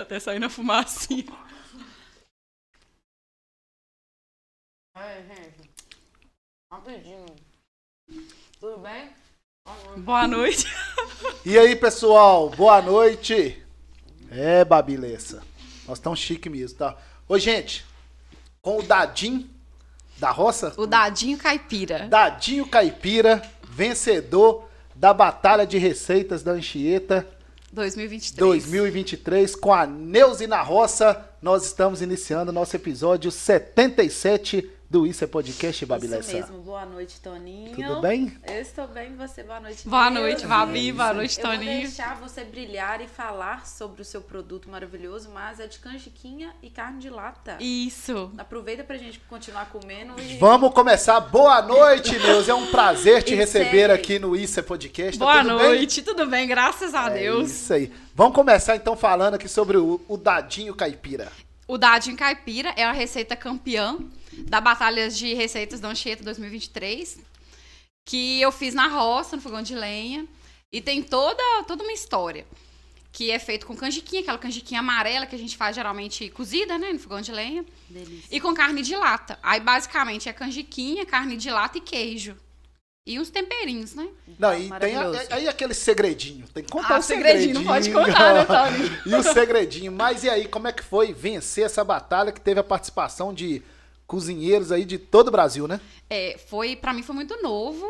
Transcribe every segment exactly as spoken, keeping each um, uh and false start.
até sair na fumacinha. Ai, gente. Rapidinho. Tudo bem? Boa noite. E aí, pessoal? Boa noite. É, Babilessa. Nós estamos chique mesmo, tá? Ô, gente, com o Dadinho da roça. O Dadinho Caipira. Dadinho Caipira, vencedor da Batalha de Receitas da Anchieta dois mil e vinte e três. dois mil e vinte e três, com a Neuze na roça. Nós estamos iniciando nosso episódio setenta e sete do Isso é Podcast, Babilessa. Isso mesmo. Boa noite, Toninho. Tudo bem? Eu estou bem, você? Boa noite, Boa Neuze. noite, Babi. Boa noite, Eu vou Toninho. deixar você brilhar e falar sobre o seu produto maravilhoso, mas é de canjiquinha e carne de lata. Isso. Aproveita pra gente continuar comendo e... Vamos começar. Boa noite, Neuze. É um prazer te E receber segue. aqui no Isso é Podcast. Tá Boa tudo noite. Tudo bem, graças a bem? É Deus. isso aí. Vamos começar então falando aqui sobre o, o Dadinho Caipira. O Dadinho Caipira é a receita campeã da Batalha de Receitas da Anchieta dois mil e vinte e três, que eu fiz na roça, no fogão de lenha, e tem toda, toda uma história, que é feito com canjiquinha, aquela canjiquinha amarela que a gente faz geralmente cozida, né, no fogão de lenha, Delícia. e com carne de lata. Aí, basicamente, é canjiquinha, carne de lata e queijo. E uns temperinhos, né? Não, e tem Maravilhoso. a- aí aquele segredinho. Tem que contar Ah, o segredinho, segredinho. não pode contar, né, Tony? E o segredinho. Mas e aí, como é que foi vencer essa batalha que teve a participação de cozinheiros aí de todo o Brasil, né? É, foi, pra mim foi muito novo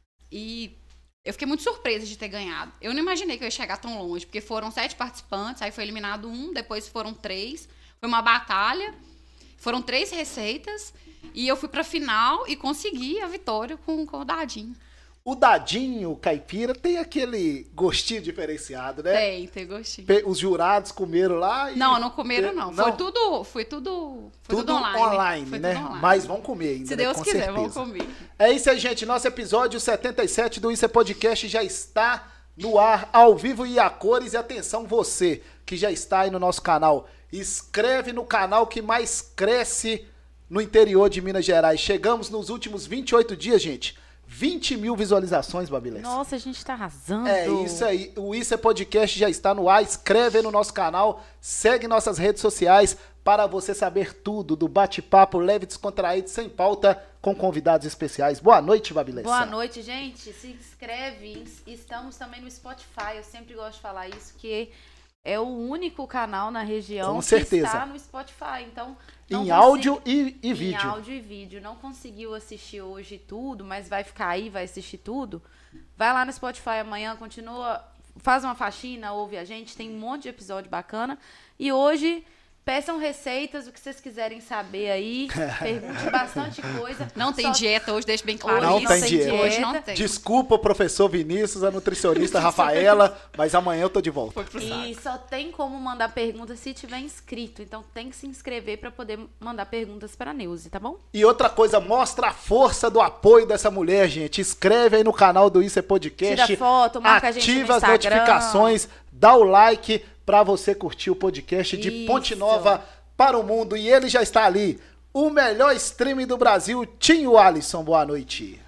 e eu fiquei muito surpresa de ter ganhado. Eu não imaginei que eu ia chegar tão longe, porque foram sete participantes, aí foi eliminado um, depois foram três. Foi uma batalha, foram três receitas e eu fui pra final e consegui a vitória com, com o Dadinho. O Dadinho Caipira tem aquele gostinho diferenciado, né? Tem, tem gostinho. Pe- Os jurados comeram lá e... Não, não comeram não. Não? Foi tudo, foi tudo, foi Tudo, tudo online. online, Foi né? tudo online. Mas vão comer ainda, Se né? Deus Com quiser, certeza. vão comer. É isso aí, gente. Nosso episódio setenta e sete do Isso é Podcast já está no ar, ao vivo e a cores. E atenção, você que já está aí no nosso canal, inscreve no canal que mais cresce no interior de Minas Gerais. Chegamos nos últimos vinte e oito dias, gente. vinte mil visualizações, Babilés. Nossa, a gente tá arrasando. É isso aí. O Isso é Podcast já está no ar. Inscreve aí no nosso canal, segue nossas redes sociais para você saber tudo do bate-papo leve, descontraído, sem pauta, com convidados especiais. Boa noite, Babilessa. Boa noite, gente. Se inscreve. Estamos também no Spotify. Eu sempre gosto de falar isso, que é o único canal na região Com que certeza. está no Spotify. Então, não Em consegui- áudio e, e em vídeo. áudio e vídeo. Não conseguiu assistir hoje tudo, mas vai ficar aí, vai assistir tudo. Vai lá no Spotify amanhã, continua, faz uma faxina, ouve a gente, tem um monte de episódio bacana. E hoje, peçam receitas, o que vocês quiserem saber aí. Pergunte bastante coisa. Não tem Só- dieta hoje, deixa bem claro Hoje Não isso. tem dieta. Hoje não tem. Desculpa o professor Vinícius, a nutricionista Rafaela, mas amanhã eu tô de volta. Foi pro saco. E só tem como mandar pergunta se tiver inscrito. Então tem que se inscrever para poder mandar perguntas para a Neuze, tá bom? E outra coisa, mostra a força do apoio dessa mulher, gente. Inscreve aí no canal do Isso é Podcast. Tira foto, marca a gente no ativa as Instagram. notificações, dá o like pra você curtir o podcast de Isso. Ponte Nova para o mundo. E ele já está ali, o melhor stream do Brasil, Tinho Alisson. Boa noite.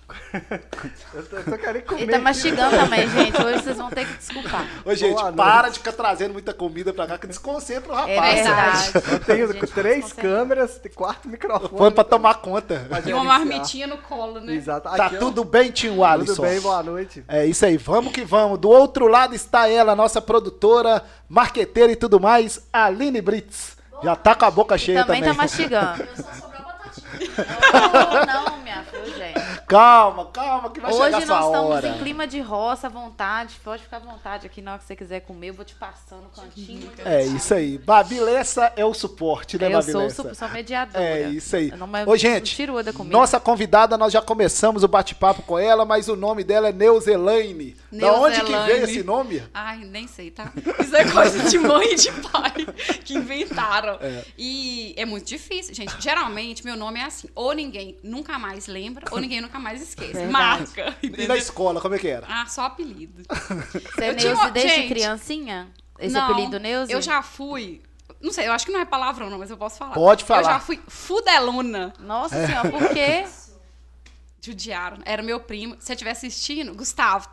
Eu tô, eu tô querendo comer. Ele tá mastigando também, gente. Hoje vocês vão ter que desculpar. Ô, gente, Boa noite. para de ficar trazendo muita comida pra cá, que desconcentra o É rapaz. verdade. Eu A tenho gente três desconcentra. câmeras, quatro microfones. Foi pra tomar conta. pra E uma gerenciar. marmitinha no colo, né? Exato. Tá Aqui, ó. tudo bem, Tinho Alisson? Tudo bem, boa noite. É isso aí, vamos que vamos. Do outro lado está ela, nossa produtora, marqueteira e tudo mais, Aline Brits. Já tá com a boca cheia Também também. tá mastigando. Eu só sobrou batatinha. Não, não, minha filha, gente. Calma, calma, que vai Hoje chegar nós sua estamos hora. em clima de roça, à vontade. Pode ficar à vontade aqui na hora que você quiser comer. Eu vou te passando no cantinho. É isso aí. Babilessa é o suporte, né, Eu sou, Babilessa? sou, sou mediadora. É isso aí. Eu não, mas Ô, não gente, tiro o da comida. nossa convidada, nós já começamos o bate-papo com ela, mas o nome dela é Neuzelaine. Da onde que Neuzelaine. veio esse nome? Ai, nem sei, tá? Isso é coisa de mãe e de pai que inventaram. E é muito difícil, gente. Geralmente, meu nome é assim. Ou ninguém nunca mais lembra, ou ninguém nunca mais esquece. Verdade. Marca. E Entendeu? na escola, como é que era? Ah, só apelido. Você é eu tinha Neuze uma- desde gente, criancinha? Esse não, apelido Neuze? Eu já fui... Não sei, eu acho que não é palavrão, não, mas eu posso falar. Pode falar. Eu já fui fudelona. Nossa senhora, por quê? Judiaram. Era meu primo. Se você estiver assistindo, Gustavo, tá?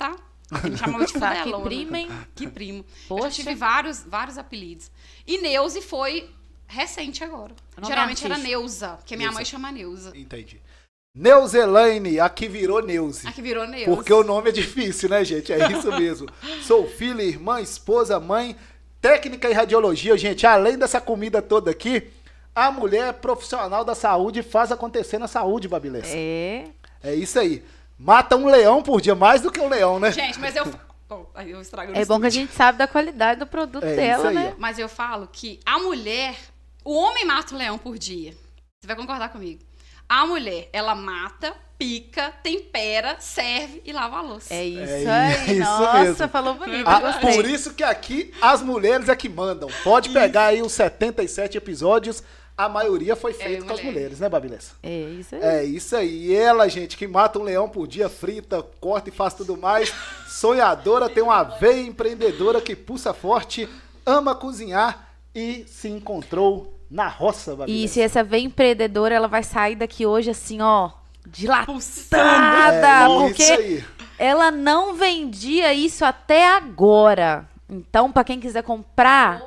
Ele me chamava de Tá, que fudelona. prima, hein? Que primo. Poxa. Eu já tive vários, vários apelidos. E Neuze foi recente agora. Nome Geralmente era artístico. Neuza, porque minha Neuza. mãe chama Neuza. Entendi. Neuzelaine, aqui virou Neuze. Aqui virou Neuza. Porque o nome é difícil, né, gente? É isso mesmo. Sou filha, irmã, esposa, mãe, técnica em radiologia. Gente, além dessa comida toda aqui, a mulher profissional da saúde faz acontecer na saúde, Babilessa. É. É isso aí. Mata um leão por dia, mais do que um leão, né? Gente, mas eu... Bom, aí eu estrago no É bom que a estúdio. gente sabe da qualidade do produto É isso dela, aí, né? ó. Mas eu falo que a mulher... O homem mata o leão por dia. Você vai concordar comigo. A mulher, ela mata, pica, tempera, serve e lava a louça. É isso É aí. isso Nossa, mesmo. falou bonito. Ah, gostei. por isso que aqui as mulheres é que mandam. Pode pegar aí os setenta e sete episódios, a maioria foi feita É, com as mulher. mulheres, né, Babilessa? É isso aí. É isso aí. E ela, gente, que mata um leão por dia, frita, corta e faz tudo mais. Sonhadora, tem uma veia empreendedora que pulsa forte, ama cozinhar e se encontrou na roça, Babilessa. E se essa veia empreendedora, ela vai sair daqui hoje assim, ó, Pulsando. dilatada, É, porque isso aí. ela não vendia isso até agora. Então, pra quem quiser comprar,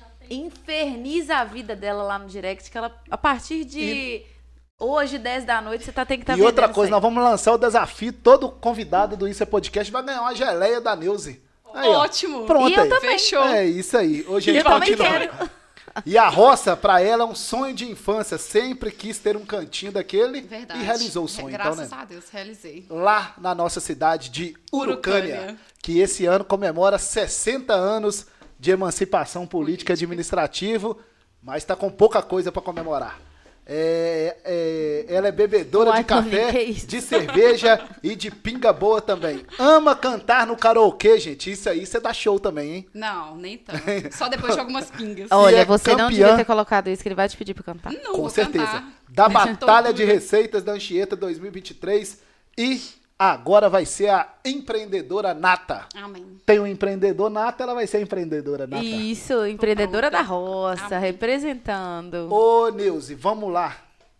inferniza a vida dela lá no direct, que ela, a partir de hoje, dez da noite, você tá, tem que estar E outra coisa, nós vamos lançar o desafio, todo convidado do Isso é Podcast vai ganhar uma geleia da Neuze. Aí, ó. Ótimo. Pronto E eu aí. também. Fechou. É isso aí. Hoje a E gente eu também continua. quero. E a roça, pra ela, é um sonho de infância. Sempre quis ter um cantinho daquele Verdade. e realizou o sonho. Então, Graças né? a Deus, realizei. Lá na nossa cidade de Urucânia, Urucânia. que esse ano comemora sessenta anos de emancipação política e administrativo, mas tá com pouca coisa pra comemorar. É, é, ela é bebedora Uai, de café, Tony, que isso? de cerveja e de pinga boa também. Ama cantar no karaokê, gente. Isso aí você dá show também, hein? Não, nem tanto. Só depois de algumas pingas. Olha, é você não campeã. devia ter colocado isso, que ele vai te pedir pra cantar. Não, Com vou certeza. cantar. Da Deixa Batalha todo de mundo. Receitas da Anchieta dois mil e vinte e três. E agora vai ser a empreendedora nata. Amém. Tem um empreendedor nata, ela vai ser a empreendedora nata. Isso, empreendedora da pronta. roça, Amém. representando. Ô, Neuze, vamos lá.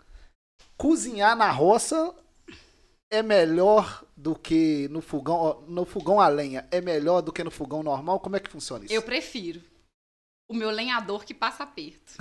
Cozinhar na roça é melhor do que no fogão, ó, no fogão a lenha. É melhor do que no fogão normal? Como é que funciona isso? Eu prefiro o meu lenhador que passa aperto.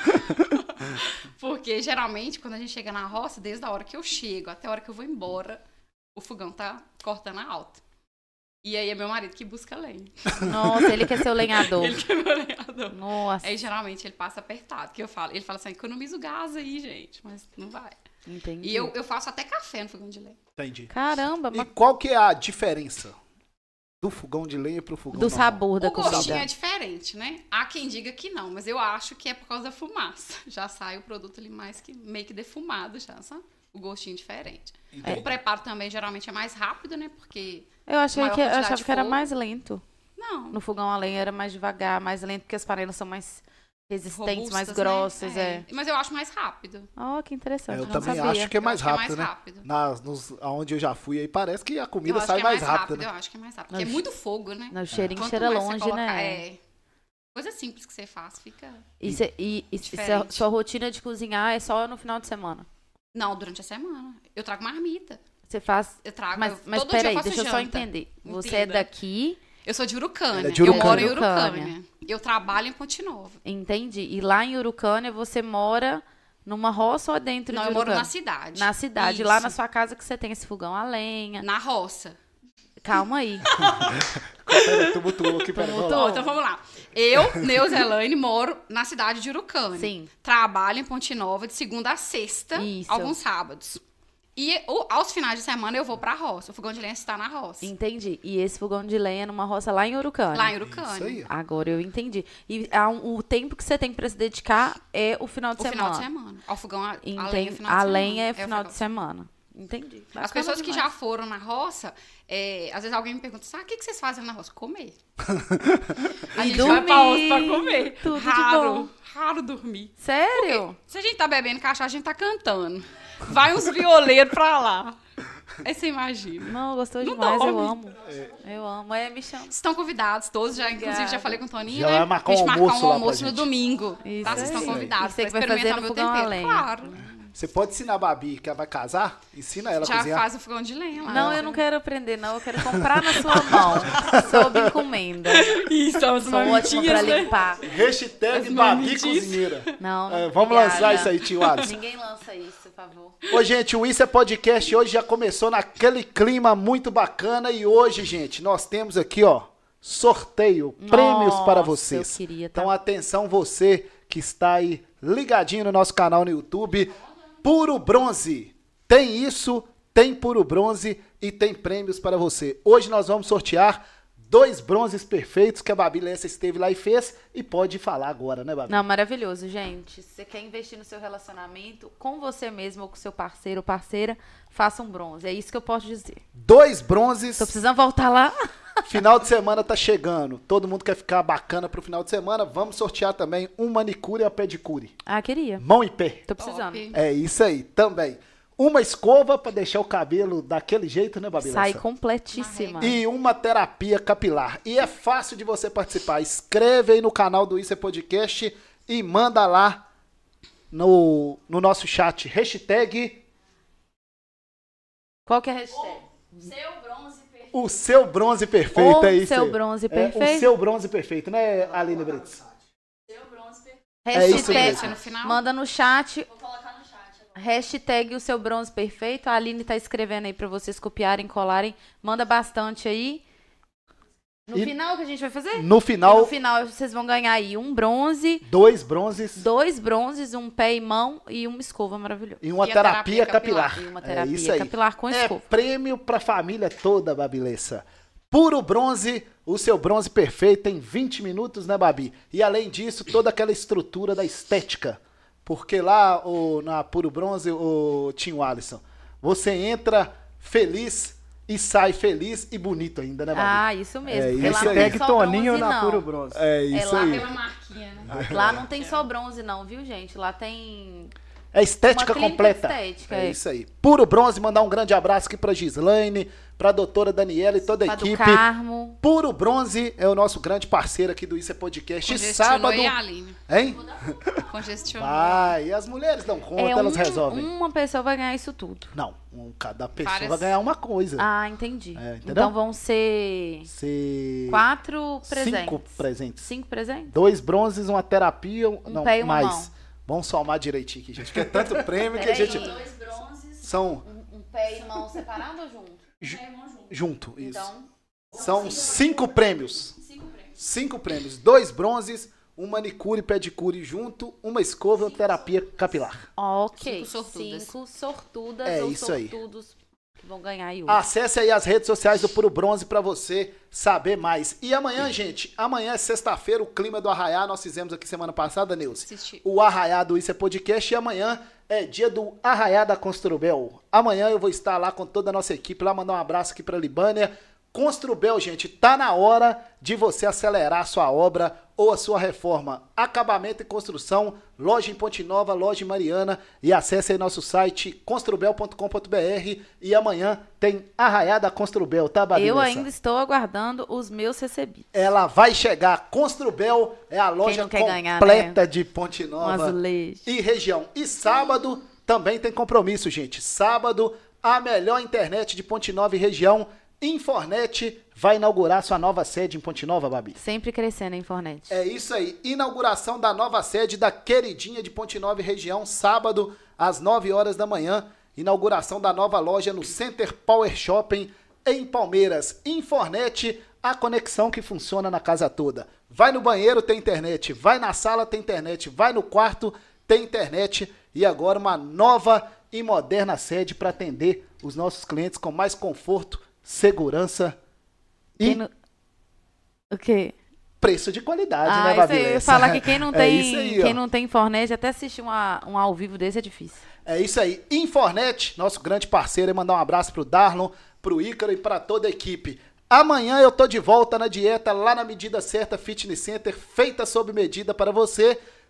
Porque geralmente, quando a gente chega na roça, desde a hora que eu chego até a hora que eu vou embora, o fogão tá cortando a alta. E aí é meu marido que busca lenha. Nossa, ele quer ser o lenhador. Ele que é meu lenhador. Nossa, Aí geralmente ele passa apertado, que eu falo. Ele fala assim, economiza o gás aí, gente. Mas não vai. entendi. E eu, eu faço até café no fogão de lenha. Entendi. Caramba, E mas qual que é a diferença do fogão de lenha pro fogão do normal? sabor da O gostinho comida. é diferente, né? Há quem diga que não, mas eu acho que é por causa da fumaça. Já sai o produto ali mais que meio que defumado já, sabe? O gostinho diferente. Entendi. O preparo também geralmente é mais rápido, né? Porque Eu achei maior que eu quantidade achava de que era fogo. mais lento. não. No fogão a lenha era mais devagar, mais lento, porque as panelas são mais resistentes, mais robustas, grossas, né? é. Mas eu acho mais rápido. Oh, que interessante. É, eu não também sabia. acho que é mais Eu acho rápido, que é mais né? rápido. Nas, nos, aonde eu já fui aí, parece que a Eu comida acho sai que é mais, mais rápido, rápido, né? eu acho que é mais rápido. Porque é Não, muito fogo, né? O cheirinho Quanto cheira mais você longe, colocar- né? É. Coisa simples que você faz, fica... E, cê- e, e cê- Diferente. sua rotina de cozinhar é só no final de semana? Não, durante a semana. Eu trago marmita. Você faz... Eu trago... Mas, eu- mas todo dia peraí, faço deixa eu só janta. entender. Você Entenda. é daqui, Eu sou de Urucânia. Ela é de Eu Urucânia. moro em Urucânia. Urucânia. Eu trabalho em Ponte Nova. entendi. E lá em Urucânia você mora numa roça ou dentro Não, de eu moro Urucânia? na cidade. Na cidade, lá Isso. na sua casa que você tem esse fogão a lenha. Na roça. Calma aí. Pera, tumultuou aqui, pera, vamos lá. Bom, então vamos lá. Eu, Neuzelane, moro na cidade de Urucânia. Sim. Trabalho em Ponte Nova de segunda a sexta, Isso. alguns sábados. E o- aos finais de semana eu vou pra roça. O fogão de lenha está na roça. Entendi. E esse fogão de lenha numa roça lá em Urucânia. Lá em Isso Urucânia. aí. Agora eu entendi. E há um- o tempo que você tem pra se dedicar é o final de O semana. final de semana. Ao fogão, a, a Entendi. lenha é final de A semana. lenha é o final de semana. Entendi. As Bacana pessoas que já demais. foram na roça, é, às vezes alguém me pergunta assim, ah, o que que vocês fazem na roça? Comer. A E gente vai pra roça pra dormir. comer. Tudo de raro, bom. raro dormir. Sério? Se a gente tá bebendo cachaça, a gente tá cantando. Vai uns violeiros pra lá. Aí você imagina. Não, gostou Não demais, eu dorme. amo. Eu amo. É, me chama. Estão convidados todos, já, inclusive já Obrigada. falei com o Toninho, Já né? vai marcar a gente um marcar almoço um lá pra almoço no gente. domingo. Isso Tá? Vocês aí. estão convidados E você pra que vai fazer experimentar no meu fogão a tempero. lenha. Claro. Você pode ensinar a Babi, que ela vai casar? Ensina ela a Já cozinhar. faz o fogão de lenha lá. Não, eu não quero aprender, não. Eu quero comprar na sua mão. Sob encomenda. Isso, as Sou ótima pra limpar. Hashtag As Babi mamitis. Cozinheira. Não, não É, vamos obrigada. lançar isso aí, tio Alisson. Ninguém lança isso, por favor. Ô, gente, o Isso é Podcast hoje já começou naquele clima muito bacana e hoje, gente, nós temos aqui, ó, sorteio, prêmios Nossa, para vocês. eu queria, tá? Então, atenção você que está aí ligadinho no nosso canal no YouTube. Puro Bronze. Tem isso, tem Puro Bronze e tem prêmios para você. Hoje nós vamos sortear dois bronzes perfeitos que a Babi Lessa esteve lá e fez e pode falar agora, né, Babi? Não, maravilhoso, gente. Se você quer investir no seu relacionamento, com você mesmo ou com seu parceiro ou parceira, faça um bronze. É isso que eu posso dizer. Dois bronzes. Tô precisando voltar lá. Final de semana tá chegando. Todo mundo quer ficar bacana pro final de semana. Vamos sortear também um manicure e uma pedicure. Ah, queria. Mão e pé. Tô precisando. Top. É isso aí, também. Uma escova pra deixar o cabelo daquele jeito, né, Babi? Sai Lessa? completíssima. E uma terapia capilar. E é fácil de você participar. Escreve aí no canal do Isso é Podcast e manda lá no, no nosso chat. Hashtag Qual que é a hashtag? Seu bronze perfeito. o seu bronze perfeito. O é isso seu aí. bronze É, perfeito. o seu bronze perfeito, né, Aline Brits? Seu bronze perfeito. É isso Hashtag- mesmo. No final. Manda no chat. Vou colocar no chat agora. Hashtag o seu bronze perfeito. A Aline tá escrevendo aí pra vocês copiarem, colarem. Manda bastante aí. No E- final que a gente vai fazer? No E final, no final vocês vão ganhar aí um bronze, dois bronzes dois bronzes, um pé e mão e uma escova maravilhosa. e uma E a terapia, terapia capilar. capilar. E uma É terapia isso aí. capilar com É escova. prêmio pra família toda, Babi Lessa. Puro Bronze, o seu bronze perfeito em vinte minutos, né, Babi? E além disso, toda aquela estrutura da estética. Porque lá o, na Puro Bronze, o Tim Alisson, você entra feliz e sai feliz e bonito ainda, né, Babi? Ah, isso mesmo. É porque isso lá aí. não tem Hashtag só Toninho bronze, na não. Puro Bronze. É isso lá aí. Pela marquinha, né? Lá não tem só bronze não, viu, gente? Lá tem... É estética Uma clínica completa. estética, é é. isso aí. Puro Bronze, mandar um grande abraço aqui pra Gislaine, pra doutora Daniela e toda a Pra do equipe. Carmo. Puro Bronze é o nosso grande parceiro aqui do Isso é Podcast. Congestionou Sábado. e a Aline. Hein? Congestionou. Vai, e as mulheres dão conta, É elas um- resolvem. Uma pessoa vai ganhar isso tudo. Não, um, cada pessoa Várias- vai ganhar uma coisa. Ah, entendi. É, entendeu? Então vão ser Se... quatro presentes. Cinco presentes. Cinco presentes? Dois bronzes, uma terapia. Um não, pé e uma mais. mão. Vamos somar direitinho aqui, gente. Porque é tanto prêmio que a Peraí. gente. Dois bronzes. São Um, um pé e mão separado ou junto? junto, isso. Então, São cinco prêmios. Cinco prêmios. Cinco prêmios. Dois bronzes, um manicure e pedicure junto, uma escova e uma terapia capilar. ok. Cinco sortudas. Cinco sortudas É ou isso aí. sortudos que vão ganhar aí hoje. Acesse aí as redes sociais do Puro Bronze pra você saber mais. E amanhã, gente, amanhã é sexta-feira, o clima do Arraiá, nós fizemos aqui semana passada, Nilce. Assisti. O Arraiá do Isso é Podcast e amanhã é dia do Arraiá da Construbel. Amanhã eu vou estar lá com toda a nossa equipe, lá mandar um abraço aqui pra Libânia. Construbel, gente, tá na hora de você acelerar a sua obra ou a sua reforma. Acabamento e construção, loja em Ponte Nova, loja em Mariana. E acesse aí nosso site construbel ponto com ponto br e amanhã tem Arraiá da Construbel, tá, Babi? Eu Lessa? ainda estou aguardando os meus recebidos. Ela vai chegar. Construbel é a loja não quer completa ganhar, né? de Ponte Um Nova azulejo. e região. E sábado também tem compromisso, gente. Sábado, a melhor internet de Ponte Nova e região, Infornet, vai inaugurar sua nova sede em Ponte Nova, Babi. Sempre crescendo a Infornet. É isso aí. Inauguração da nova sede da queridinha de Ponte Nova e região, sábado, às nove horas da manhã. Inauguração da nova loja no Center Power Shopping, em Palmeiras. Infornet, a conexão que funciona na casa toda. Vai no banheiro, tem internet. Vai na sala, tem internet. Vai no quarto, tem internet. E agora uma nova e moderna sede para atender os nossos clientes com mais conforto, segurança e Quem não- O quê? preço de qualidade, Ah, né, isso Babi? aí, eu ia Lessa? falar que quem não É tem, isso aí, ó. quem não tem Infornet, até assistir uma, um ao vivo desse é difícil. É isso aí. Infornet, nosso grande parceiro, e mandar um abraço pro Darlon, pro Ícaro e para toda a equipe. Amanhã eu tô de volta na dieta lá na Medida Certa Fitness Center, feita sob medida para você.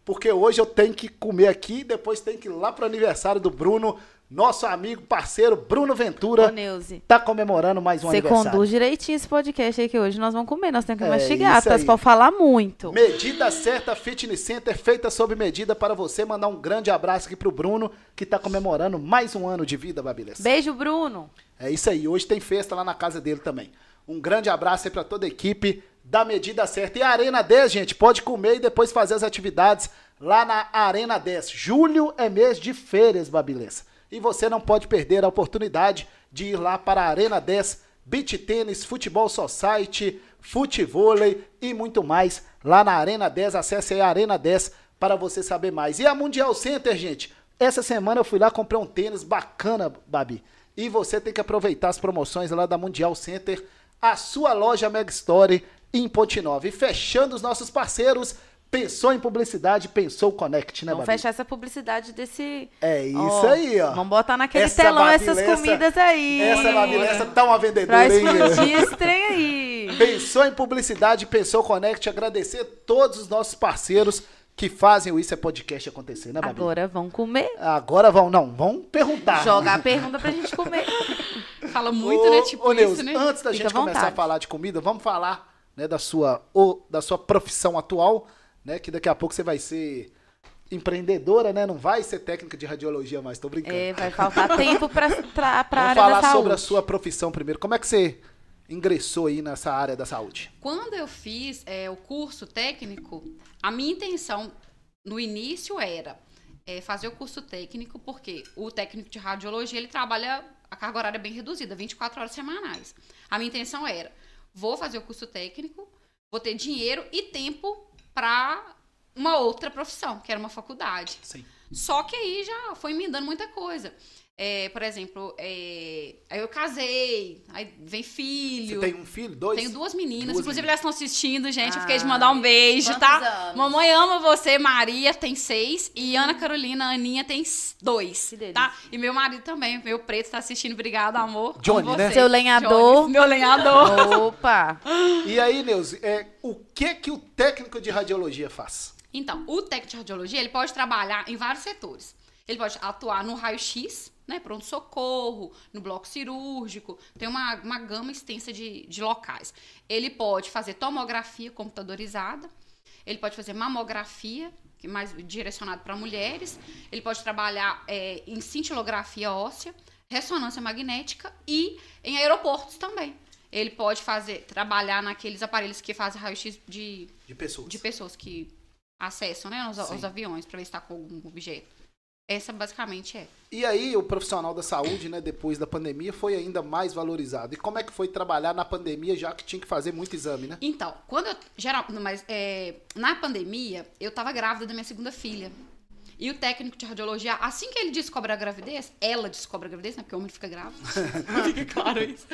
porque hoje eu tenho que comer aqui e depois tenho que ir lá pro aniversário do Bruno, nosso amigo, parceiro Bruno Ô, Ventura. Neuze, Tá comemorando mais um você aniversário. conduz direitinho esse podcast aí que hoje nós vamos comer, nós temos que É, mastigar, isso tá? aí. Você pode falar muito. Medida Certa Fitness Center, feita sob medida para você. Mandar um grande abraço aqui pro Bruno, que tá comemorando mais um ano de vida, Babilés. Beijo, Bruno. É isso aí, hoje tem festa lá na casa dele também. Um grande abraço aí pra toda a equipe da Medida Certa. E a Arena dez, gente, pode comer e depois fazer as atividades lá na Arena dez. Julho é mês de férias, Babilés. E você não pode perder a oportunidade de ir lá para a Arena dez, beach tênis, futebol society, futevôlei e muito mais lá na Arena dez. Acesse aí a Arena dez para você saber mais. E a Mundial Center, gente, essa semana eu fui lá, comprei um tênis bacana, Babi. E você tem que aproveitar as promoções lá da Mundial Center, a sua loja Mega Store em Ponte Nova. E fechando os nossos parceiros, pensou em publicidade, pensou o Connect, né, Vamos Babi? fechar essa publicidade desse... É isso Ó, aí, ó. Vamos botar naquele Essa telão Babilessa- essas comidas aí. Essa Babilessa tá uma Pra vendedora, hein? explodir esse trem aí. Pensou em publicidade, pensou o Connect. Agradecer todos os nossos parceiros que fazem o Isso é Podcast acontecer, né, Babi? Agora vão comer. Agora vão, não, vão perguntar. Jogar a pergunta pra gente comer. Fala muito, Ô, né? Tipo ô, isso, Neuza, né? antes da Fica gente à começar a vontade. falar de comida, vamos falar, né, da sua, ou, da sua profissão atual, né, que daqui a pouco você vai ser empreendedora, né, não vai ser técnica de radiologia mais, tô brincando. É, vai faltar tempo pra, pra, pra Vamos área falar da saúde. sobre a sua profissão primeiro. Como é que você ingressou aí nessa área da saúde? Quando eu fiz é, o curso técnico, a minha intenção no início era é, fazer o curso técnico, porque o técnico de radiologia, ele trabalha a carga horária bem reduzida, vinte e quatro horas semanais. A minha intenção era, vou fazer o curso técnico, vou ter dinheiro e tempo para uma outra profissão, que era uma faculdade. Sim. Só que aí já foi me dando muita coisa. É, por exemplo, é, aí eu casei, aí vem filho. Você tem um filho, dois? Tenho duas meninas, Duas inclusive meninas. elas estão assistindo, gente. Eu fiquei de Ai, mandar um beijo, quantos tá? anos? Mamãe ama você, Maria tem seis. E Ana Carolina, Aninha tem s- dois. Que delícia. Tá? E meu marido também, meu preto, tá assistindo. Obrigada, amor. Johnny, Amo né? você. Seu lenhador. Johnny, meu lenhador. Opa! E aí, Neuza, é, o que que o técnico de radiologia faz? Então, o técnico de radiologia, ele pode trabalhar em vários setores. Ele pode atuar no raio-x, né, pronto-socorro, no bloco cirúrgico, tem uma, uma gama extensa de, de locais. Ele pode fazer tomografia computadorizada, ele pode fazer mamografia, que é mais direcionado para mulheres, ele pode trabalhar é, em cintilografia óssea, ressonância magnética e em aeroportos também. Ele pode fazer, trabalhar naqueles aparelhos que fazem raio-x de, De pessoas. de pessoas que acessam, né, os, Sim. os aviões para ver se está com algum objeto. Essa basicamente é. E aí, o profissional da saúde, né, depois da pandemia, foi ainda mais valorizado. E como é que foi trabalhar na pandemia, já que tinha que fazer muito exame, né? Então, quando eu. Geral, mas, é, na pandemia, eu tava grávida da minha segunda filha. E o técnico de radiologia, assim que ele descobre a gravidez, ela descobre a gravidez, né? Porque o homem fica grávido. Fica claro isso.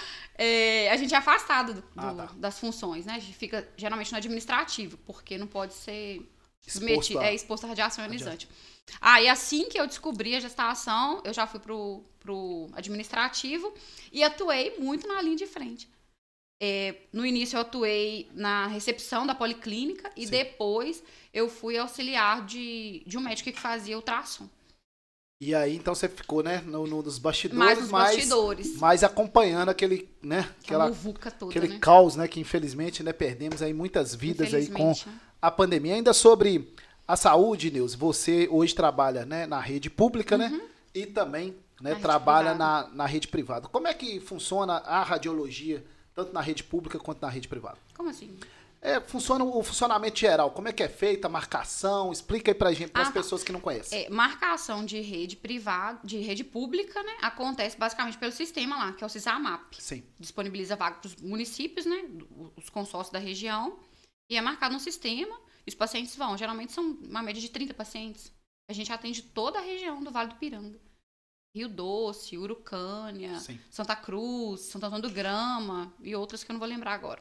É, a gente é afastado do- Ah, do- tá. das funções, né? A gente fica geralmente no administrativo, porque não pode ser Exposto submetido, a- é exposto à radiação ionizante. Ah, e assim que eu descobri a gestação, eu já fui pro, pro administrativo e atuei muito na linha de frente. É, no início eu atuei na recepção da policlínica e Sim. depois eu fui auxiliar de, de um médico que fazia ultrassom. E aí, então, você ficou, né, no, no- nos bastidores, Mais nos mas, bastidores. mas acompanhando aquele, né, Aquela aquela, muvuca toda, aquele né? caos, né, que infelizmente, né, perdemos aí muitas vidas aí com Infelizmente, né? a pandemia. Ainda sobre a saúde, Neuza, você hoje trabalha, né, na rede pública, né, e também, né, Na rede trabalha privada. na, na rede privada. Como é que funciona a radiologia, tanto na rede pública quanto na rede privada? Como assim? É, funciona o funcionamento geral, como é que é feita a marcação? Explica aí pra gente, para as Ah, tá. pessoas que não conhecem. É, marcação de rede privada, de rede pública, né? Acontece basicamente pelo sistema lá, que é o CISAMAP. Sim. Disponibiliza vaga para os municípios, né? do- Os consórcios da região. E é marcado no sistema. E os pacientes vão. Geralmente são uma média de trinta pacientes. A gente atende toda a região do Vale do Piranga. Rio Doce, Urucânia, Sim. Santa Cruz, Santo Antônio do Grama e outras que eu não vou lembrar agora.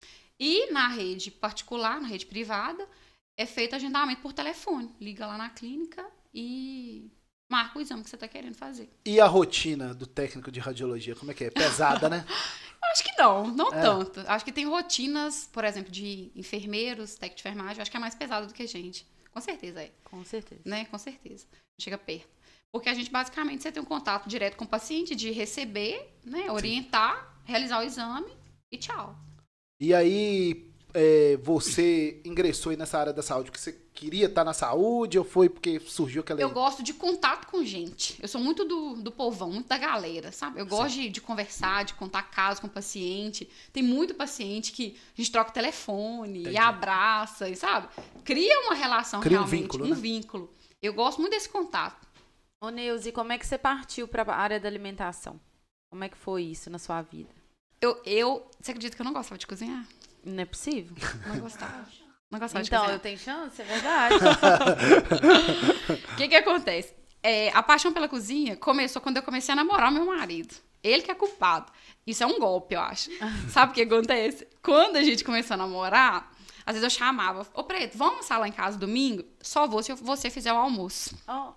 E na rede particular, na rede privada, é feito agendamento por telefone. Liga lá na clínica e marca o exame que você está querendo fazer. E a rotina do técnico de radiologia, como é que é? Pesada, né? Acho que não, não É. tanto. Acho que tem rotinas, por exemplo, de enfermeiros, técnico de enfermagem, acho que é mais pesado do que a gente. Com certeza é. Com certeza. Né? Com certeza. Chega perto. Porque a gente, basicamente, você tem um contato direto com o paciente de receber, né? Orientar, realizar o exame e tchau. E aí, é, você ingressou aí nessa área da saúde porque você queria estar na saúde ou foi porque surgiu aquela... Eu gosto de contato com gente. Eu sou muito do, do povão, muito da galera, sabe? Eu gosto de, de conversar, de contar casos com o paciente. Tem muito paciente que a gente troca telefone Entendi. e abraça, e sabe? Cria uma relação Cria um realmente, vínculo, um né? vínculo. Eu gosto muito desse contato. Ô, Neuza, e como é que você partiu para a área da alimentação? Como é que foi isso na sua vida? Eu, eu, você acredita que eu não gostava de cozinhar? Não é possível? Não gostava. Não gostava de Então, cozinhar. eu tenho chance, é verdade. O que que acontece? É, a paixão pela cozinha começou quando eu comecei a namorar meu marido. Ele que é culpado. Isso é um golpe, eu acho. Sabe o que acontece? Quando a gente começou a namorar, às vezes eu chamava, ô Preto, vamos almoçar lá em casa domingo? Só vou se você fizer o almoço. Ó,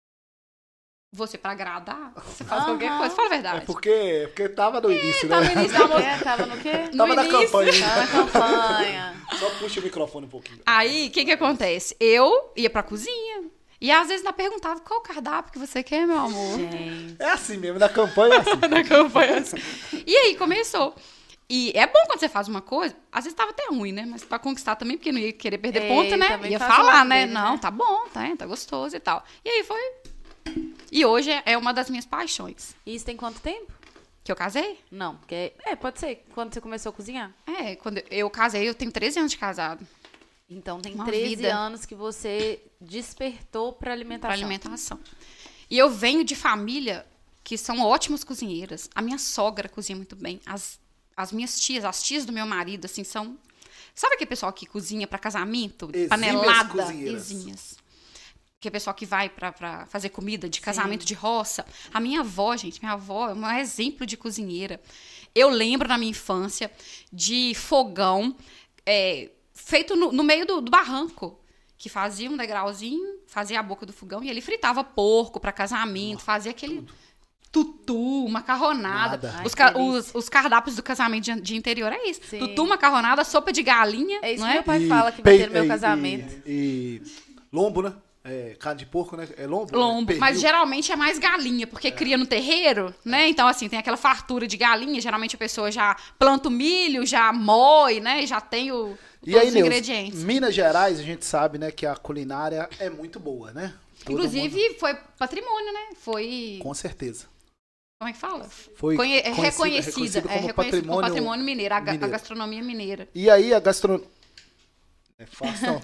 Você pra agradar, você faz Aham. qualquer coisa. Fala a É verdade. porque, porque tava no início, Tava né? no início do almoço. é, tava no quê? No Tava na início. campanha. Tava na campanha. Só puxa o microfone um pouquinho. Aí, o que que acontece? Eu ia pra cozinha. E às vezes ainda perguntava, qual o cardápio que você quer, meu amor? Gente. É assim mesmo, na campanha é assim. Na campanha. assim. E aí começou. E é bom quando você faz uma coisa, às vezes tava até ruim, né? Mas pra conquistar também, porque não ia querer perder É, ponto, né? também Ia faz falar, parte né? dele, Não, né? tá bom, tá, tá gostoso e tal. E aí foi. E hoje é uma das minhas paixões. E isso tem quanto tempo? Que eu casei? Não, porque... É, pode ser. Quando você começou a cozinhar? É, quando eu casei, eu tenho treze anos de casado. Então, tem Uma treze vida. anos que você despertou pra Pra alimentação. alimentação. E eu venho de família que são ótimas cozinheiras. A minha sogra cozinha muito bem. As, as minhas tias, as tias do meu marido, assim, são... Sabe aquele pessoal que cozinha pra casamento? Exímias Panelada? cozinheiras. Exímias. Aquele pessoal que vai pra, pra fazer comida de casamento de roça. A minha avó, gente, minha avó é um exemplo de cozinheira. Eu lembro na minha infância de fogão é, feito no, no meio do, do barranco. Que fazia um degrauzinho, fazia a boca do fogão e ele fritava porco pra casamento, fazia aquele tutu, macarronada. Nada. Os, Ai, ca- que delícia. os, os cardápios do casamento de, de interior é isso. Sim. Tutu, macarronada, sopa de galinha, É isso não que é? meu pai E fala que vai pei- ter no meu e- casamento. E, e lombo, né? É, carne de porco, né? É lombo? Lombo, É, mas pernil. geralmente é mais galinha, porque cria no terreiro, né? Então, assim, tem aquela fartura de galinha, geralmente a pessoa já planta o milho, já moe, né? Já tem o, E todos aí, os Neuza, ingredientes. Minas Gerais, a gente sabe, né, que a culinária é muito boa, né? Todo Inclusive, mundo- foi patrimônio, né? Foi. Com certeza. Como é que fala? Foi Conhe- é conhecido- reconhecida. reconhecido é como reconhecido como patrimônio patrimônio mineiro, a, ga- a mineiro. gastronomia mineira. E aí a gastronomia... É fácil, não.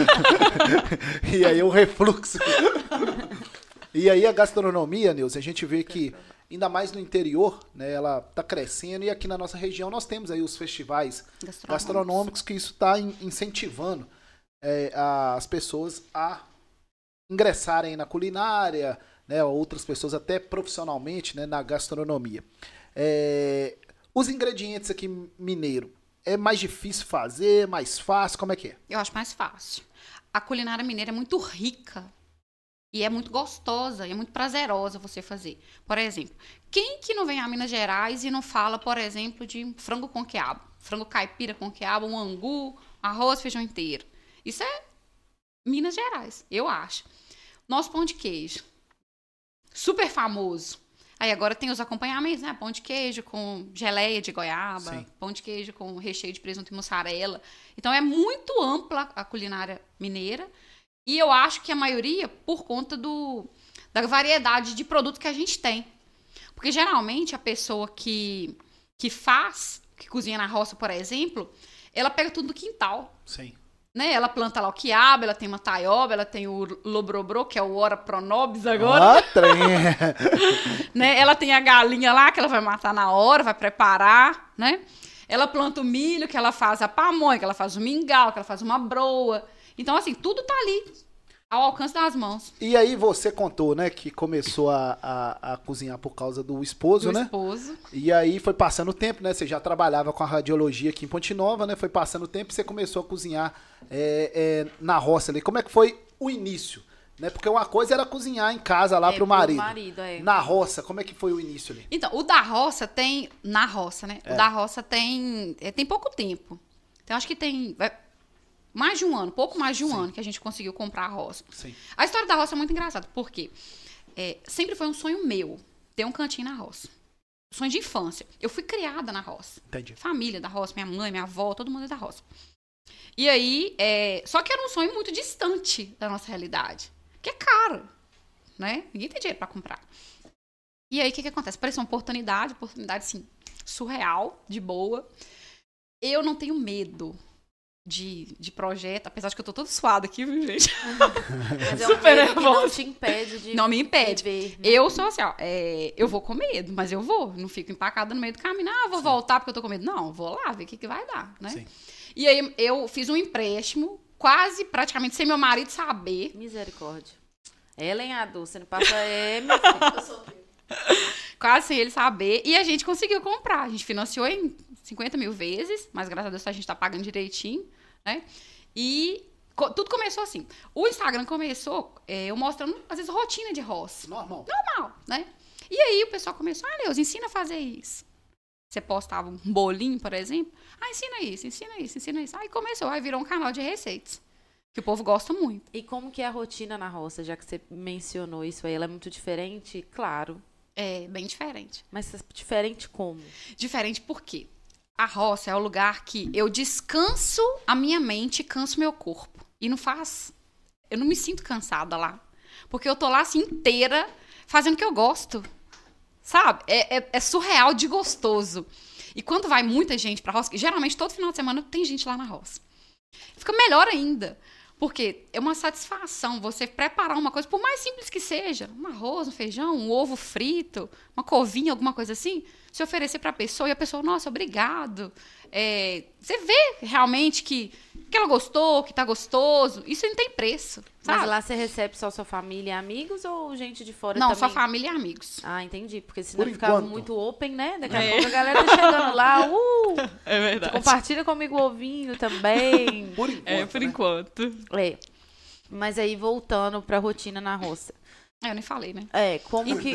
E aí o refluxo. E aí a gastronomia, Neuza, a gente vê que, ainda mais no interior, né, ela tá crescendo. E aqui na nossa região nós temos aí os festivais Gastronômicos. gastronômicos que isso está incentivando é, a- as pessoas a ingressarem na culinária, né, outras pessoas até profissionalmente, né, na gastronomia. É, os ingredientes aqui mineiro, é mais difícil fazer, mais fácil, como é que é? Eu acho mais fácil. A culinária mineira é muito rica. E é muito gostosa, e é muito prazerosa você fazer. Por exemplo, quem que não vem a Minas Gerais e não fala, por exemplo, de frango com quiabo? Frango caipira com quiabo, um angu, arroz, feijão inteiro. Isso é Minas Gerais, eu acho. Nosso pão de queijo. Super famoso. Aí agora tem os acompanhamentos, né? Pão de queijo com geleia de goiaba, Sim. pão de queijo com recheio de presunto e mussarela. Então é muito ampla a culinária mineira. E eu acho que a maioria por conta do, da variedade de produtos que a gente tem. Porque geralmente a pessoa que, que faz, que cozinha na roça, por exemplo, ela pega tudo do quintal. Sim. Né? Ela planta lá o quiabo, ela tem uma taioba, ela tem o lobrobrô, que é o ora pronobis agora. Ah, trem. Né? Ela tem a galinha lá, que ela vai matar na hora, vai preparar, né? Ela planta o milho, que ela faz a pamonha, que ela faz o mingau, que ela faz uma broa. Então, assim, tudo tá ali, ao alcance das mãos. E aí você contou, né, que começou a, a, a cozinhar por causa do esposo, Do né? esposo. E aí foi passando o tempo, né? Você já trabalhava com a radiologia aqui em Ponte Nova, né? Foi passando o tempo e você começou a cozinhar é, é, na roça ali. Como é que foi o início? Né? Porque uma coisa era cozinhar em casa lá É, pro marido. marido, é. Na roça, como é que foi o início ali? Então, o da roça tem... Na roça, né? É. O da roça tem... é, tem pouco tempo. Então, acho que tem... vai- mais de um ano, pouco mais de um Sim. ano que a gente conseguiu comprar a roça. Sim. A história da roça é muito engraçada, porque é, sempre foi um sonho meu ter um cantinho na roça. Sonho de infância. Eu fui criada na roça. Entendi. Família da roça, minha mãe, minha avó, todo mundo é da roça. E aí, é, só que era um sonho muito distante da nossa realidade. Que é caro, né? Ninguém tem dinheiro pra comprar. E aí, o que que acontece? Apareceu uma oportunidade, oportunidade, assim, surreal, de boa. Eu não tenho medo de, de projeto, apesar de que eu tô toda suada aqui, viu, gente? Mas é um Super medo que não nervosa. te impede de Não me impede. viver, né? Eu sou assim, ó, é, eu vou com medo, mas eu vou. Não fico empacada no meio do caminho. Ah, vou voltar porque eu tô com medo. Não, vou lá ver o que, que vai dar, né? Sim. E aí eu fiz um empréstimo, quase praticamente sem meu marido saber. Misericórdia. Ellen Adu, você não passa é, meu filho. Quase sem ele saber. E a gente conseguiu comprar. A gente financiou em cinquenta mil vezes, mas graças a Deus a gente tá pagando direitinho, né? E co- tudo começou assim. O Instagram começou é, eu mostrando, às vezes, rotina de roça. Normal. Normal, né? E aí o pessoal começou, ah, Deus, ensina a fazer isso. Você postava um bolinho, por exemplo. Ah, ensina isso, ensina isso, ensina isso. Aí começou, aí virou um canal de receitas. Que o povo gosta muito. E como que é a rotina na roça, já que você mencionou isso aí? Ela é muito diferente? Claro. É bem diferente. Mas diferente como? Diferente por quê? A roça é o lugar que eu descanso a minha mente, canso meu corpo. E não faz... Eu não me sinto cansada lá. Porque eu tô lá, assim, inteira, fazendo o que eu gosto. Sabe? É, é, é surreal de gostoso. E quando vai muita gente pra roça, geralmente todo final de semana tem gente lá na roça. Fica melhor ainda. Porque é uma satisfação você preparar uma coisa, por mais simples que seja, um arroz, um feijão, um ovo frito, uma covinha, alguma coisa assim, se oferecer para a pessoa e a pessoa, nossa, obrigado. É, você vê realmente que, que ela gostou, que tá gostoso. Isso não tem preço, sabe? Mas lá você recebe só sua família e amigos ou gente de fora não, também? só família e amigos. Ah, entendi. Porque senão Por ficava enquanto. muito open, né? Daqui a É. pouco a galera tá chegando lá. Uh! É verdade. Compartilha comigo o ovinho também. Por enquanto, É, por né? enquanto. É. Mas aí, voltando pra rotina na roça. É, eu nem falei, né? É, como que...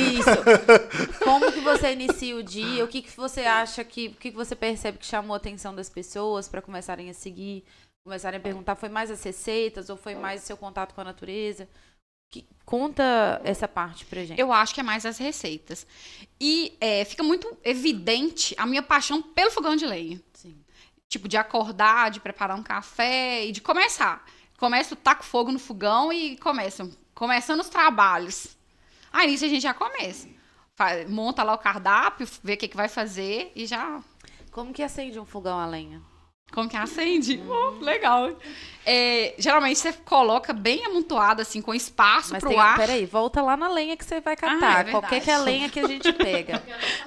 Isso. Como que você inicia o dia? O que, que você acha que... O que, que você percebe que chamou a atenção das pessoas pra começarem a seguir? Começarem a perguntar, foi mais as receitas ou foi mais o seu contato com a natureza? Que, conta essa parte pra gente. Eu acho que é mais as receitas. E é, fica muito evidente a minha paixão pelo fogão de lenha. Sim. Tipo, de acordar, de preparar um café e de começar. Começa, taca fogo no fogão e começam. Começando os trabalhos. Aí nisso a gente já começa. Fa- Monta lá o cardápio, vê o que, que vai fazer e já... Como que acende um fogão a lenha? Como que acende? Oh, legal. É, geralmente você coloca bem amontoado, assim, com espaço Mas pro tem, ar. peraí, volta lá na lenha que você vai Ah, catar. é Qualquer verdade. que é a lenha que a gente pega.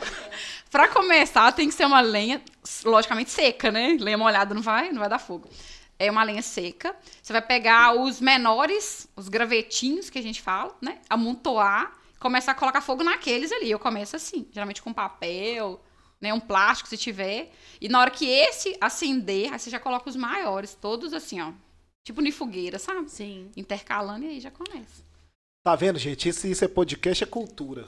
Pra começar, tem que ser uma lenha, logicamente, seca, né? Lenha molhada não vai, não vai dar fogo. É uma lenha seca. Você vai pegar os menores, os gravetinhos que a gente fala, né? Amontoar, começar a colocar fogo naqueles ali. Eu começo assim, geralmente com papel, né? Um plástico, se tiver. E na hora que esse acender, aí você já coloca os maiores, todos assim, ó. Tipo de fogueira, sabe? Sim. Intercalando e aí já começa. Tá vendo, gente? Isso, isso é podcast, é cultura.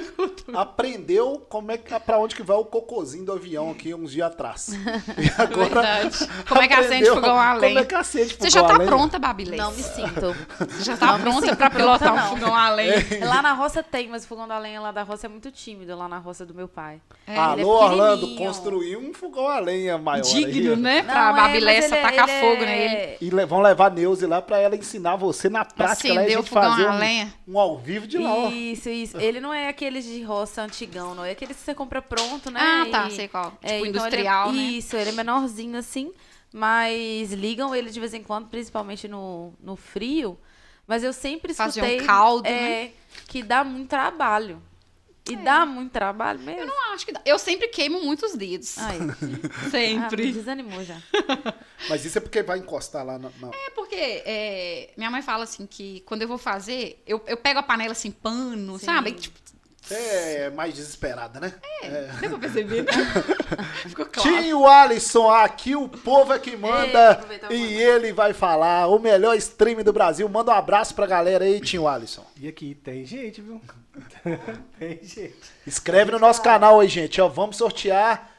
Aprendeu como é que, pra onde que vai o cocôzinho do avião aqui uns dias atrás. E agora Verdade. Como é que acende aprendeu fogão a Como lenha? é que acende fogão Você já a tá lenha? pronta, Babilés? Não me sinto. Você já tá Não me pronta sinto pra pilotar pronta, um não. fogão a lenha? Lá na roça tem, mas o fogão da lenha lá da roça é muito tímido, lá na roça do meu pai. É, ele Alô, é Orlando, pequenininho. construiu um fogão a lenha maior Digno, aí. né? Não, Pra é, Babilés mas ele é- tacar ele fogo é- nele. E le- vão levar a Neuze lá pra ela ensinar você na prática. Lá, e a Acender o gente fogão fazer a um, lenha. um ao vivo de lá. ó. Isso, isso. Ele não é aqueles de roça antigão, não. É aqueles que você compra pronto, né? Ah, tá, E- sei qual. Tipo é, então industrial, ele é, né? Isso, ele é menorzinho assim, mas ligam ele de vez em quando, principalmente no, no frio. Mas eu sempre Fazer um escutei caldo, é, né? que dá muito trabalho. E dá muito trabalho mesmo. Eu não acho que dá. Eu sempre queimo muitos dedos. Ai, ah, me Sempre. desanimou já. Mas isso é porque vai encostar lá na... na- É porque é, minha mãe fala assim que quando eu vou fazer, eu, eu pego a panela assim, pano, Sim. sabe? Tipo, Você é mais desesperada, né? É. deu pra perceber, né? Ficou claro. Tio Alisson, aqui o povo é que manda aproveitar o e mano. ele vai falar. O melhor stream do Brasil. Manda um abraço pra galera aí, tio Alisson. E aqui tem gente, viu? Tem gente. Inscreve no nosso canal aí, gente. Ó, vamos sortear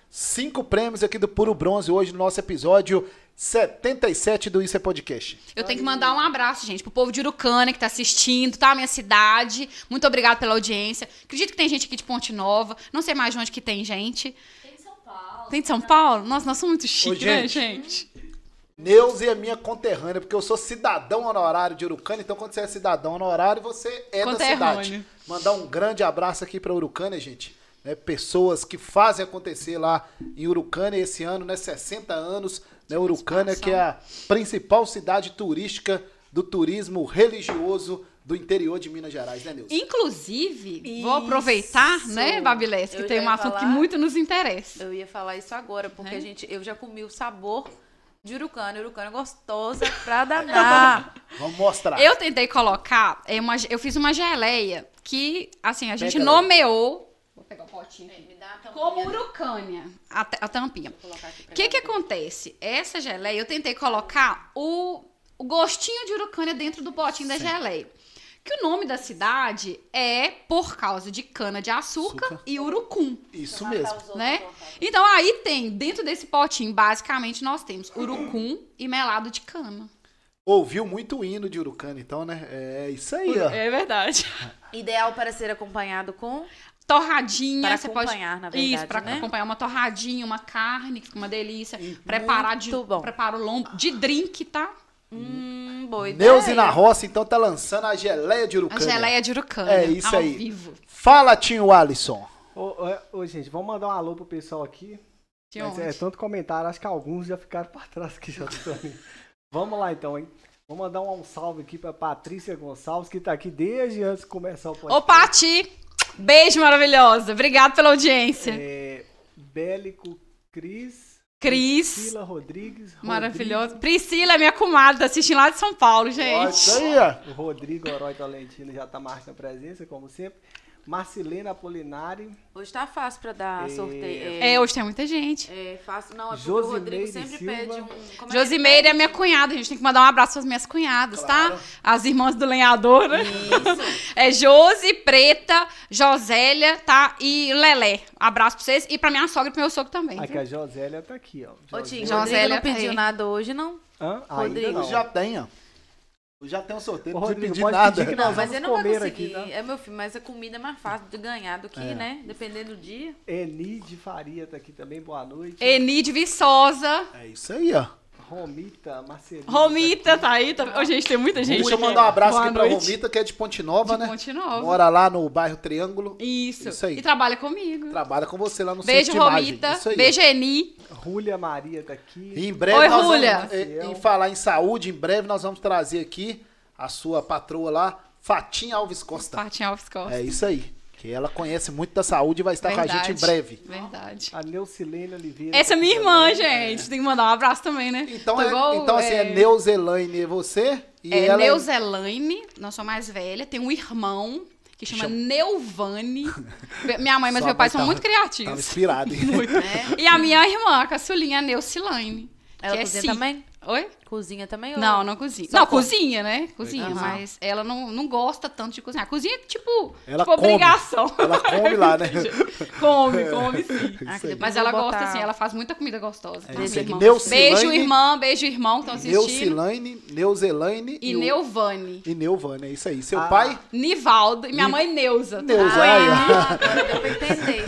Cinco prêmios aqui do Puro Bronze hoje no nosso episódio setenta e sete do Isso é Podcast. Eu tenho que mandar um abraço, gente, pro povo de Urucânia que tá assistindo, tá? A minha cidade. Muito obrigada pela audiência. Acredito que tem gente aqui de Ponte Nova. Não sei mais de onde que tem gente. Tem de São Paulo. Tem de São Paulo? Nossa, nós somos muito chiques, Ô, né, gente. gente? Neuza é minha conterrânea, porque eu sou cidadão honorário de Urucânia, então quando você é cidadão honorário, você é da Conterrâneo. cidade. Mandar um grande abraço aqui pra Urucânia, gente. Né, pessoas que fazem acontecer lá em Urucânia esse ano, né? sessenta anos, né? Urucânia, que é a principal cidade turística do turismo religioso do interior de Minas Gerais, né, Neuza? Inclusive, vou Isso. aproveitar, né, Babilés, que Eu tem já um ia assunto que falar. muito nos interessa. Eu ia falar isso agora, porque É? a gente, eu já comi o sabor de Urucânia. Urucânia é gostosa pra danar. Vamos mostrar. Eu tentei colocar, é uma, eu fiz uma geleia que, assim, a gente Pega aí. nomeou. Vou pegar o potinho aqui. Me dá a tampinha, Como né? Urucânia, a, te- a tampinha. Vou colocar aqui pra O que que ela ver. acontece? Essa geleia, eu tentei colocar o, o gostinho de Urucânia dentro do potinho da geleia. Que o nome da cidade é por causa de cana-de-açúcar Açúcar. e urucum, Isso Vou matar mesmo. os outros, né? vou matar. Então aí tem, dentro desse potinho, basicamente, nós temos urucum e melado de cana. Ouviu muito hino de Urucânia, então, né? É isso aí, ó. É verdade. Ideal para ser acompanhado com... Torradinha, Para você pode. acompanhar, na verdade, Isso, para né? acompanhar uma torradinha, uma carne, que fica uma delícia. Preparar de. Muito bom. Prepara o lombo de drink, tá? Hum, boa ideia. Neuza na Roça, então, tá lançando a geleia de A Urucânia. geleia de Urucânia. É isso ao aí. vivo. Fala, Tinho Alisson. Ô, ô, ô, gente, vamos mandar um alô pro pessoal aqui. De Mas onde? é tanto comentário, acho que alguns já ficaram pra trás aqui, já estão aí. Vamos lá então, hein? Vou mandar um salve aqui pra Patrícia Gonçalves, que tá aqui desde antes de começar o podcast. Ô, Pati! Beijo maravilhosa. Obrigada pela audiência. É, Bélico Cris. Cris. Priscila Rodrigues. Maravilhosa. Priscila é minha comadre, tá assistindo lá de São Paulo, Ó, gente. isso aí, ó. O Rodrigo Herói Tolentino já tá marcando presença, como sempre. Marcilena Apolinari. Hoje tá fácil pra dar É. sorteio. É, hoje tem muita gente. É fácil. Não, é porque Josimeire o Rodrigo sempre Silva. pede um... como é que Josimeire ele é minha cunhada, a gente tem que mandar um abraço para as minhas cunhadas, Claro. tá? As irmãs do lenhador, né? Isso. É Josi, Preta, Josélia, tá? E Lelé. Abraço pra vocês e pra minha sogra e pro meu sogro também. Aqui viu? a Josélia tá aqui, ó. Ô, Tim, Josélia Rodrigo não tá pediu aí. nada hoje, não? Hã? Rodrigo. Ainda Eu não. já tenho, ó. Eu já tenho um sorteio, Ô, não Rodrigo, pedi pode nada. pedir que Não, nós mas vamos ele não vai comer conseguir. aqui, tá? É, meu filho, mas a comida é mais fácil de ganhar do que, É. né? Dependendo do dia. Eni de Faria tá aqui também, boa noite. Enide Viçosa. É isso aí, ó. Romita, Marcelina. Romita tá aí. Tá... Ô, gente, tem muita gente. Deixa eu aqui. mandar um abraço Boa aqui pra noite. Romita, que é de Ponte Nova, De né? Ponte Nova. Mora lá no bairro Triângulo. Isso. Isso aí. E trabalha comigo. Trabalha com você lá no Beijo, centro de imagem. Romita. Isso aí. Beijo, Eni. Rúlia Maria tá aqui. E em breve Oi, nós Rúlia. vamos, em, em falar em saúde, em breve nós vamos trazer aqui a sua patroa lá, Fatinha Alves Costa. Partinha Alves Costa. É isso aí. Que ela conhece muito da saúde e vai estar com a gente em Verdade. breve. Verdade. A Neucilene Oliveira. Essa é tá minha aqui irmã, também. gente. Tem que mandar um abraço também, né? Então, Tô é, igual, então assim, é, Neuzelaine você e É ela... Neuzelaine, não sou mais velha. Tem um irmão que chama Chama- Neuvane. Minha mãe, mas Sua meu pai mãe são tava- muito Tava criativos. inspirado, hein? Muito. né? E a minha irmã, a caçulinha, a Neucilaine. Ela que é cozinha Si. também? Oi? Cozinha também? ou- Não, não cozinha. Só Não, come. cozinha, né? Cozinha, Aham. mas ela não, não gosta tanto de cozinhar. Cozinha, tipo, Ela tipo come. obrigação. Ela come lá, né? Come, come sim. Ah, que depois Mas eu ela vou gosta, botar- assim, ela faz muita comida gostosa. É tá, isso minha aqui. irmã? Neucilaine- Beijo, irmã, beijo, irmão, que estão assistindo. Neuzelaine, Neuzelaine E o- Neuvane. E Neuvane, é isso aí. Seu Ah. pai? Nivaldo e minha Ni- mãe Neuza. Neuza, Tudo aí, com ó. ele. Ah, agora deu pra entender.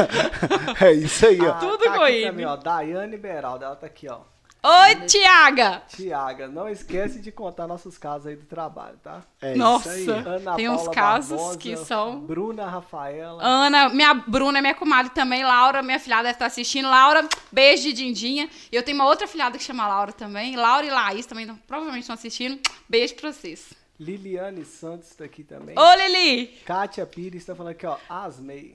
É isso aí, ó. Ah, Tudo tá com aqui ele. também, ó. Daiane Beralda, ela tá aqui, ó. Oi, Tiaga. Tiaga, não esquece de contar nossos casos aí do trabalho, tá? É Nossa. isso aí. Ana Tem uns Paula casos Barbosa, que são- Bruna Rafaela. Ana, minha Bruna é minha comadre também. Laura, minha filhada, deve estar assistindo. Laura, beijo de Dindinha. E eu tenho uma outra filhada que chama Laura também. Laura e Laís também tão- provavelmente estão assistindo. Beijo pra vocês. Liliane Santos tá aqui também. Ô, Lili. Kátia Pires tá falando aqui, ó. Asmei.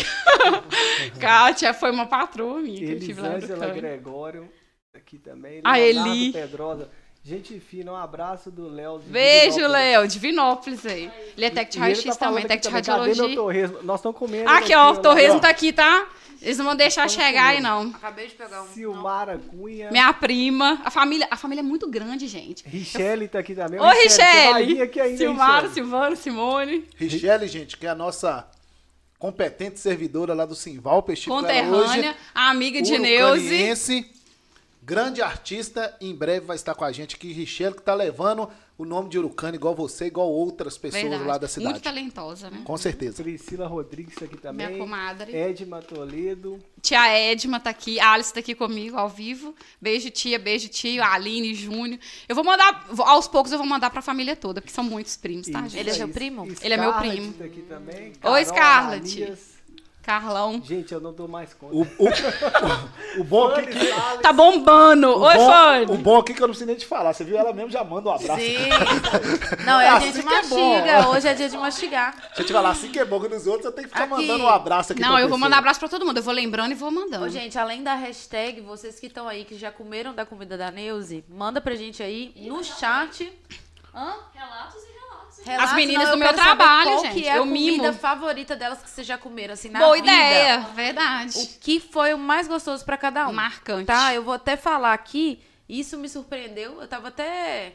Kátia foi uma patroa minha que eu tive lá no Elisângela Urucânia. Gregório tá aqui também. A Leonardo Eli. Pedrosa. Gente fina, um abraço do Léo. de Beijo, Divinópolis. Léo. Divinópolis aí. Ele é E técnico de ele raio-x tá falando também, aqui técnico de também, cadê meu radiologia. torresmo? Nós estamos comendo. Aqui, ó, o Léo. torresmo tá aqui, tá? Eles não vão deixar chegar aí, não. Acabei de pegar um. Silmara Cunha. Minha prima. A família, a família é muito grande, gente. Richelle tá aqui também. Ô, Você vai vir Richelle. aqui ainda, Silmara, Richelle. Silvano, Simone. Richelle, gente, que é a nossa competente servidora lá do Simvalp. Estive com ela hoje. Conterrânea, amiga de Neuze. Urucaniense, grande artista, em breve vai estar com a gente aqui, Richelle, que tá levando o nome de Urucânia igual você, igual outras pessoas Verdade. lá da cidade. Muito talentosa, né? Com certeza. Priscila Rodrigues tá aqui também. Minha comadre. Edma Toledo. Tia Edma tá aqui, a Alice tá aqui comigo ao vivo. Beijo, tia, beijo, tio, a Aline, Júnior. Eu vou mandar, vou- aos poucos eu vou mandar pra família toda, porque são muitos primos, tá, Isso gente? Ele é seu aí. primo? Ele é meu Scarlett primo. tá aqui também. Oi, Scarlett. Ananias. Carlão. Gente, eu não dou mais conta. O, o, o, o bom aqui que... Tá bombando! O Oi, bom, Fanny! o bom aqui que eu não preciso nem te falar. Você viu? Ela mesmo já manda um abraço. Sim. Não, é Assim dia de que é bom. mastiga. Hoje é dia de mastigar. Deixa eu te falar, assim que é bom que nos outros eu tenho que ficar Aqui. mandando um abraço aqui Não, pra eu vou pessoa. mandar abraço pra todo mundo. Eu vou lembrando e vou mandando. Ô, gente, além da hashtag, vocês que estão aí, que já comeram da comida da Neuze, manda pra gente aí no chat. Hã? Relatos e relatos. Relatos, As meninas não, eu do meu quero saber trabalho, qual gente, que é a eu comida mimo. favorita delas que vocês já comeram, assim, na Boa vida. ideia, verdade. O que foi o mais gostoso pra cada um? Marcante. Tá, eu vou até falar aqui, isso me surpreendeu, eu tava até...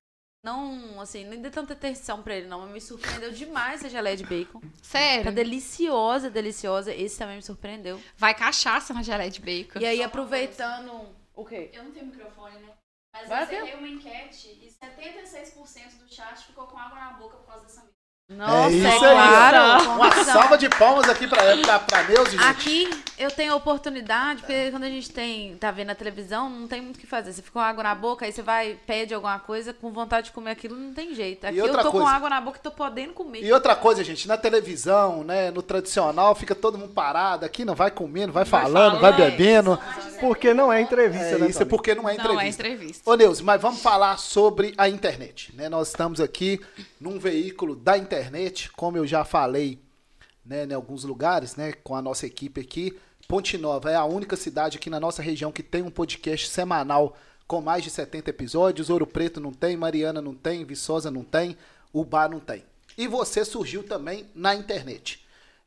Não, assim, nem dei tanta atenção pra ele, não, mas me surpreendeu demais a geleia de bacon. Tá Sério. deliciosa, deliciosa. Esse também me surpreendeu. Vai cachaça na geleia de bacon. E aí, aproveitando... O quê? Eu não tenho microfone, né? Mas Vai eu ver. encerrei uma enquete e setenta e seis por cento do chat ficou com água na boca por causa dessa mídia. Nossa, isso é aí, claro. com Uma razão. salva de palmas aqui pra, pra, pra Neuze, gente. Aqui eu tenho a oportunidade, porque quando a gente tem, tá vendo a televisão, não tem muito o que fazer. Você fica com água na boca, aí você vai, pede alguma coisa, com vontade de comer aquilo, não tem jeito. Aqui eu outra tô com coisa. água na boca e tô podendo comer. E outra coisa, gente, na televisão, né, no tradicional, fica todo mundo parado aqui, não vai comendo, vai falando, vai falando. bebendo. Porque não é entrevista, É, né, isso é Tony? porque não é entrevista. Não é entrevista. Ô, Neuze, mas vamos falar sobre a internet, né? Nós estamos aqui num veículo da internet, como eu já falei, né, em alguns lugares, né, com a nossa equipe aqui. Ponte Nova é a única cidade aqui na nossa região que tem um podcast semanal com mais de setenta episódios. Ouro Preto não tem, Mariana não tem, Viçosa não tem, Ubá não tem. E você surgiu também na internet.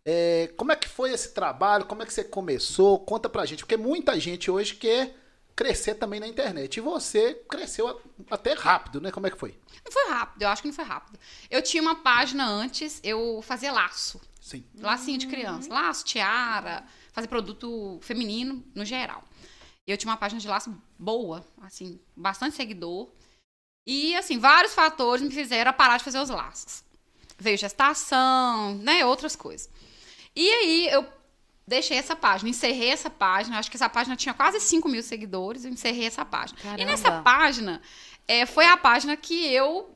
É, como é que foi esse trabalho? Como é que você começou? Conta pra gente, porque muita gente hoje quer crescer também na internet. E você cresceu a- até rápido, né? Como é que foi? Não foi rápido, eu acho que não foi rápido. Eu tinha uma página antes, eu fazia laço. Sim. Lacinho de criança. Laço, tiara, fazer produto feminino no geral. E eu tinha uma página de laço boa, assim, bastante seguidor. E, assim, vários fatores me fizeram parar de fazer os laços. Veio gestação, né, outras coisas. E aí, eu deixei essa página, encerrei essa página. Acho que essa página tinha quase cinco mil seguidores, eu encerrei essa página. Caramba. E nessa página, é, foi a página que eu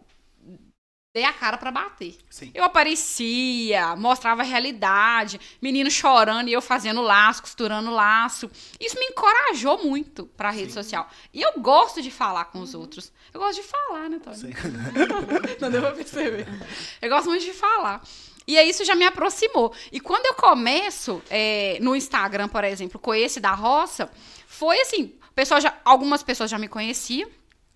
dei a cara pra bater. Sim. Eu aparecia, mostrava a realidade, menino chorando e eu fazendo laço, costurando laço. Isso me encorajou muito pra rede social. E eu gosto de falar com os outros. Eu gosto de falar, né, Tony? Sim. Não deu pra perceber. Eu gosto muito de falar. E aí isso já me aproximou. E quando eu começo é, no Instagram, por exemplo, com esse da roça, foi assim, o pessoal já, algumas pessoas já me conheciam.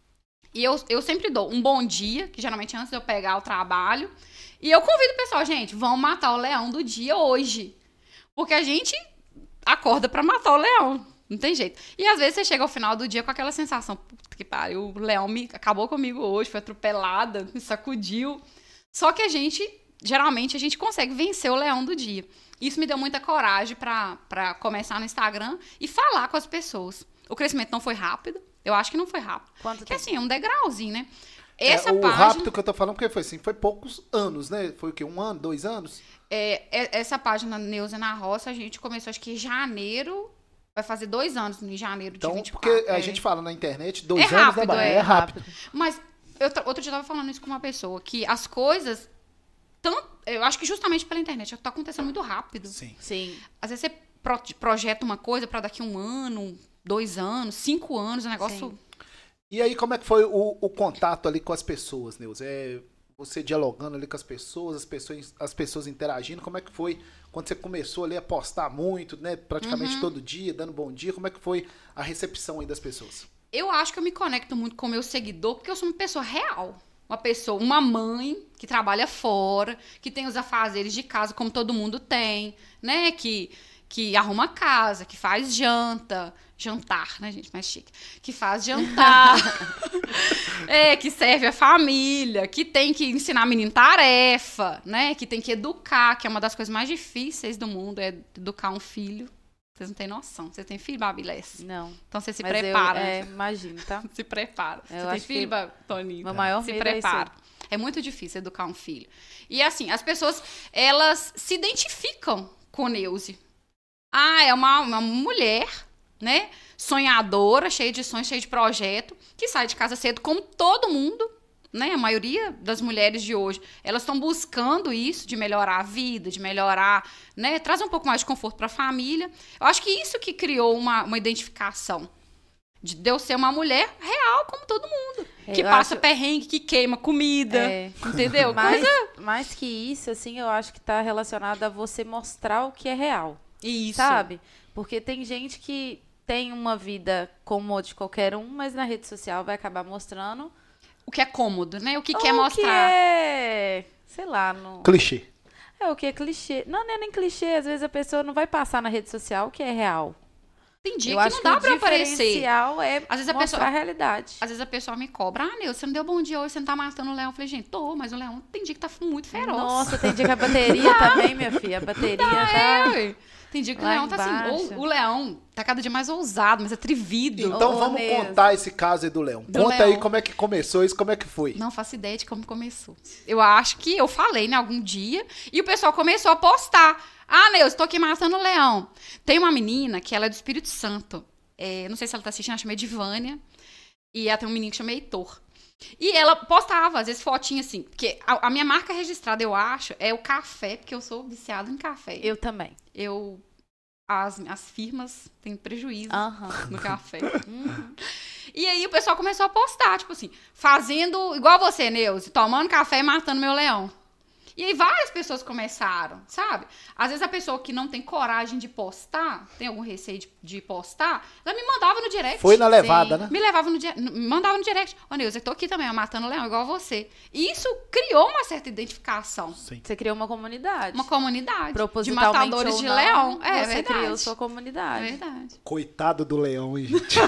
E eu, eu sempre dou um bom dia, que geralmente é antes de eu pegar o trabalho. E eu convido o pessoal, gente, vamos matar o leão do dia hoje. Porque a gente acorda pra matar o leão. Não tem jeito. E às vezes você chega ao final do dia com aquela sensação, puta que pariu, o leão me, acabou comigo hoje, foi atropelada, me sacudiu. Só que a gente, geralmente, a gente consegue vencer o leão do dia. Isso me deu muita coragem pra, pra começar no Instagram e falar com as pessoas. O crescimento não foi rápido. Eu acho que não foi rápido. Quanto Porque tempo? assim, é um degrauzinho, né? Essa É, o página, rápido que eu tô falando, porque foi assim, foi poucos anos, né? Foi o quê? Um ano, dois anos? é, é- essa página Neuza na Roça, a gente começou acho que em janeiro, vai fazer dois anos em janeiro de Então, vinte e porque quatro. a é. gente fala na internet, dois É anos, né, rápido, Bahia? é É rápido. Mas eu, tra- outro dia eu tava falando isso com uma pessoa, que as coisas, tanto, eu acho que justamente pela internet, tá acontecendo muito rápido. Sim. Sim. Às vezes você pro- projeta uma coisa pra daqui um ano, dois anos, cinco anos, o negócio... Sim. E aí, como é que foi o, o contato ali com as pessoas, Neuza? É, você dialogando ali com as pessoas, as pessoas, as pessoas interagindo, como é que foi quando você começou ali a postar muito, né? Praticamente Uhum. todo dia, dando bom dia, como é que foi a recepção aí das pessoas? Eu acho que eu me conecto muito com o meu seguidor, porque eu sou uma pessoa real. Uma pessoa, uma mãe que trabalha fora, que tem os afazeres de casa, como todo mundo tem, né? Que, que arruma casa, que faz janta, jantar, né, gente, mais chique, que faz jantar, é, que serve a família, que tem que ensinar a menina tarefa, né, que tem que educar, que é uma das coisas mais difíceis do mundo, é educar um filho. Vocês não têm noção. Vocês têm filho, Babilés? Não. Então você se Mas prepara. Eu, é, imagino, tá? Se prepara. Eu Você tem acho filho, que Ba- Toninho? meu maior Se medo é prepara. É muito difícil educar um filho. E assim, as pessoas, elas se identificam com Neuze. Ah, é uma, uma mulher, né? Sonhadora, cheia de sonhos, cheia de projeto, que sai de casa cedo, como todo mundo, né? A maioria das mulheres de hoje, elas estão buscando isso, de melhorar a vida, de melhorar, né? Traz um pouco mais de conforto para a família. Eu acho que isso que criou uma, uma identificação. De eu ser uma mulher real, como todo mundo. Que Eu passa acho- perrengue, que queima comida. É. Entendeu? Mais, Coisa... mais que isso, assim, eu acho que tá relacionado a você mostrar o que é real. Isso. Sabe? Porque tem gente que tem uma vida como a de qualquer um, mas na rede social vai acabar mostrando O que é cômodo, né? O que o quer mostrar. que é, sei lá, no... Clichê. é o que é clichê. Não, não é nem clichê, às vezes a pessoa não vai passar na rede social o que é real. Tem dia Eu que acho não dá o pra aparecer. diferencial é Às vezes a mostrar pessoa- a realidade. Às vezes a pessoa me cobra. Ah, Neu, você não deu bom dia hoje, você não tá matando o leão. Eu falei, gente, tô, mas o leão tem dia que tá muito feroz. Nossa, tem dia que a bateria também, minha filha, a bateria É, tá... ué. Tem dia que o Lá leão tá assim. embaixo. Ou o leão tá cada dia mais ousado, mais atrevido. Então Ô, vamos Neuza. contar esse caso aí do Leão. Do Conta aí Leão. como é que começou isso, como é que foi. Não faço ideia de como começou. Eu acho que eu falei, né, algum dia, e o pessoal começou a postar. Ah, Neuza, estou aqui matando o leão. Tem uma menina que ela é do Espírito Santo. É, não sei se ela tá assistindo, ela chama Edivânia. E ela tem um menino que chama Heitor. E ela postava, às vezes, fotinha assim. Porque a, a minha marca registrada, eu acho, é o café, porque eu sou viciada em café. Eu também. Eu... As, as firmas têm prejuízo Aham. no café. Uhum. E aí o pessoal começou a postar, tipo assim, fazendo igual você, Neuze, tomando café e matando meu leão. E aí várias pessoas começaram, sabe? Às vezes a pessoa que não tem coragem de postar, tem algum receio de, de postar, ela me mandava no direct. Foi na levada, Sim. né? Me levava no direct, me mandava no direct. Ô, Neuze, eu tô aqui também, ó, matando o leão, igual você. E isso criou uma certa identificação. Sim. Você criou uma comunidade. Uma comunidade de Propositalmente matadores ou de não, leão. É, você verdade. criou sua É comunidade. verdade. Coitado do Leão, hein, gente.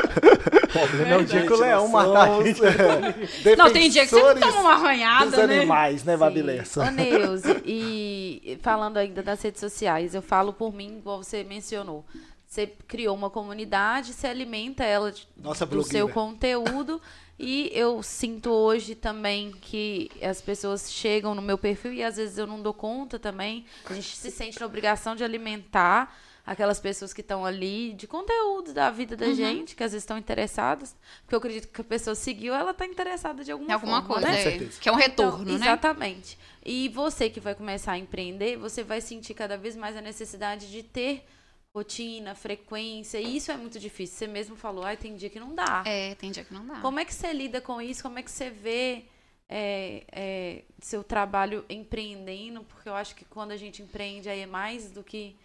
O problema é o dia que o leão matar a gente. É, Não, tem dia que você defensores toma uma arranhada, dos né? animais, né, Babilessa? Ô, Neuze, e falando ainda das redes sociais, eu falo por mim, igual você mencionou. Você criou uma comunidade, você alimenta ela de- Nossa do seu blogueira. conteúdo. E eu sinto hoje também que as pessoas chegam no meu perfil e às vezes eu não dou conta também. A gente se sente na obrigação de alimentar aquelas pessoas que estão ali de conteúdo da vida da gente, que às vezes estão interessadas. Porque eu acredito que a pessoa seguiu, ela está interessada de alguma, É alguma forma, coisa, né? Com é, certeza. que é um retorno, Então, né? exatamente. E você que vai começar a empreender, você vai sentir cada vez mais a necessidade de ter rotina, frequência, e isso é muito difícil. Você mesmo falou, ai, tem dia que não dá. É, tem dia que não dá. Como é que você lida com isso? Como é que você vê é, é, seu trabalho empreendendo? Porque eu acho que quando a gente empreende, aí é mais do que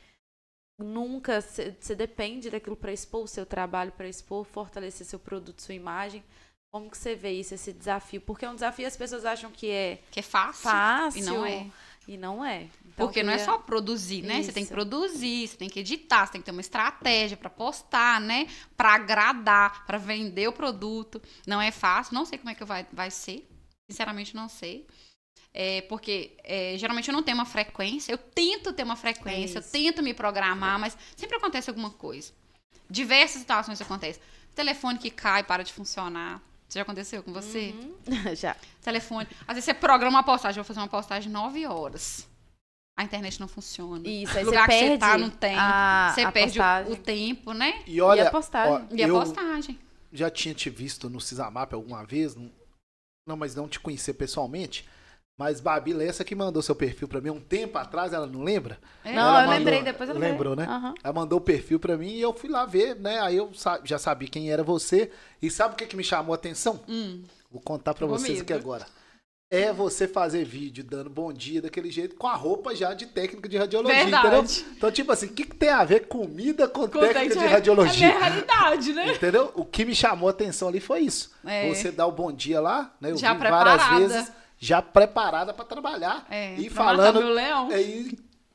nunca. Você depende daquilo para expor o seu trabalho, para expor, fortalecer seu produto, sua imagem. Como que você vê isso, esse desafio? Porque é um desafio, as pessoas acham que é Que é fácil. fácil. E não é. E não é. Então, Porque não é queria- só produzir, né? Você tem que Isso. produzir, você tem que editar, você tem que ter uma estratégia pra postar, né? Pra agradar, pra vender o produto. Não é fácil, não sei como é que vai, vai ser. Sinceramente, não sei. É, porque é, geralmente eu não tenho uma frequência. Eu tento ter uma frequência, É eu isso. tento me programar, mas sempre acontece alguma coisa. Diversas situações acontecem. Telefone que cai, para de funcionar. Isso já aconteceu com você? Uhum. Já. Telefone. Às vezes você programa uma postagem, eu vou fazer uma postagem nove horas. A internet não funciona. Isso, aí o lugar você que você perde tá não tem. a- você a perde o, postagem. o tempo, né? E olha, E a postagem. ó, E a eu postagem. já tinha te visto no Cisamap alguma vez, não, não, mas não te conhecer pessoalmente. Mas Babi Lessa que mandou seu perfil pra mim um tempo atrás, ela não lembra? É. Não, Ela eu mandou- lembrei, depois eu lembrei. lembrou, né? Aham. Ela mandou o perfil pra mim e eu fui lá ver, né? Aí eu sa- já sabia quem era você. E sabe o que, que me chamou a atenção? Hum. Vou contar pra Com vocês medo. aqui agora. É você fazer vídeo dando bom dia daquele jeito com a roupa já de técnica de radiologia, Verdade. entendeu? Então, tipo assim, o que, que tem a ver comida com, Com técnica de técnica- radiologia? É a minha realidade, né? Entendeu? O que me chamou a atenção ali foi isso. É. Você dá o bom dia lá, né? Eu Já vi várias preparada. vezes, já preparada pra trabalhar. É, e pra matar falando. meu leão. é, E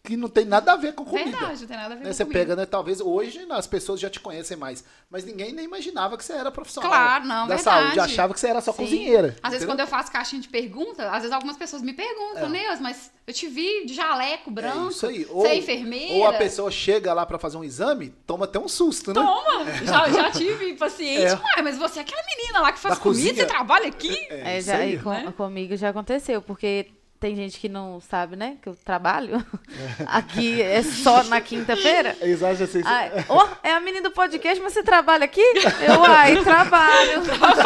que não tem nada a ver com comida. Verdade, não tem nada a ver Né, com Você comida. pega, né? Talvez hoje as pessoas já te conhecem mais, mas ninguém nem imaginava que você era profissional Claro, não, da verdade. saúde. Achava que você era só Sim. cozinheira. Às vezes, entendeu? quando eu faço caixinha de pergunta, às vezes algumas pessoas me perguntam, Neus, mas eu te vi de jaleco branco, É isso aí. você é enfermeira? Ou a pessoa chega lá pra fazer um exame, toma até um susto, né? Toma! Já, já tive paciente, É. ué, mas você é aquela menina lá que faz Da comida, cozinha. você trabalha aqui? É, É, isso já, aí. e com- né? comigo já aconteceu, porque tem gente que não sabe, né, que eu trabalho. Aqui é só na quinta-feira. É exagero assim. Ai, ó, é a menina do podcast, mas você trabalha aqui? Eu, ai, trabalho.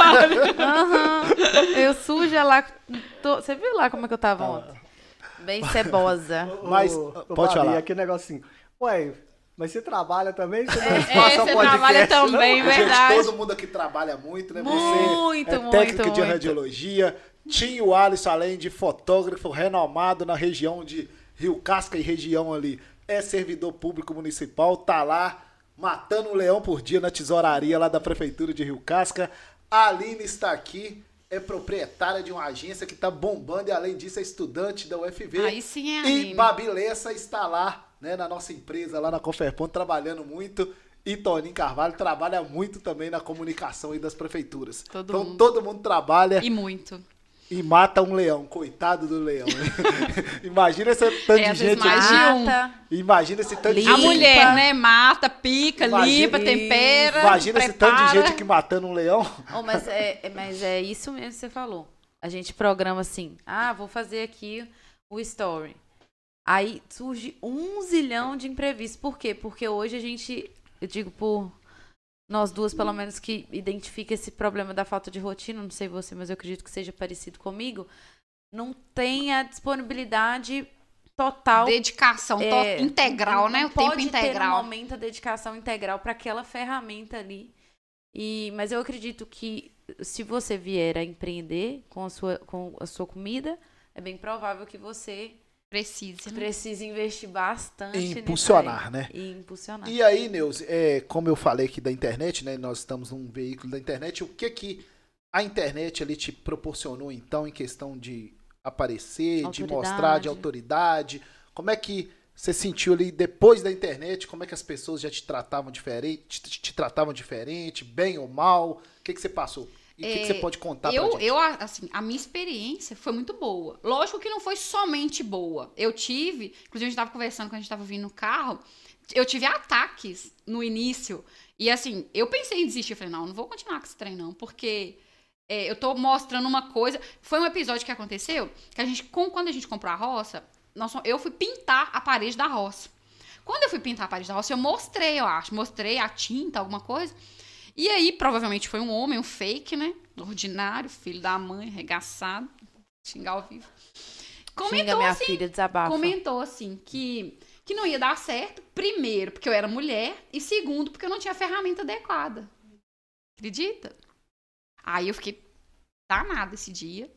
Aham. Eu suja lá. tô- Você viu lá como é que eu tava ontem? Bem cebosa. Mas, Ô, ô, pode Babi, falar. aquele negócio assim, ué, mas você trabalha também? Você não É, passa você podcast, trabalha não? também, Gente, verdade. todo mundo aqui trabalha muito, né? Muito, Você é muito, técnico de muito. radiologia. Tinha o Alisson, além de fotógrafo renomado na região de Rio Casca e região ali. É servidor público municipal, tá lá matando um leão por dia na tesouraria lá da Prefeitura de Rio Casca. A Aline está aqui, é proprietária de uma agência que tá bombando e além disso é estudante da U F V. Aí sim é a E Aline. Babi Lessa está lá, né, na nossa empresa, lá na Conferpon, trabalhando muito. E Toninho Carvalho trabalha muito também na comunicação aí das prefeituras. Todo então mundo. todo mundo trabalha E muito. e mata um leão. Coitado do leão. Imagina esse tanto É, de às vezes gente mais aí. de um. Mata. Imagina esse tanto de Limpa. A gente. mulher, né, mata, pica, Imagina- limpa, tempera, Imagina esse tanto de prepara. gente aqui matando um leão. Oh, mas, é, é- mas é isso mesmo que você falou. A gente programa assim, ah, vou fazer aqui o story. Aí surge um zilhão de imprevistos. Por quê? Porque hoje a gente, eu digo por nós duas, pelo menos, que identifica esse problema da falta de rotina, não sei você, mas eu acredito que seja parecido comigo, não tem a disponibilidade total. Dedicação to- É, integral, não né? O tempo pode ter um integral. momento a dedicação integral para aquela ferramenta ali. E, mas eu acredito que se você vier a empreender com a sua, com a sua comida, é bem provável que você Precisa, né? precise investir bastante E nisso impulsionar, aí. né? E impulsionar. E aí, Neus, é, como eu falei aqui da internet, né? Nós estamos num veículo da internet. O que que a internet ali te proporcionou, então, em questão de aparecer, de Autoridade. mostrar, de autoridade? Como é que você sentiu ali depois da internet? Como é que as pessoas já te tratavam diferente? Te, te tratavam diferente, bem ou mal? O que que você passou? E o que, que você pode contar pra Eu, gente? eu, assim, a minha experiência foi muito boa. Lógico que não foi somente boa. Eu tive, inclusive a gente tava conversando quando a gente tava vindo no carro, eu tive ataques no início. E assim, eu pensei em desistir. Eu falei, não, não vou continuar com esse trem, não, porque é, eu tô mostrando uma coisa. Foi um episódio que aconteceu que a gente, com- quando a gente comprou a roça, nós, eu fui pintar a parede da roça. Quando eu fui pintar a parede da roça, eu mostrei, eu acho, mostrei a tinta, alguma coisa. E aí, provavelmente foi um homem, um fake, né? Ordinário, filho da mãe, arregaçado, xingar ao vivo. Xinga Comentou minha assim, filha, desabafa. comentou assim que, que não ia dar certo, primeiro, porque eu era mulher, e segundo, porque eu não tinha ferramenta adequada. Acredita? Aí eu fiquei danada esse dia.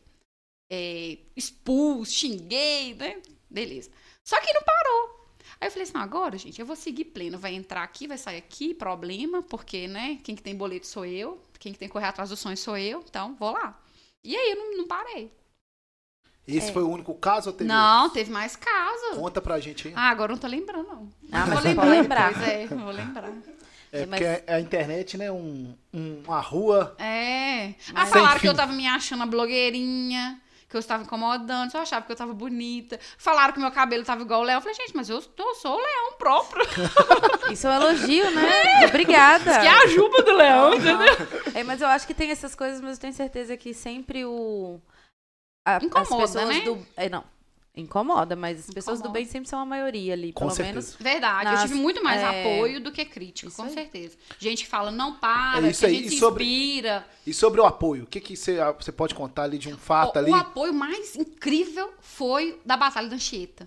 É, expulso, xinguei, né? Beleza. Só que não parou. Aí eu falei assim, não, agora, gente, eu vou seguir pleno. Vai entrar aqui, vai sair aqui, problema, porque, né, quem que tem boleto sou eu, quem que tem que correr atrás dos sonhos sou eu, então vou lá. E aí eu não, não parei. Esse foi o único caso ou teve Não, teve mais caso. Conta pra gente aí. Ah, agora eu não tô lembrando, não. Ah, vou mas você pode lembrar. Pois é, vou lembrar. É mas- porque a, a internet, né, um, um- uma rua... É. Ah, Mas- falaram Sem que eu fim. tava me achando a blogueirinha, que eu estava incomodando, só achava que eu tava bonita. Falaram que meu cabelo tava igual o Léo. Eu falei, gente, mas eu, eu sou o Leão próprio. Isso é um elogio, né? Obrigada. Que é a juba do Leão, entendeu? É, mas eu acho que tem essas coisas, mas eu tenho certeza que sempre o... a- Incomoda, as pessoas né? do... É, não, incomoda, mas as pessoas Incomoda. do bem sempre são a maioria ali, Com pelo certeza. menos. Verdade, Nas- eu tive muito mais é, apoio do que crítica, isso com aí. certeza. Gente que fala, não para, É isso que a aí. gente E se sobre- inspira. E sobre o apoio, o que que você, você pode contar ali de um fato O, ali? o apoio mais incrível foi da Batalha da Anchieta.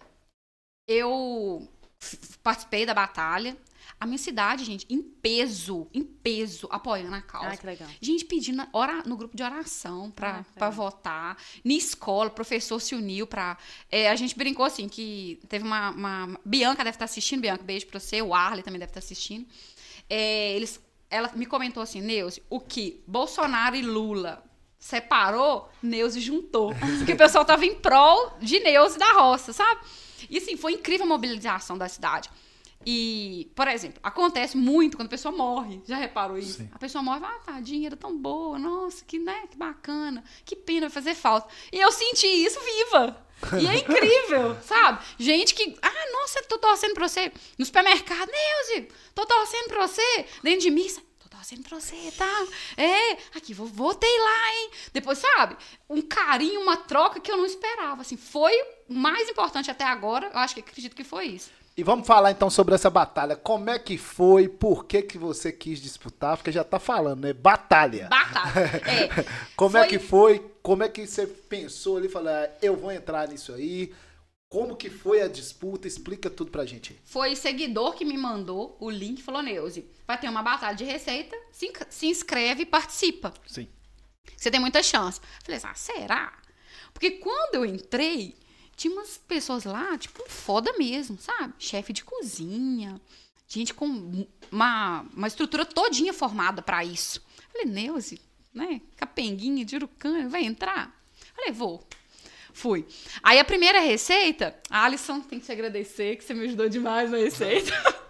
Eu f- participei da batalha. A minha cidade, gente, em peso, em peso, apoiando a causa. Ah, que legal. Gente pedindo ora, no grupo de oração pra, Ah, que pra legal. votar. Na escola, o professor se uniu pra... é, a gente brincou assim, que teve uma, uma... Bianca deve estar assistindo, Bianca, beijo pra você. O Arley também deve estar assistindo. É, eles, ela me comentou assim, Neuze, o que Bolsonaro e Lula separou, Neuze juntou. Porque o pessoal tava em prol de Neuze da roça, sabe? E assim, foi incrível a mobilização da cidade. E, por exemplo, acontece muito quando a pessoa morre. Já reparou isso? Sim. A pessoa morre, ah, tadinha, era tão boa, nossa, que, né, que bacana, que pena, vai fazer falta. E eu senti isso viva. E é incrível, sabe? Gente que, ah, nossa, tô torcendo pra você. No supermercado, Neuzi, tô torcendo pra você. Dentro de missa, tô torcendo pra você, tá? É, aqui, vou, voltei lá, hein? Depois, sabe? Um carinho, uma troca que eu não esperava, assim. Foi o mais importante até agora, eu acho que acredito que foi isso. E vamos falar então sobre essa batalha. Como é que foi? Por que que você quis disputar? Porque já tá falando, né? Batalha. Batalha. É. Como Foi- é que foi? Como é que você pensou ali? Falou, ah, eu vou entrar nisso aí. Como que foi a disputa? Explica tudo pra gente aí. Foi seguidor que me mandou o link e falou, Neuzi, vai ter uma batalha de receita, se, inc- se inscreve e participa. Sim. Você tem muita chance. Falei assim, ah, será? Porque quando eu entrei, tinha umas pessoas lá, tipo, foda mesmo, sabe? Chefe de cozinha, gente com uma, uma estrutura todinha formada pra isso. Falei, Neuzi, né? Capenguinha de Urucânia, vai entrar? Falei, vou. Fui. Aí a primeira receita, a Alisson tem que te agradecer, que você me ajudou demais na receita.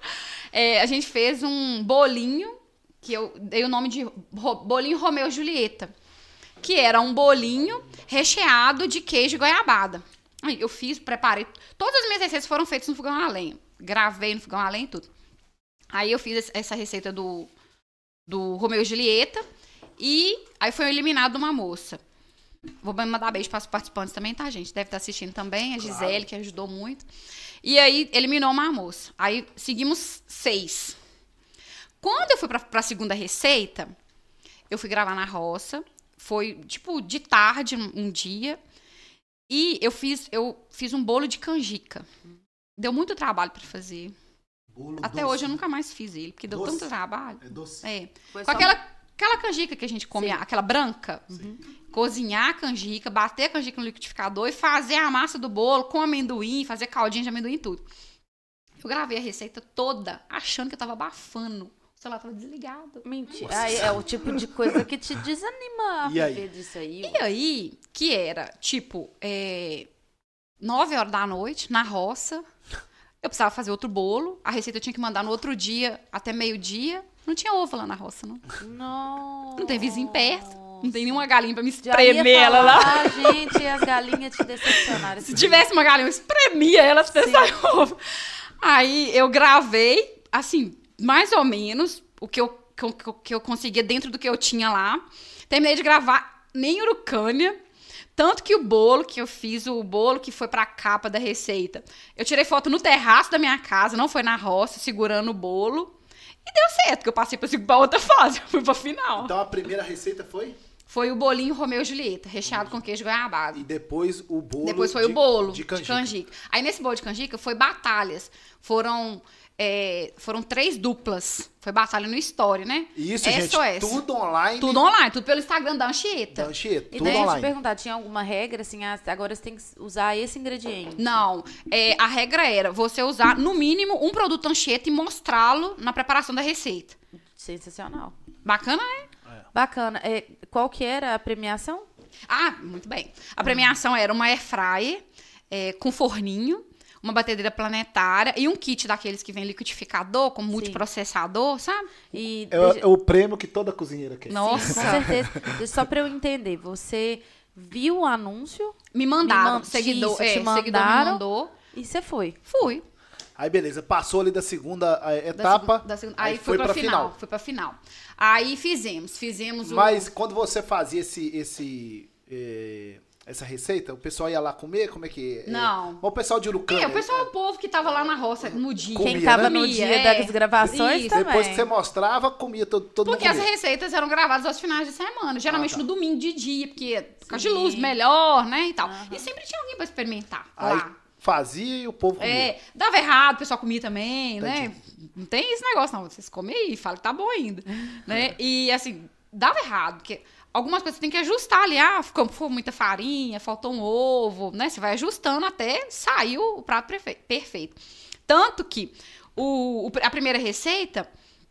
É, a gente fez um bolinho, que eu dei o nome de ro- bolinho Romeu e Julieta, que era um bolinho recheado de queijo e goiabada. Aí eu fiz, preparei. Todas as minhas receitas foram feitas no fogão a lenha. Gravei no fogão a lenha e tudo. Aí eu fiz essa receita do, do Romeu e Julieta. E aí foi eliminado uma moça. Vou mandar beijo para os participantes também, tá, gente? Deve estar assistindo também. A Gisele, Claro. que ajudou muito. E aí eliminou uma moça. Aí seguimos seis. Quando eu fui para a segunda receita, eu fui gravar na roça. Foi, tipo, de tarde, um, um dia. E eu fiz, eu fiz um bolo de canjica. Deu muito trabalho para fazer. Bolo Até doce. hoje eu nunca mais fiz ele, porque deu Doce? tanto trabalho. É doce. É. Foi Com só- aquela, aquela canjica que a gente come, Sim. aquela branca. Cozinhar a canjica, bater a canjica no liquidificador e fazer a massa do bolo com amendoim, fazer caldinha de amendoim e tudo. Eu gravei a receita toda achando que eu tava abafando. O celular tava desligado. Mentira. Aí é o tipo de coisa que te desanima a E aí? viver disso aí. E aí, que era, tipo, é, nove horas da noite, na roça, eu precisava fazer outro bolo, a receita eu tinha que mandar no outro dia, até meio-dia. Não tinha ovo lá na roça, não. Não. Não tem vizinho perto, não tem nenhuma galinha pra me Já ia espremer ela lá. falar, Ah, gente, e as galinhas te decepcionaram. Se tivesse uma galinha, eu espremia ela até Sim. sair ovo. Aí eu gravei, assim, mais ou menos, o que eu, que eu, que eu conseguia dentro do que eu tinha lá. Terminei de gravar nem Urucânia. Tanto que o bolo, que eu fiz, o bolo que foi pra capa da receita, eu tirei foto no terraço da minha casa, não foi na roça, segurando o bolo. E deu certo, que eu passei pra, pra outra fase, eu fui pra final. Então a primeira receita foi? Foi o bolinho Romeu e Julieta, recheado com queijo goiabado. E depois o bolo Depois foi de- o bolo de de canjica. canjica. Aí nesse bolo de canjica foi batalhas. Foram, é, foram três duplas. Foi batalha no Story, né? E isso, S gente, O S. tudo online. Tudo online, tudo pelo Instagram da Anchieta. Da Anchieta, E tudo daí eu te online. perguntar, tinha alguma regra assim, ah, agora você tem que usar esse ingrediente? Não, é, a regra era você usar, no mínimo, um produto Anchieta e mostrá-lo na preparação da receita. Sensacional. Bacana, né? Bacana. É, qual que era a premiação? Ah, muito bem. A premiação era uma air fryer é, com forninho, uma batedeira planetária e um kit daqueles que vem liquidificador com multiprocessador, sabe? E É, o- deixa- é o prêmio que toda cozinheira quer. Nossa. com certeza. Deixa só pra eu entender, você viu o anúncio Me mandaram. Me man- seguidor, isso, é, te seguidor me mandaram? mandou. e você foi. Fui. Aí beleza, passou ali da segunda eh, Da etapa. segu- da segunda- aí aí foi foi pra pra final. Foi pra final. Aí fizemos. Fizemos o. Mas quando você fazia esse, esse, eh, essa receita, o pessoal ia lá comer? Como é que é? Não. Mas o pessoal de Urucânia. É, o pessoal, o povo que tava lá na roça no dia. Comia, Quem tava né? no dia é. das gravações Isso. também. Depois que você mostrava, comia todo, todo Porque mundo. as comia. receitas eram gravadas aos finais de semana. Geralmente Ah, tá. no domingo de dia, porque por causa de Sim. luz melhor, né? E tal. E sempre tinha alguém pra experimentar Aí lá. fazia e o povo comia. É, dava errado, o pessoal comia também, né? Entendi. Não tem esse negócio, não. Vocês comem aí, falam que tá bom ainda. Né? E assim, dava errado, porque algumas coisas você tem que ajustar ali. Ah, ficou, ficou muita farinha, faltou um ovo, né? Você vai ajustando até sair o prato perfe- perfeito. Tanto que o, o- a primeira receita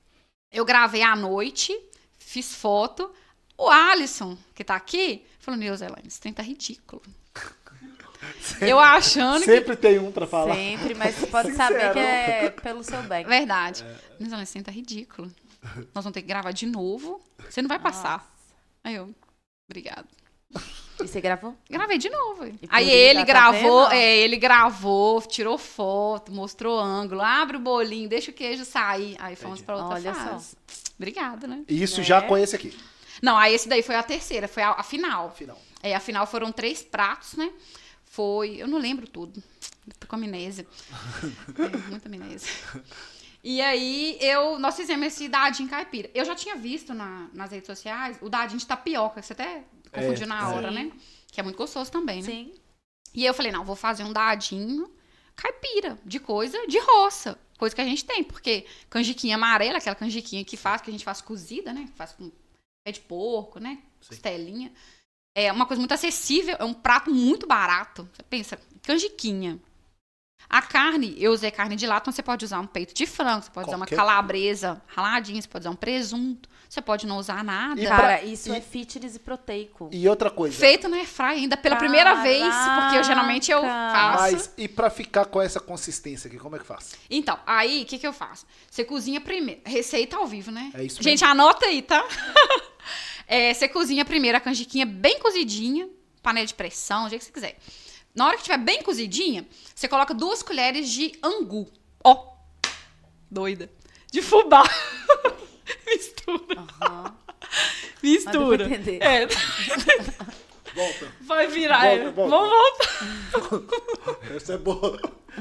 eu gravei à noite, fiz foto. O Alisson, que tá aqui, falou: Neuza, Elaine, esse trem tá ridículo. Eu achando que... Sempre tem um pra falar. Sempre, mas você pode Sincero. saber que é pelo seu bem. Verdade. Mas ela assim, tá ridículo. Nós vamos ter que gravar de novo. Você não vai passar. Aí eu, obrigada. E você gravou? Gravei de novo. E por Aí isso, ele tá gravou, vendo? é, ele gravou, tirou foto, mostrou ângulo, abre o bolinho, deixa o queijo sair. Aí fomos pra outra Olha fase. Obrigada, né? Isso É. já com esse aqui. Não, aí esse daí foi a terceira, foi a, a final. Final. É, afinal foram três pratos, né? Foi, eu não lembro tudo. Tô com amnésia. É, muita amnésia. E aí, eu, nós fizemos esse dadinho caipira. Eu já tinha visto na, nas redes sociais o dadinho de tapioca, que você até confundiu É, na hora, sim. né? Que é muito gostoso também, né? Sim. E aí eu falei, não, vou fazer um dadinho caipira, de coisa de roça. Coisa que a gente tem, porque canjiquinha amarela, aquela canjiquinha que faz, que a gente faz cozida, né? Faz com pé de porco, né? Costelinha. É uma coisa muito acessível, é um prato muito barato. Você pensa, canjiquinha. A carne, eu usei carne de lata, então você pode usar um peito de frango, você pode usar Qualquer- uma calabresa raladinha, você pode usar um presunto, você pode não usar nada. E Cara, pra- isso e- é fitness e proteico. E outra coisa. Feito na airfryer ainda pela primeira vez, porque eu geralmente eu Caraca. faço. Mas e pra ficar com essa consistência aqui, como é que faz? Então, aí, o que que eu faço? Você cozinha primeiro, receita ao vivo, né? É isso Gente, anota aí, tá? É, você cozinha primeiro a canjiquinha bem cozidinha, panela de pressão, do jeito que você quiser. Na hora que estiver bem cozidinha, você coloca duas colheres de angu. Ó, doida. De fubá. Mistura. Aham. Mistura. Mas deu pra entender. É, Volta. vai virar. Volta, é. volta. Vamos voltar. Essa é boa.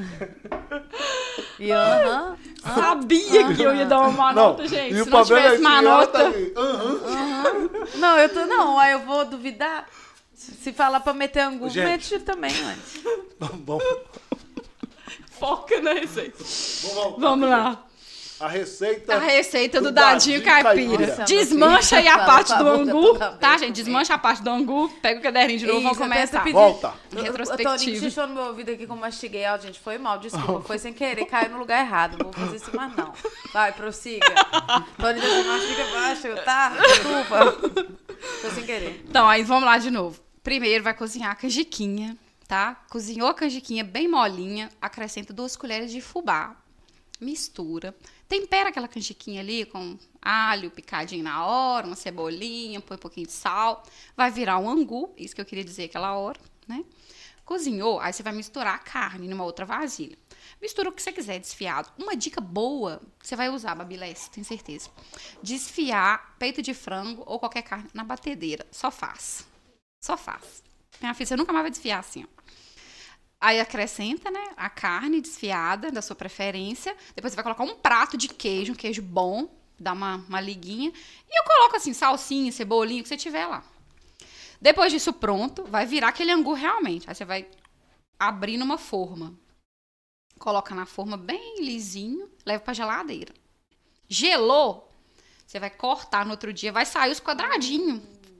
E aham. Sabia que eu ia dar uma má nota, gente. E o Se não problema tivesse é má que ela nota... tá aí. Aham. Não, eu tô. Não, aí eu vou duvidar. Se falar pra meter angu, Gente. mete também, ué. Vamos, Foca na receita. vamos, voltar. Vamos lá. A receita. A receita do, do dadinho, dadinho caipira. caipira. Desmancha aí a Fala, parte por do favor, que eu angu, tô cabendo tá, gente? também. Desmancha a parte do angu, pega o caderninho de novo, vamos Isso, eu começar. tento pedir- Volta. O Toninho Retrospectiva. xixou no meu ouvido aqui que eu mastiguei alto, gente. Foi mal, desculpa. Foi sem querer, caiu no lugar errado. Não vou fazer isso mais, não. Vai, prossiga. Toninho, você mastiga baixo, tá? Desculpa. Foi sem querer. Então, aí vamos lá de novo. Primeiro vai cozinhar a canjiquinha, tá? Cozinhou a canjiquinha bem molinha, acrescenta duas colheres de fubá. Mistura. Tempera aquela canjiquinha ali com alho picadinho na hora, uma cebolinha, põe um pouquinho de sal. Vai virar um angu, isso que eu queria dizer aquela hora, né? Cozinhou, aí você vai misturar a carne numa outra vasilha. Mistura o que você quiser, desfiado. Uma dica boa, que você vai usar, Babilés, tenho certeza. Desfiar peito de frango ou qualquer carne na batedeira. Só faz. Só faz. Minha filha, você nunca mais vai desfiar assim, ó. Aí acrescenta, né, a carne desfiada, da sua preferência. Depois você vai colocar um prato de queijo, um queijo bom, dá uma, uma liguinha. E eu coloco assim, salsinha, cebolinha, o que você tiver lá. Depois disso pronto, vai virar aquele angu realmente. Aí você vai abrir numa forma. Coloca na forma bem lisinho, leva pra geladeira. Gelou, você vai cortar no outro dia, vai sair os quadradinhos.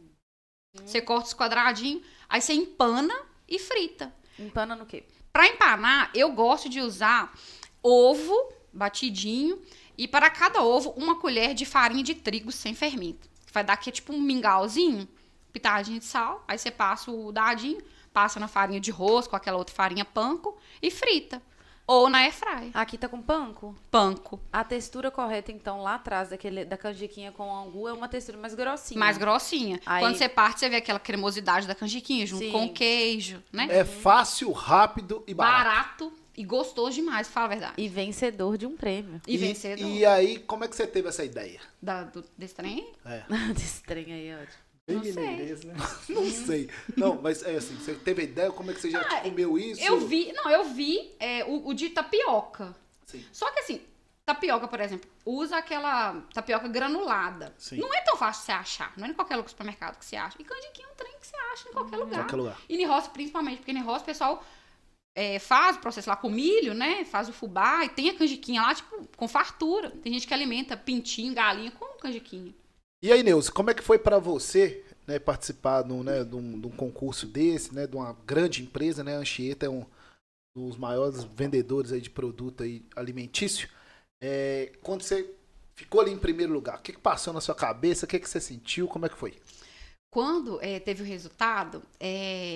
Você corta os quadradinhos, aí você empana e frita. Empana no quê? Pra empanar, eu gosto de usar ovo batidinho e para cada ovo uma colher de farinha de trigo sem fermento. Vai dar aqui tipo um mingauzinho, pitadinha de sal, aí você passa o dadinho, passa na farinha de rosca, com aquela outra farinha panko e frita. Ou na airfryer. Aqui tá com panko. Panko. A textura correta, então, lá atrás daquele, da canjiquinha com angu é uma textura mais grossinha. Mais grossinha. Aí- Quando você parte, você vê aquela cremosidade da canjiquinha junto Sim. com o queijo, né? É fácil, rápido e barato. Barato e gostoso demais, fala a verdade. E vencedor de um prêmio. E, vencedor E aí, como é que você teve essa ideia? da, do, desse trem. É. Desse trem aí, ótimo. Bem Não sei. mineirês, né? Não sei. Não, mas é assim, você teve a ideia, como é que você já Ah, comeu isso? Eu vi, não, eu vi é, o, o de tapioca. Sim. Só que assim, tapioca, por exemplo, usa aquela tapioca granulada. Sim. Não é tão fácil de você achar. Não é em qualquer lugar do supermercado que você acha. E canjiquinha é um trem que você acha em qualquer lugar. Qualquer lugar. E em roça, principalmente, porque em roça o pessoal é, faz o processo lá com milho, né? Faz o fubá e tem a canjiquinha lá, tipo, com fartura. Tem gente que alimenta pintinho, galinha com canjiquinha. E aí, Neuza, como é que foi pra você, né, participar de um, né, de, um, de um concurso desse, né, de uma grande empresa, né? A Anchieta é um dos maiores vendedores aí de produto aí alimentício. É, quando você ficou ali em primeiro lugar, o que, que passou na sua cabeça? O que, que você sentiu? Como é que foi? Quando é, teve o resultado, é,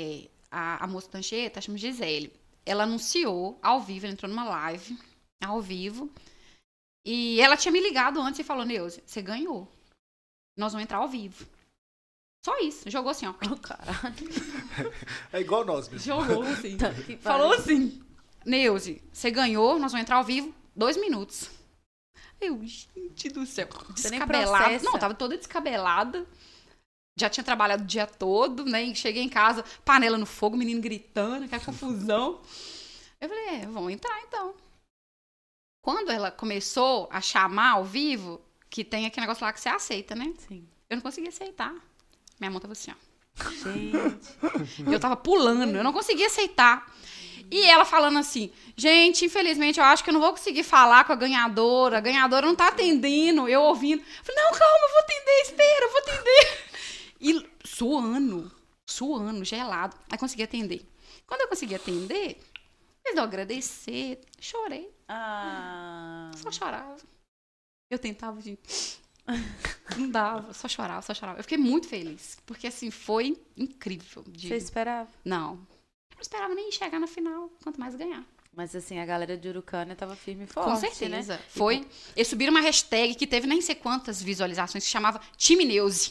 a, a moça da Anchieta, chama Gisele. Ela anunciou ao vivo, ela entrou numa live, ao vivo. E ela tinha me ligado antes e falou, Neuza, você ganhou. Nós vamos entrar ao vivo. Só isso. Jogou assim, ó. Oh, caralho. É igual nós mesmo. Jogou assim. Tá, que Falou pariu. assim, Neuze, você ganhou, nós vamos entrar ao vivo, dois minutos. Eu, gente do céu, Você nem descabelada. processa. Não, tava toda descabelada. Já tinha trabalhado o dia todo, né? Cheguei em casa, panela no fogo, menino gritando, aquela confusão. Eu falei, é, vamos entrar então. Quando ela começou a chamar ao vivo, que tem aquele negócio lá que você aceita, né? Sim. Eu não conseguia aceitar. Minha mão tava assim, ó. Gente. Eu tava pulando, eu não conseguia aceitar. E ela falando assim, gente, infelizmente, eu acho que eu não vou conseguir falar com a ganhadora. A ganhadora não tá atendendo. Eu ouvindo. Eu falei, não, calma, eu vou atender, espera, eu vou atender. E suando, suando, gelado. Aí consegui atender. Quando eu consegui atender, eles não agradecer, chorei. Ah. Só chorava. Eu tentava, gente. Não dava, só chorava, só chorava. Eu fiquei muito feliz, porque assim, foi incrível. De... Você esperava? Não. Eu não esperava nem chegar na final, quanto mais ganhar. Mas assim, a galera de Urucânia tava firme e forte, Com certeza. né? Foi. Eles subiram uma hashtag que teve nem sei quantas visualizações, que chamava Time Neuze.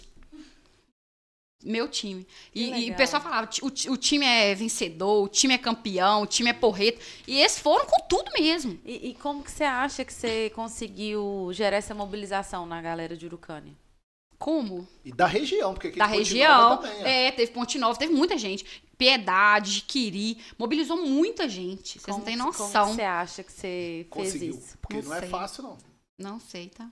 Meu time. Que E, e legal. o pessoal falava, o, ti- o time é vencedor, o time é campeão, o time é porreta. E esses foram com tudo mesmo. E, e como que você acha que você conseguiu gerar essa mobilização na galera de Urucânia? Como? E da região, porque aqui Da de Ponte região. Nova também, ó. É, teve Ponte Nova, teve muita gente. Piedade, Jiquiri, mobilizou muita gente. Vocês Como não têm que- noção. Como que você acha que você Conseguiu. fez isso? Porque Não não, é sei. fácil, não. Não sei, tá?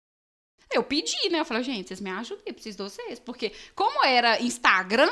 Eu pedi, né? Eu falei, gente, vocês me ajudem, eu preciso de vocês. Porque como era Instagram,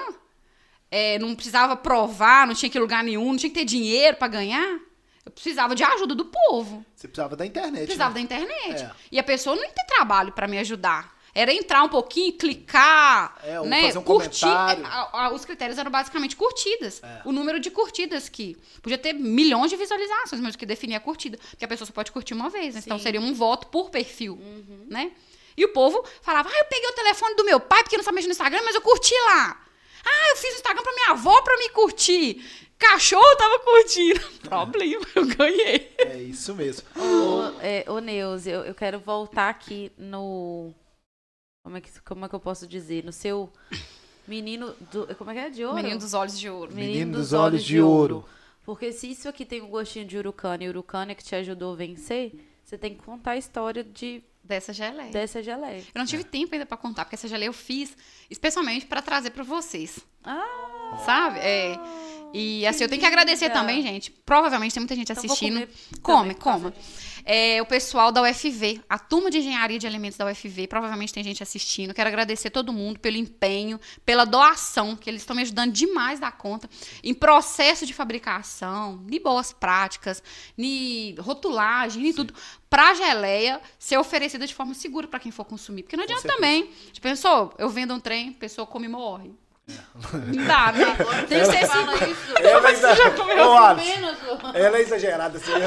é, não precisava provar, não tinha que ir em lugar nenhum, não tinha que ter dinheiro pra ganhar. Eu precisava de ajuda do povo. Você precisava da internet. Precisava né? da internet. É. E a pessoa não ia ter trabalho pra me ajudar. Era entrar um pouquinho, clicar, É, ou né? fazer um curtir. comentário. É, a- a- os critérios eram basicamente curtidas. É. O número de curtidas que podia ter milhões de visualizações, mas o que definia a curtida. Porque a pessoa só pode curtir uma vez. né? Então Sim. seria um voto por perfil, né? E o povo falava, ah, eu peguei o telefone do meu pai porque não sabe mexer no Instagram, mas eu curti lá. Ah, eu fiz o Instagram pra minha avó pra me curtir. Cachorro tava curtindo. Problema, eu ganhei. É isso mesmo. Ô, é, ô Neuza, eu, eu quero voltar aqui no... Como é, que, como é que eu posso dizer? No seu menino... Do, como é que é? De ouro? Menino dos olhos de ouro. Menino dos olhos de ouro. Porque se isso aqui tem um gostinho de Urucânia e Urucânia que te ajudou a vencer, você tem que contar a história de, Dessa geleia. dessa geleia. Eu não tive tempo ainda pra contar, porque essa geleia eu fiz especialmente pra trazer pra vocês. Ah! Sabe? É. E assim, eu tenho que agradecer linda. também, gente. Provavelmente tem muita gente Então vou assistindo. comer Come, também, coma. É, o pessoal da U F V, a turma de engenharia de alimentos da U F V, provavelmente tem gente assistindo. Quero agradecer todo mundo pelo empenho, pela doação, que eles estão me ajudando demais da conta, em processo de fabricação, de boas práticas, de rotulagem, e tudo, pra geleia ser oferecida de forma segura pra quem for consumir. Porque não adianta certeza. também. Tipo, pensou, eu vendo um trem, a pessoa come e morre. Não dá, né? Tem que ser assim. Ela é exagerada. Ô, Alisson, Menos, ô. ela é exagerada assim.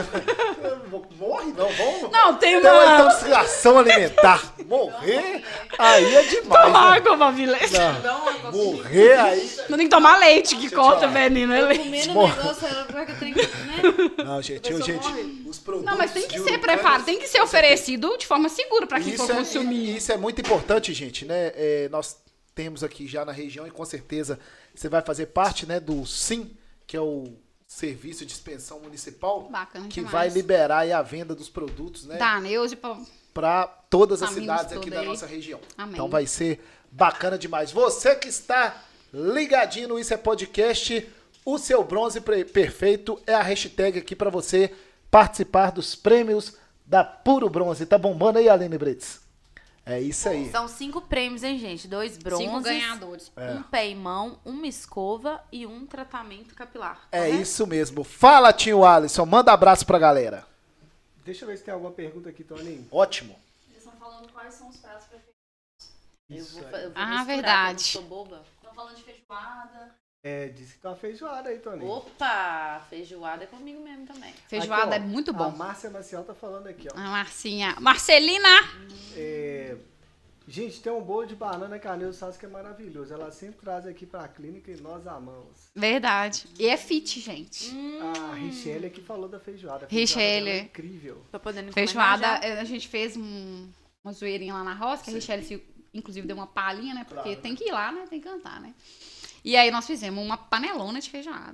Morre não, vamos. Não, tem Tem uma uma... intoxicação alimentar. Morrer, aí é demais. Tomar né? água, Babilé. Não, morrer aí. Não tem que tomar leite, que corta falar. veneno, é leite. Comendo Bom. um negócio, ela que tem que, né? Não, gente, eu, gente, os produtos. Não, mas tem que de ser Urucânia- preparado, tem que ser oferecido de forma segura pra quem Isso for é, consumir. isso é muito importante, gente, né? É, nós temos aqui já na região e com certeza você vai fazer parte, né, do SIM, que é o Serviço de Dispensão Municipal, Bacana que demais. vai liberar aí a venda dos produtos, né, Da Neuze, pô. para todas as Famílias cidades aqui todas da aí. nossa região. Amém. Então vai ser bacana demais. Você que está ligadinho no Isso é Podcast, o seu bronze pre- perfeito é a hashtag aqui para você participar dos prêmios da Puro Bronze. Tá bombando aí, Aline Brits? É isso aí. São cinco prêmios, hein, gente? Dois bronzes, Cinco ganhadores. um pé e mão, uma escova e um tratamento capilar. É correto? isso mesmo. Fala, tio Alisson. Manda abraço pra galera. Deixa eu ver se tem alguma pergunta aqui, Toninho. Ótimo. Eles estão falando quais são os pratos preferidos. Eu Isso vou, aí. fa- eu vou Ah, misturar, verdade. que eu não sou boba. Estão falando de feijoada. É, disse que tem uma feijoada aí, Toninho. Opa, feijoada é comigo mesmo também. Feijoada Aqui, ó, é muito A bom. Márcia Maciel tá falando aqui, ó. A Marcinha. Marcelina! É, Gente, tem um bolo de banana que a Neuza faz que é maravilhoso. Ela sempre traz aqui pra clínica e nós amamos. Verdade. E é fit, gente. A Richelle aqui falou da feijoada. A feijoada Richelle. dela é incrível. Tô podendo Feijoada, encomendar já? a gente fez um, uma zoeirinha lá na roça, que a Richelle, se- inclusive, deu uma palhinha, né? Porque Claro. tem que ir lá, né? Tem que cantar, né? E aí nós fizemos uma panelona de feijoada.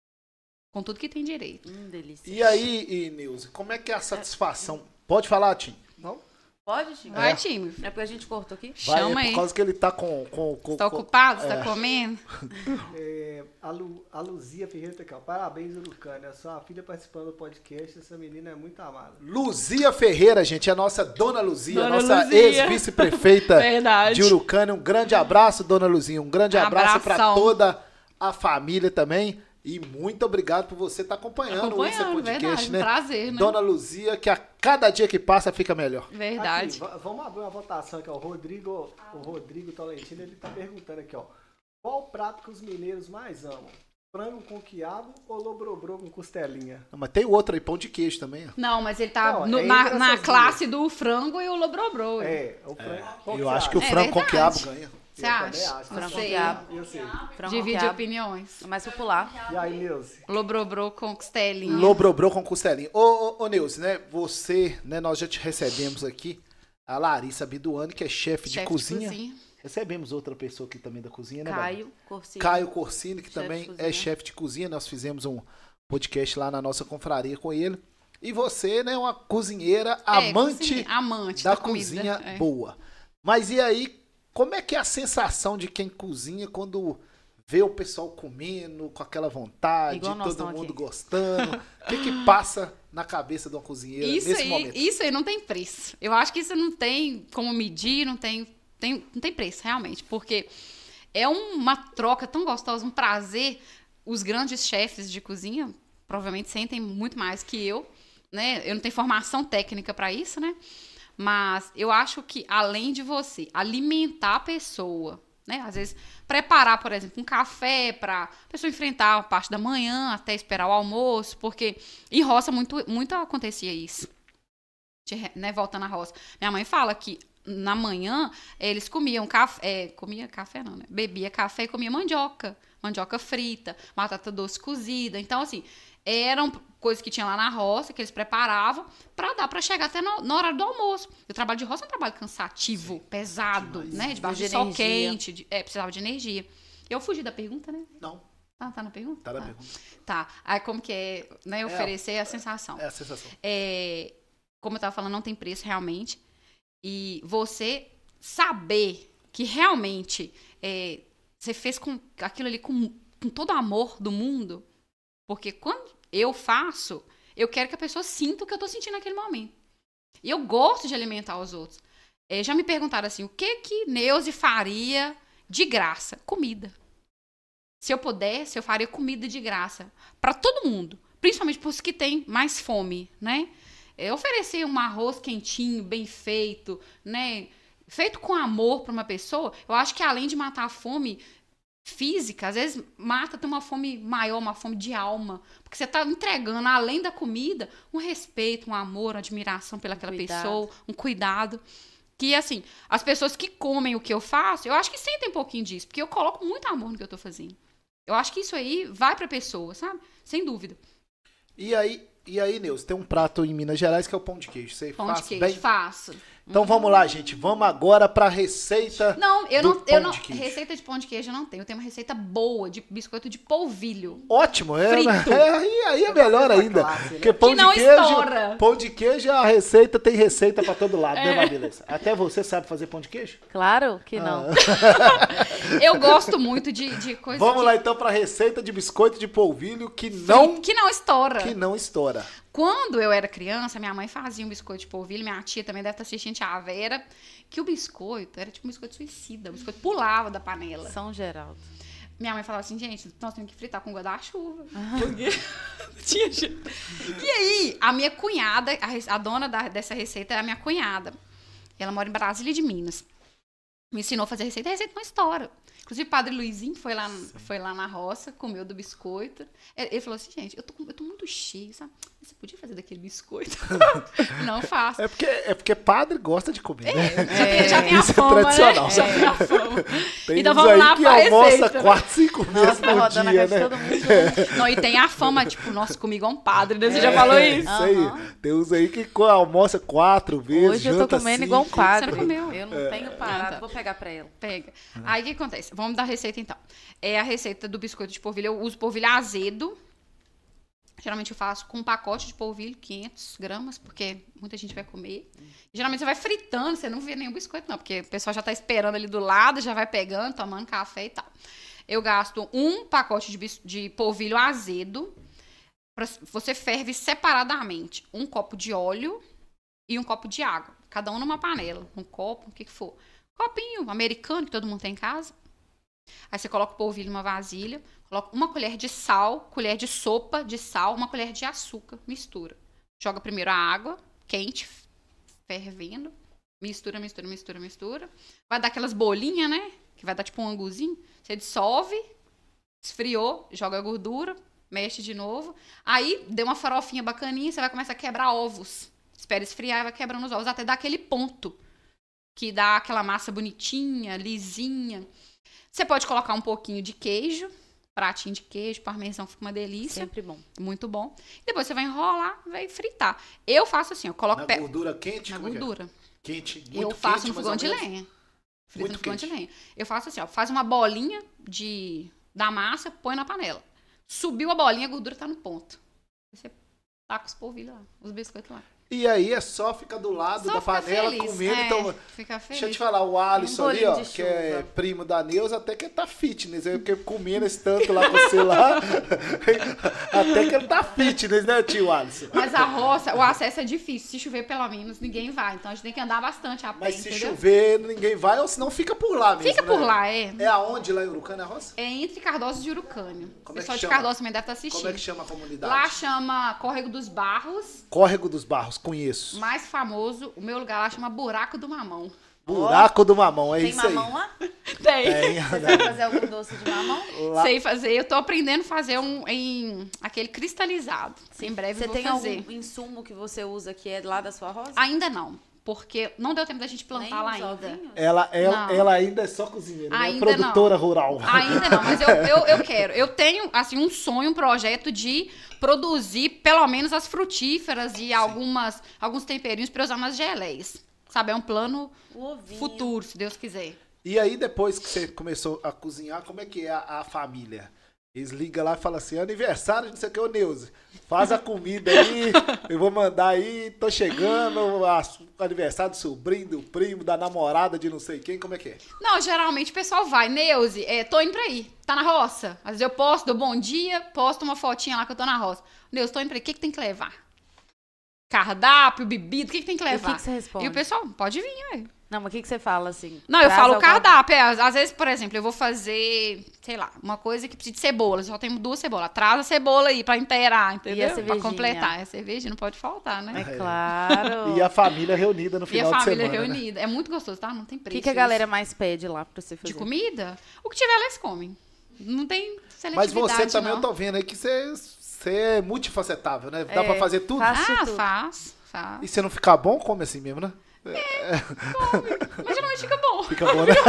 Com tudo que tem direito. Hum, delícia. E aí, e, Neuza, como é que é a satisfação? Pode falar, Tim? Não? Pode, Chico? Vai, time. É porque a gente cortou aqui? Vai, Chama é aí. por causa que ele tá com... com, com Tá com- ocupado? Você tá comendo? É, a, Lu, a Luzia Ferreira tá aqui, ó. Parabéns, Lucânia. Sua filha participando do podcast. Essa menina é muito amada. Luzia Ferreira, gente, é a nossa Dona Luzia, Dona nossa Luzia. ex-vice-prefeita Verdade. de Urucânia. Um grande abraço, Dona Luzia. Um grande abraço para Abração. toda a família também. E muito obrigado por você estar acompanhando, o Isso é Acompanhando, Podcast, verdade. Um né? prazer, né? Dona Luzia, que a cada dia que passa fica melhor. Verdade. Aqui, va- vamos abrir uma votação aqui, ó. O Rodrigo, o Rodrigo Tolentino, ele tá perguntando aqui, ó. Qual o prato que os mineiros mais amam? Frango com quiabo ou lobrobrô com costelinha? Mas tem outro aí, pão de queijo também. ó. Não, mas ele tá Não, no- é na, entre na essas classe do frango e o lobrobrô. É, o frango. Qual Eu você acho que o É frango com verdade. quiabo ganha. Você Eu também acha? acho. Não Frango sei. com quiabo. Eu sei. Frango Divide quiabo. opiniões. É mais popular. E aí, Neuza? Lobrobrô com costelinha. Lobrobrô com costelinha. Ô, ô, ô Neuza, né? Você, né? Nós já te recebemos aqui a Larissa Biduani, que é chefe de Chefe cozinha. Recebemos outra pessoa aqui também da cozinha, né, Bárbara? Caio, Corsini. Caio Corsini, que Chefe de também cozinha. é chefe de cozinha. Nós fizemos um podcast lá na nossa confraria com ele. E você, né, uma cozinheira É, amante cozinha- amante da, da, comida. cozinha É. boa. Mas e aí, como é que é a sensação de quem cozinha quando vê o pessoal comendo com aquela vontade, Igual nós todo estamos mundo aqui. gostando? O que que passa na cabeça de uma cozinheira Isso nesse aí, momento? isso aí não tem preço. Eu acho que isso não tem como medir, não tem, tem, não tem preço, realmente. Porque é uma troca tão gostosa, um prazer. Os grandes chefes de cozinha provavelmente sentem muito mais que eu, né? Eu não tenho formação técnica para isso, né? Mas eu acho que além de você alimentar a pessoa, né? Às vezes preparar, por exemplo, um café para a pessoa enfrentar a parte da manhã até esperar o almoço, porque em roça muito, muito acontecia isso. De re- né, voltando à roça. Minha mãe fala que na manhã eles comiam café, é, comia café não, né? Bebia café e comia mandioca, mandioca frita, batata doce cozida. Então, assim, eram coisas que tinha lá na roça, que eles preparavam para dar para chegar até no, na hora do almoço. O trabalho de roça é um trabalho cansativo, pesado, né? Debaixo de De sol energia. quente, de- é, precisava de energia. Eu fugi da pergunta, né? Não, Tá, tá na pergunta? tá na pergunta. Tá. Aí como que é, né, oferecer a sensação. É a sensação. É, como eu tava falando, não tem preço realmente. E você saber que realmente é, você fez com aquilo ali com, com todo o amor do mundo, porque quando eu faço, eu quero que a pessoa sinta o que eu tô sentindo naquele momento. E eu gosto de alimentar os outros. É, já me perguntaram assim, o que que Neuza faria de graça? Comida. Se eu pudesse, eu faria comida de graça para todo mundo, principalmente para os que têm mais fome, né? É, oferecer um arroz quentinho, bem feito, né? Feito com amor para uma pessoa, eu acho que além de matar a fome física, às vezes mata tem uma fome maior, uma fome de alma, porque você está entregando além da comida um respeito, um amor, uma admiração pelaquela cuidado. pessoa, um cuidado. Que, assim, as pessoas que comem o que eu faço, eu acho que sentem um pouquinho disso, porque eu coloco muito amor no que eu tô fazendo. Eu acho que isso aí vai pra pessoa, sabe? Sem dúvida. E aí, e aí, Neuza, tem um prato em Minas Gerais que é o pão de queijo. Você Pão faz de queijo, bem? faço. Então vamos lá, gente. Vamos agora pra receita. Não, eu do não, pão eu não. de queijo. Receita de pão de queijo eu não tenho. Eu tenho uma receita boa de biscoito de polvilho. Ótimo, é, Frito. né? É, aí, aí é melhor Essa ainda. classe, né? Porque pão Que não de queijo, estoura. pão de queijo, a receita tem receita pra todo lado, É. né, Mabilessa? Até você sabe fazer pão de queijo? Claro que não. Eu gosto muito de, de coisa Vamos que, lá então pra receita de biscoito de polvilho que não que não estoura. que não estoura. Quando eu era criança, minha mãe fazia um biscoito de polvilho, minha tia também deve estar assistindo, tia Vera, que o biscoito era tipo um biscoito suicida, o biscoito pulava da panela. São Geraldo. Minha mãe falava assim, gente, nós temos que fritar com guarda-chuva. Porque tinha jeito. E aí, a minha cunhada, a, re- a dona da- dessa receita é a minha cunhada. Ela mora em Brasília de Minas. me ensinou a fazer receita. A receita não estoura. Inclusive, o padre Luizinho foi lá, foi lá na roça, comeu do biscoito. Ele falou assim, gente, eu tô, eu tô muito cheio, sabe? Você podia fazer daquele biscoito? Não faço. É porque, é porque padre gosta de comer, É, né? já tem, já tem a Isso é fama, tradicional. né? Já tem a fama. Tem Então uns vamos aí lá que pra almoça receita. quatro, cinco vezes Nossa, tá por rodando a dia, casa de né? todo mundo. Não, e tem a fama, tipo, nossa, comigo é um padre, né? Você já falou isso? Isso aí. Tem uns aí que co- almoça quatro vezes, Hoje eu tô janta comendo cinco. igual um padre. Você não comeu? Eu não tenho parado, Ah, tá. vou pegar pra ela. Pega. Aí o que acontece? Vamos dar a receita então. É a receita do biscoito de polvilho. Eu uso polvilho azedo. Geralmente eu faço com um pacote de polvilho, quinhentas gramas, porque muita gente vai comer. Geralmente você vai fritando, você não vê nenhum biscoito não, porque o pessoal já tá esperando ali do lado, já vai pegando, tomando café e tal. Eu gasto um pacote de, bis- de polvilho azedo. Pra- você ferve separadamente um copo de óleo e um copo de água. Cada um numa panela, um copo, o que que for. Copinho americano, que todo mundo tem em casa. Aí você coloca o polvilho numa vasilha, coloca uma colher de sal, colher de sopa de sal, uma colher de açúcar, mistura. Joga primeiro a água quente, fervendo, mistura, mistura, mistura, mistura. Vai dar aquelas bolinhas, né? Que vai dar tipo um anguzinho. Você dissolve, esfriou, joga a gordura, mexe de novo. Aí, deu uma farofinha bacaninha, você vai começar a quebrar ovos. Espera esfriar e vai quebrando os ovos até dar aquele ponto. Que dá aquela massa bonitinha, lisinha. Você pode colocar um pouquinho de queijo, pratinho de queijo, parmesão, fica uma delícia. Sempre bom. Muito bom. Depois você vai enrolar, vai fritar. Eu faço assim, eu coloco Na pé gordura quente? na como é que é? gordura. Quente, muito Eu quente, faço no mais fogão ou de menos? lenha. Frito Muito no fogão de quente. lenha. Eu faço assim, ó, faz uma bolinha de da massa, põe na panela. Subiu a bolinha, a gordura tá no ponto. Você taca os polvilhos lá, os biscoitos lá. E aí é só ficar do lado Só da fica panela feliz. comendo. É, Então, fica feliz. deixa eu te falar, o Alisson Um ali, ó, bolinho de que é chuva. primo da Neuza, até que ele tá fitness. Eu fiquei comendo esse tanto lá com você lá. Até que ele tá fitness, né, tio Alisson? Mas a roça, o acesso é difícil. Se chover, pelo menos, ninguém vai. Então a gente tem que andar bastante a pé, Mas se entendeu? chover, ninguém vai, ou senão fica por lá mesmo. Fica por né? lá, é. É aonde lá em Urucânia, a roça? É entre Cardoso e Urucânio. Como O é que pessoal de chama? Cardoso também deve estar assistindo. Como é que chama a comunidade? Lá chama Córrego dos Barros. Córrego dos Barros, conheço. Mais famoso, o meu lugar lá chama Buraco do Mamão. Buraco do Mamão, é Tem isso aí. mamão lá? Tem. Tem. Você vai fazer algum doce de mamão? Lá- Sei fazer. Eu tô aprendendo a fazer um em aquele cristalizado. Em breve Você eu vou tem fazer. algum insumo que você usa que é lá da sua roça? Ainda não. Porque não deu tempo da gente plantar Nem lá os ainda. ovinhos? Ela, ela, Não. ela ainda é só cozinheira, né? Ainda Produtora não. rural. Ainda não, mas eu, eu, eu quero. Eu tenho, assim, um sonho, um projeto de produzir pelo menos as frutíferas e algumas, alguns temperinhos para usar nas geleias. Sabe, é um plano O ovinho. futuro, se Deus quiser. E aí, depois que você começou a cozinhar, como é que é a, a família? Eles ligam lá e falam assim, aniversário, não sei o que, ô Neuza, faz a comida aí, eu vou mandar aí, tô chegando, a, o aniversário do sobrinho, do primo, da namorada de não sei quem, como é que é? Não, geralmente o pessoal vai. Neuze, é, tô indo pra aí. Tá na roça? Às vezes eu posto, dou bom dia, posto uma fotinha lá que eu tô na roça. Neuze, tô indo pra aí. O que, que tem que levar? Cardápio, bebida, o que, que tem que E o levar? que, que você responde? E o pessoal, pode vir, ué. Não, mas o que, que você fala assim? Não, eu Traz falo o alguma- cardápio. É, às às vezes, por exemplo, eu vou fazer, sei lá, uma coisa que precisa de cebola. Só tenho duas cebolas. Traz a cebola aí pra inteirar, entendeu? Pra cervejinha? completar. É cerveja, não pode faltar, né? É claro. E a família reunida no E final a de família semana, né? reunida. É muito gostoso, tá? Não tem O preço. que, que a isso. galera mais pede lá pra você fazer? De comida? O que tiver, elas comem. Não tem Mas seletividade, você também, não. eu tô vendo aí que você, você é multifacetável, né? Dá É, pra fazer tudo? faz- Ah, tudo. faz, faz. E se não ficar bom, come assim mesmo, né? Mas geralmente fica bom. Fica bom, né?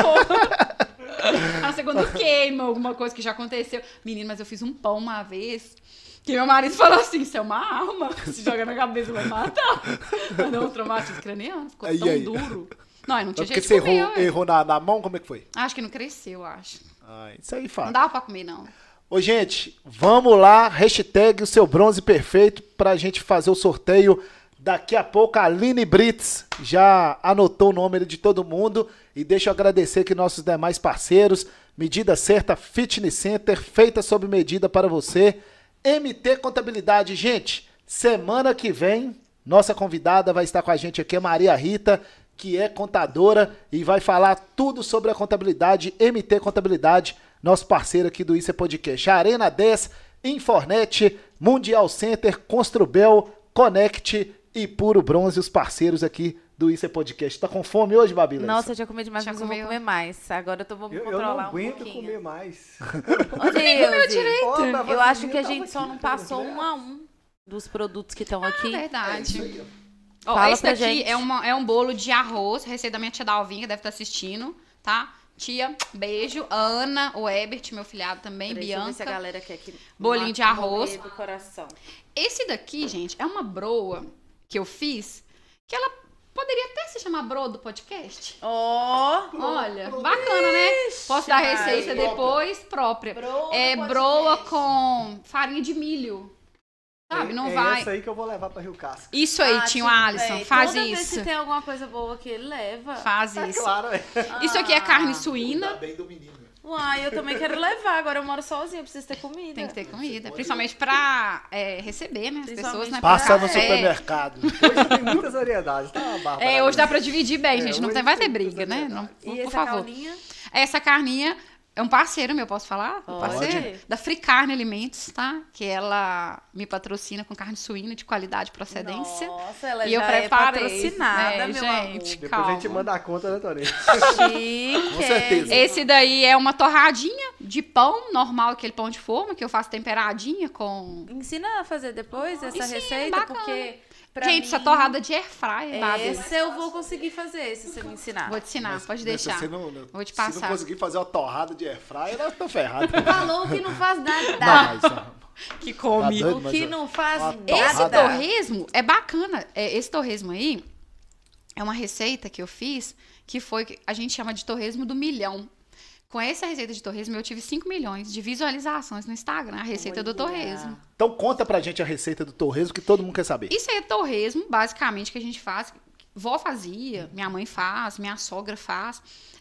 A não ser quando queima alguma coisa que já aconteceu. Menino, mas eu fiz um pão uma vez que meu marido falou assim, isso é uma arma. Se joga na cabeça vai matar. Mas não, um traumatismo craniano. Ficou Aí, tão aí. duro. Não, aí não tinha Porque jeito você de comer. errou, ué. errou na, na mão, como é que foi? Acho que não cresceu, acho. Ah, isso aí Não fala. dava pra comer, não. Ô, gente, vamos lá, hashtag o seu bronze perfeito pra gente fazer o sorteio. Daqui a pouco a Aline Brits já anotou o nome de todo mundo e deixa eu agradecer aqui nossos demais parceiros. Medida Certa Fitness Center, feita sob medida para você. M T Contabilidade, gente, semana que vem, nossa convidada vai estar com a gente aqui, a Maria Rita, que é contadora e vai falar tudo sobre a contabilidade. M T Contabilidade, nosso parceiro aqui do Isso é Podcast. Arena dez, Infornet, Mundial Center, Construbel, Connect e Puro Bronze, os parceiros aqui do Isso é Podcast. Tá com fome hoje, Babi? Nossa, eu já comi demais, Já mas eu vou comeu? comer mais. Agora eu tô, vou me Eu, eu controlar não um aguento pouquinho. comer mais. Ô, Deus, Ó, pra eu você acho ver, que a tava gente só aqui, não cara, passou né? um a um dos produtos que estão aqui. Verdade. Ó, Fala esse pra daqui gente. é, uma, é um bolo de arroz, receita da minha tia Dalvinha, deve estar assistindo, tá? Tia, beijo. A Ana, o Ebert, meu filhado também, Peraí, deixa eu ver se a Bianca. galera quer que Bolinho de arroz. morrer do coração. Esse daqui, gente, é uma broa que eu fiz, que ela poderia até se chamar broa do podcast. Ó, Olha, bacana, né? Posso dar a receita Maria. depois própria. Broa É do broa podcast. com farinha de milho. Sabe, não é vai... essa aí que eu vou levar pra Rio Casca. Isso aí, Ah, tio tipo, Alisson, é, faz toda vez isso. que tem alguma coisa boa que ele leva. Faz É isso. claro, é. Isso aqui é carne Ah. suína. bem do menino. Uai, eu também quero levar. Agora eu moro sozinha, eu preciso ter comida. Tem que ter comida. Principalmente pra é, receber, né? As pessoas, né? Principalmente Passa no Café. supermercado. Hoje tem muitas variedades, tá, Bárbara? É, hoje dá pra dividir bem, É, gente. Não hoje tem, vai tem ter muitas briga, né? Não, E por essa favor. caldinha? Essa carninha é um parceiro meu, posso falar? Um Pode. parceiro da Free Carne Alimentos, tá? Que ela me patrocina com carne suína de qualidade e procedência. Nossa, ela E já eu é preparei, patrocinada, né, meu gente? amor. Depois Calma. a gente manda a conta, né, Toninho? Chique. Com certeza. Esse daí é uma torradinha de pão normal, aquele pão de forma, que eu faço temperadinha com... Ensina a fazer depois essa Ensina, receita, bacana. porque pra Gente, mim, essa torrada de air fryer, Babi. essa eu vou conseguir fazer, se você me ensinar. Vou te ensinar, Mas, pode mas deixar. Se você não, não- Vou te Se não passar. conseguir fazer uma torrada de airfryer, eu tô ferrado. Falou que não faz nada. Não, mas, ó, Que tá come. doido, O mas, que ó, não faz uma nada. Esse torrada. torresmo é bacana. É, esse torresmo aí é uma receita que eu fiz que foi que a gente chama de torresmo do milhão. Com essa receita de torresmo, eu tive cinco milhões de visualizações no Instagram, a receita do Olha. torresmo. Então conta pra gente a receita do torresmo que todo mundo quer saber. Isso aí é torresmo, basicamente, que a gente faz. Vó fazia, minha mãe faz, minha sogra faz.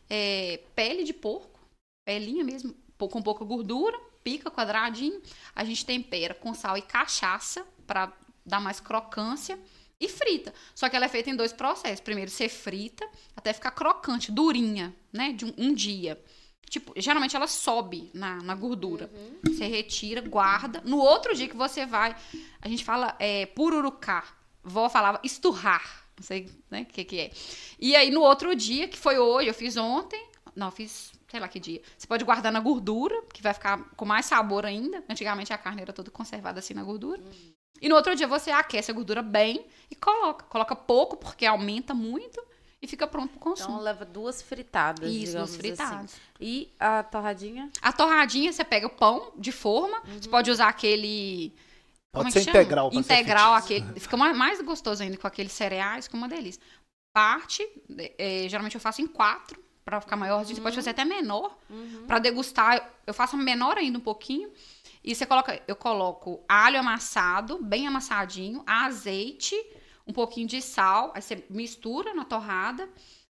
É, pele de porco, pelinha mesmo, pou- com pouca gordura, pica quadradinho. A gente tempera com sal e cachaça pra dar mais crocância e frita. Só que ela é feita em dois processos. Primeiro você frita até ficar crocante, durinha, né? De um, um dia. Tipo, geralmente ela sobe na, na gordura. Você retira, guarda. No outro dia que você vai, a gente fala é, pururucar. Vó falava esturrar. Não sei, né, o que que é. E aí, no outro dia, que foi hoje, eu fiz ontem. Não, eu fiz, sei lá que dia. Você pode guardar na gordura, que vai ficar com mais sabor ainda. Antigamente a carne era toda conservada assim na gordura. E no outro dia você aquece a gordura bem e coloca. Coloca pouco, porque aumenta muito. E fica pronto pro consumo. Então leva duas fritadas, Isso, digamos duas fritadas. assim. E a torradinha? A torradinha, você pega o pão de forma, você pode usar aquele... Pode como é ser que chama? integral pra ser Integral, fit. aquele. Fica ma- mais gostoso ainda com aqueles cereais, com uma delícia. Parte, é, geralmente eu faço em quatro, pra ficar maiorzinho. Você pode fazer até menor, pra degustar. Eu faço menor ainda um pouquinho. E você coloca, eu coloco alho amassado, bem amassadinho, azeite, um pouquinho de sal, aí você mistura na torrada,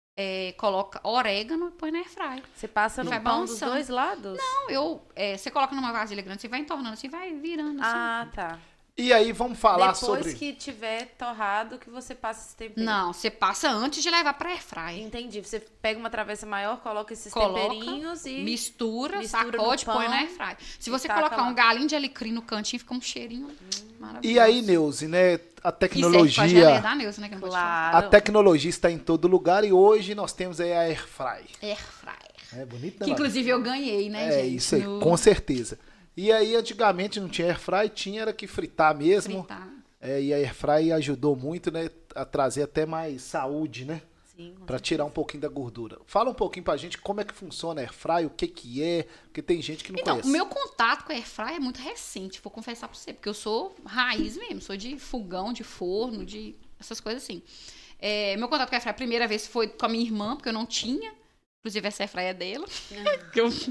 é, coloca orégano e põe na airfryer. Você passa no Vai pão dos balançando. dois lados? Não, eu, é, você coloca numa vasilha grande, você vai entornando assim, vai virando assim. Ah, tá. E aí vamos falar Depois sobre... que tiver torrado, que você passa esse tempero. Não, você passa antes de levar pra airfryer. Entendi. Você pega uma travessa maior, coloca esses Coloca, temperinhos e... Mistura, mistura sacode, no põe pão na airfryer. Se e você taca colocar lá. um galinho de alecrim no cantinho, fica um cheirinho maravilhoso. E aí, Neuze, né? A Que serve pra tecnologia... geleia da Neuza, né? Que eu não vou te falar. Claro. A tecnologia está em todo lugar e hoje nós temos aí a airfryer. Airfryer. É bonito, né? Que Babi? inclusive eu ganhei, né, É gente? isso aí, no com certeza. E aí, antigamente não tinha airfryer, tinha era que fritar mesmo. fritar. É, e a airfryer ajudou muito, né? A trazer até mais saúde, né? Sim, com Pra tirar um pouquinho da gordura. Fala um pouquinho pra gente como é que funciona a airfryer, o que que é, porque tem gente que não Então, conhece. o meu contato com a airfryer é muito recente, vou confessar pra você, porque eu sou raiz mesmo, sou de fogão, de forno, de essas coisas assim. É, meu contato com a airfryer, a primeira vez foi com a minha irmã, porque eu não tinha, inclusive essa airfryer é dela. Que eu-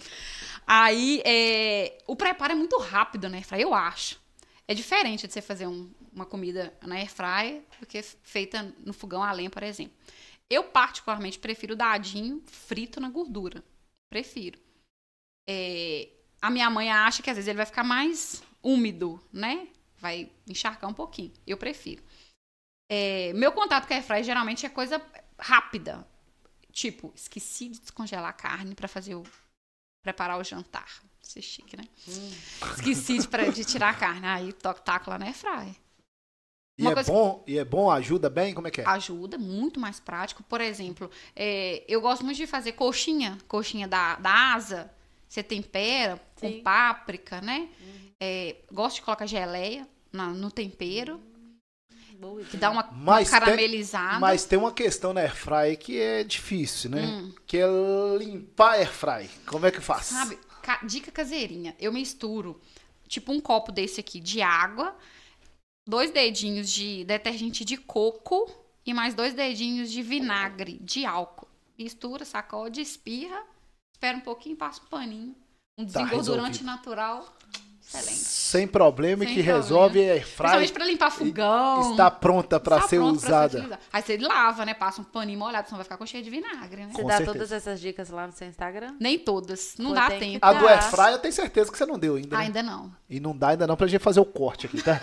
Aí, é, o preparo é muito rápido na airfryer, eu acho. É diferente de você fazer um- uma comida na airfryer do que feita no fogão a lenha, por exemplo. Eu, particularmente, prefiro dadinho frito na gordura. Prefiro. É, a minha mãe acha que às vezes ele vai ficar mais úmido, né? Vai encharcar um pouquinho. Eu prefiro. É, meu contato com a airfryer geralmente é coisa rápida. Tipo, esqueci de descongelar a carne pra fazer o preparar o jantar. Isso é chique, né? Esqueci de, pra- de tirar a carne. Aí toco taco lá na airfryer. E Uma é coisa bom? E é bom? Ajuda bem? Como é que é? ajuda, muito mais prático. Por exemplo, é, eu gosto muito de fazer coxinha, coxinha da, da asa. Você tempera com Sim. páprica, né? É, gosto de colocar geleia na- no tempero, Boa que dá uma, uma Mas tem- caramelizada. Mas tem uma questão na airfry que é difícil, né? Hum. Que é limpar a airfry. Como é que faz? Sabe, ca- dica caseirinha. Eu misturo, tipo, um copo desse aqui de água, dois dedinhos de detergente de coco e mais dois dedinhos de vinagre, de álcool. Mistura, sacode, espirra, espera um pouquinho, passa um paninho. Um Tá desengordurante resolvido. natural, excelente. Sem problema e Sem que problema. resolve a airfry. Principalmente pra limpar fogão. Está pronta para Está ser pronto pra usada. utilizar. Aí você lava, né? Passa um paninho molhado, senão vai ficar com cheio de vinagre, né? Você Com dá certeza. todas essas dicas lá no seu Instagram? Nem todas. Não Pô, dá tem que tempo. A do Tá. airfry eu tenho certeza que você não deu ainda, né? Ainda não. E não dá ainda não pra gente fazer o corte aqui, tá?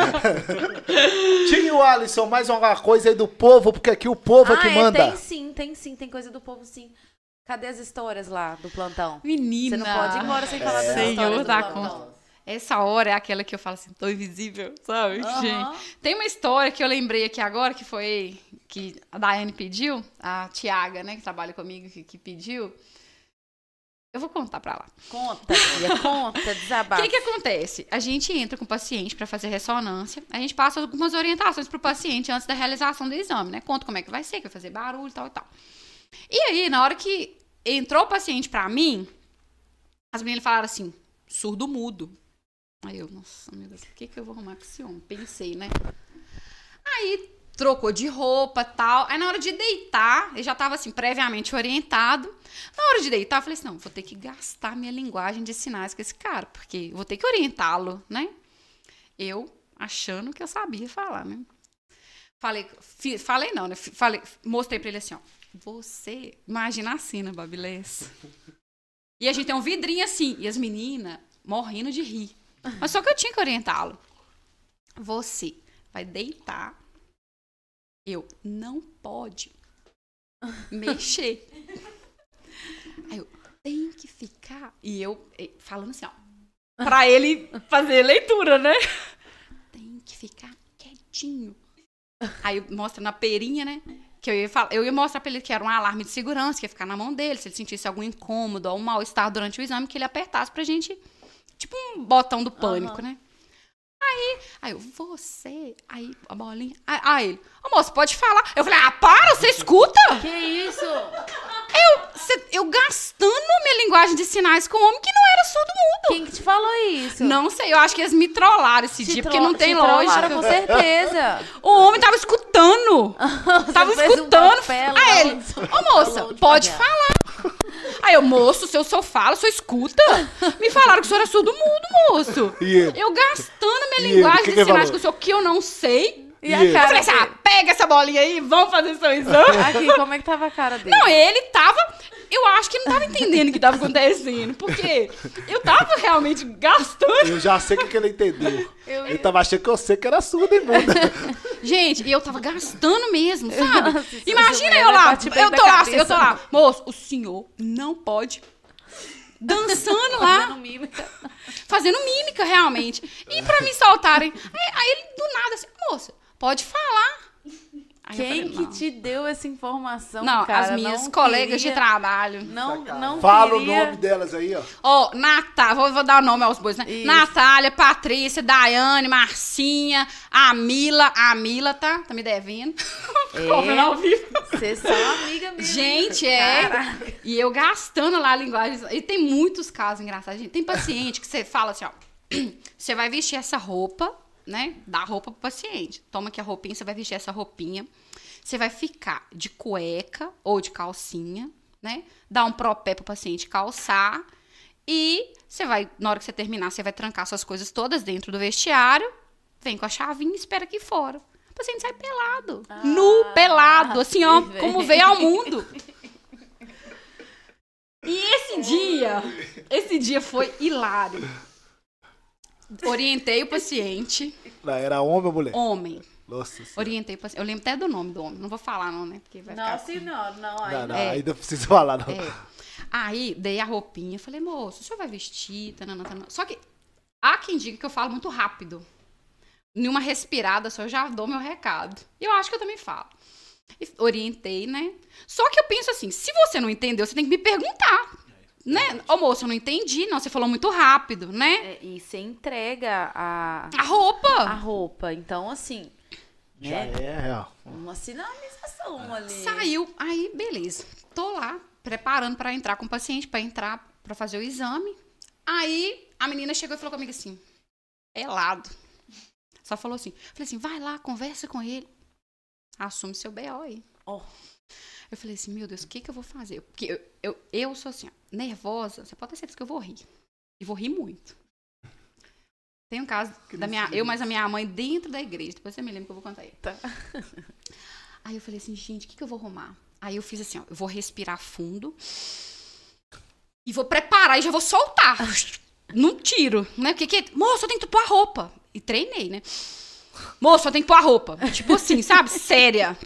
Tio Alisson, mais uma coisa aí do povo, porque aqui o povo é que ah, manda. É, tem sim, tem sim, tem coisa do povo sim. Cadê as histórias lá do plantão? Menina. Você não pode ir embora sem falar das Senhor histórias do da plantão. Essa hora é aquela que eu falo assim, tô invisível, sabe? Aham. Gente, tem uma história que eu lembrei aqui agora, que foi que a Daiane pediu, a Tiaga, né, que trabalha comigo, que, que pediu. Eu vou contar pra lá. Conta, filha, conta, O desabafa. que que acontece? A gente entra com o paciente pra fazer ressonância, a gente passa algumas orientações pro paciente antes da realização do exame, né? Conta como é que vai ser, que vai fazer barulho e tal e tal. E aí, na hora que entrou o paciente pra mim, as meninas falaram assim, surdo-mudo. Aí eu, nossa, meu Deus, o que que eu vou arrumar com esse homem? Pensei, né? Aí, trocou de roupa e tal. Aí, na hora de deitar, ele já tava, assim, previamente orientado. Na hora de deitar, eu falei assim, não, vou ter que gastar minha linguagem de sinais com esse cara, porque eu vou ter que orientá-lo, né? Eu, achando que eu sabia falar, né? Falei, fi- falei não, né? Fi- Falei, mostrei pra ele assim, ó. Você, imagina a cena, Babilés. E a gente tem um vidrinho assim, e as meninas morrendo de rir. Mas só que eu tinha que orientá-lo. Você vai deitar. Eu, não pode mexer. Aí eu, tem que ficar. E eu, eh, falando assim, ó. Pra ele fazer leitura, né? Tem que ficar quietinho. Aí mostra na perinha, né? Que eu ia, falar, eu ia mostrar pra ele que era um alarme de segurança, que ia ficar na mão dele, se ele sentisse algum incômodo ou um mal-estar durante o exame, que ele apertasse pra gente, tipo um botão do pânico, Aham. né? Aí, aí eu, você, aí a bolinha, aí, aí ele, ô moço, pode falar. Eu falei, ah, para, você escuta? Que isso? Eu, cê- eu gastando minha linguagem de sinais com um homem que não era surdo-mudo. Quem que te falou isso? Não sei, eu acho que eles me trollaram esse Te dia, tro- porque não tem te trollaram, lógica. com certeza. O homem tava escutando. Tava Você fez um escutando. papel, Aí não, ele, não, ô moça, falou de pode papel. falar. Aí eu, moço, se eu só falo, o senhor escuta? Me falaram que o senhor é surdo mudo, moço. E ele? Eu gastando E minha ele? linguagem Que de que ele sinais falou? com o senhor que eu não sei. E E a ele? Eu cara falei assim, ah, dele? pega essa bolinha aí, vamos fazer seu exame. Aqui, como é que tava a cara dele? Não, ele tava... Eu acho que ele não tava entendendo o que tava acontecendo. Porque eu tava realmente gastando. Eu já sei o que, que ele entendeu. Eu- Ele tava achando que eu sei que era surdo e muda. Gente, e eu tava gastando mesmo, sabe? Nossa, isso Imagina vai eu lá, bate bem eu na tô lá, cabeça. eu tô lá. Moço, o senhor não pode... Dançando lá, Fazendo mímica. fazendo mímica, realmente. E pra me soltarem. Aí, aí ele, do nada, assim, moça, pode falar. Aí eu Quem falei, que não. te deu essa informação, Não, cara? as minhas Não colegas queria- de trabalho. Não, não Fala queria... o nome delas aí, ó. Ó, Natália, vou, vou dar o nome aos bois, né? Isso. Natália, Patrícia, Daiane, Marcinha, a Mila. A Mila, tá? Tá me devendo. É. Cobrando ao vivo. Vocês são amiga mesmo. Gente, é. Caraca. E eu gastando lá a linguagem. E tem muitos casos engraçados. Gente, tem paciente que você fala assim, ó. Você vai vestir essa roupa, né? Dá a roupa pro paciente. Toma aqui a roupinha, você vai vestir essa roupinha. Você vai ficar de cueca ou de calcinha, né? Dá um propé pro paciente calçar. E você vai, na hora que você terminar, você vai trancar suas coisas todas dentro do vestiário. Vem com a chavinha e espera aqui fora. O paciente sai pelado. nu, pelado. Assim, ó, sim, como véi. veio ao mundo. E esse dia, esse dia foi hilário. Orientei o paciente, Não, era homem ou mulher? homem. Nossa senhora. Orientei o paciente. Eu lembro até do nome do homem. Não vou falar, não, né? Porque vai ficar Não, sim, não, não, aí Não, não. não, É. ainda precisa falar, não. É. Aí, dei a roupinha. Falei, moço, o senhor vai vestir? Tanana, tanana. Só que há quem diga que eu falo muito rápido. Numa respirada só, eu já dou meu recado. E eu acho que eu também falo. E orientei, né? Só que eu penso assim, se você não entendeu, você tem que me perguntar. Né? Ô, moço, eu não entendi. Não, você falou muito rápido, né? É, e você entrega a, A roupa. a roupa. Então, assim, Já né? é, ó. Uma sinalização ali. Saiu, aí beleza. Tô lá, preparando pra entrar com o paciente, pra entrar, pra fazer o exame. Aí a menina chegou e falou comigo assim, pelado. Só falou assim, falei assim, vai lá, conversa com ele. Assume seu B O aí. Oh. Eu falei assim, meu Deus, o que que eu vou fazer? Porque eu, eu, eu sou assim, ó, nervosa, você pode ter certeza que eu vou rir. E vou rir muito. Tem um caso da minha, eu mais a minha mãe dentro da igreja. Depois você me lembra que eu vou contar aí. Tá. Aí eu falei assim, gente, o que que eu vou arrumar? Aí eu fiz assim, ó, eu vou respirar fundo. E vou preparar e já vou soltar. Num tiro, né? Porque que, moço, eu tenho que pôr a roupa. E treinei, né? Moço, eu tenho que pôr a roupa. Tipo assim, sabe? Séria.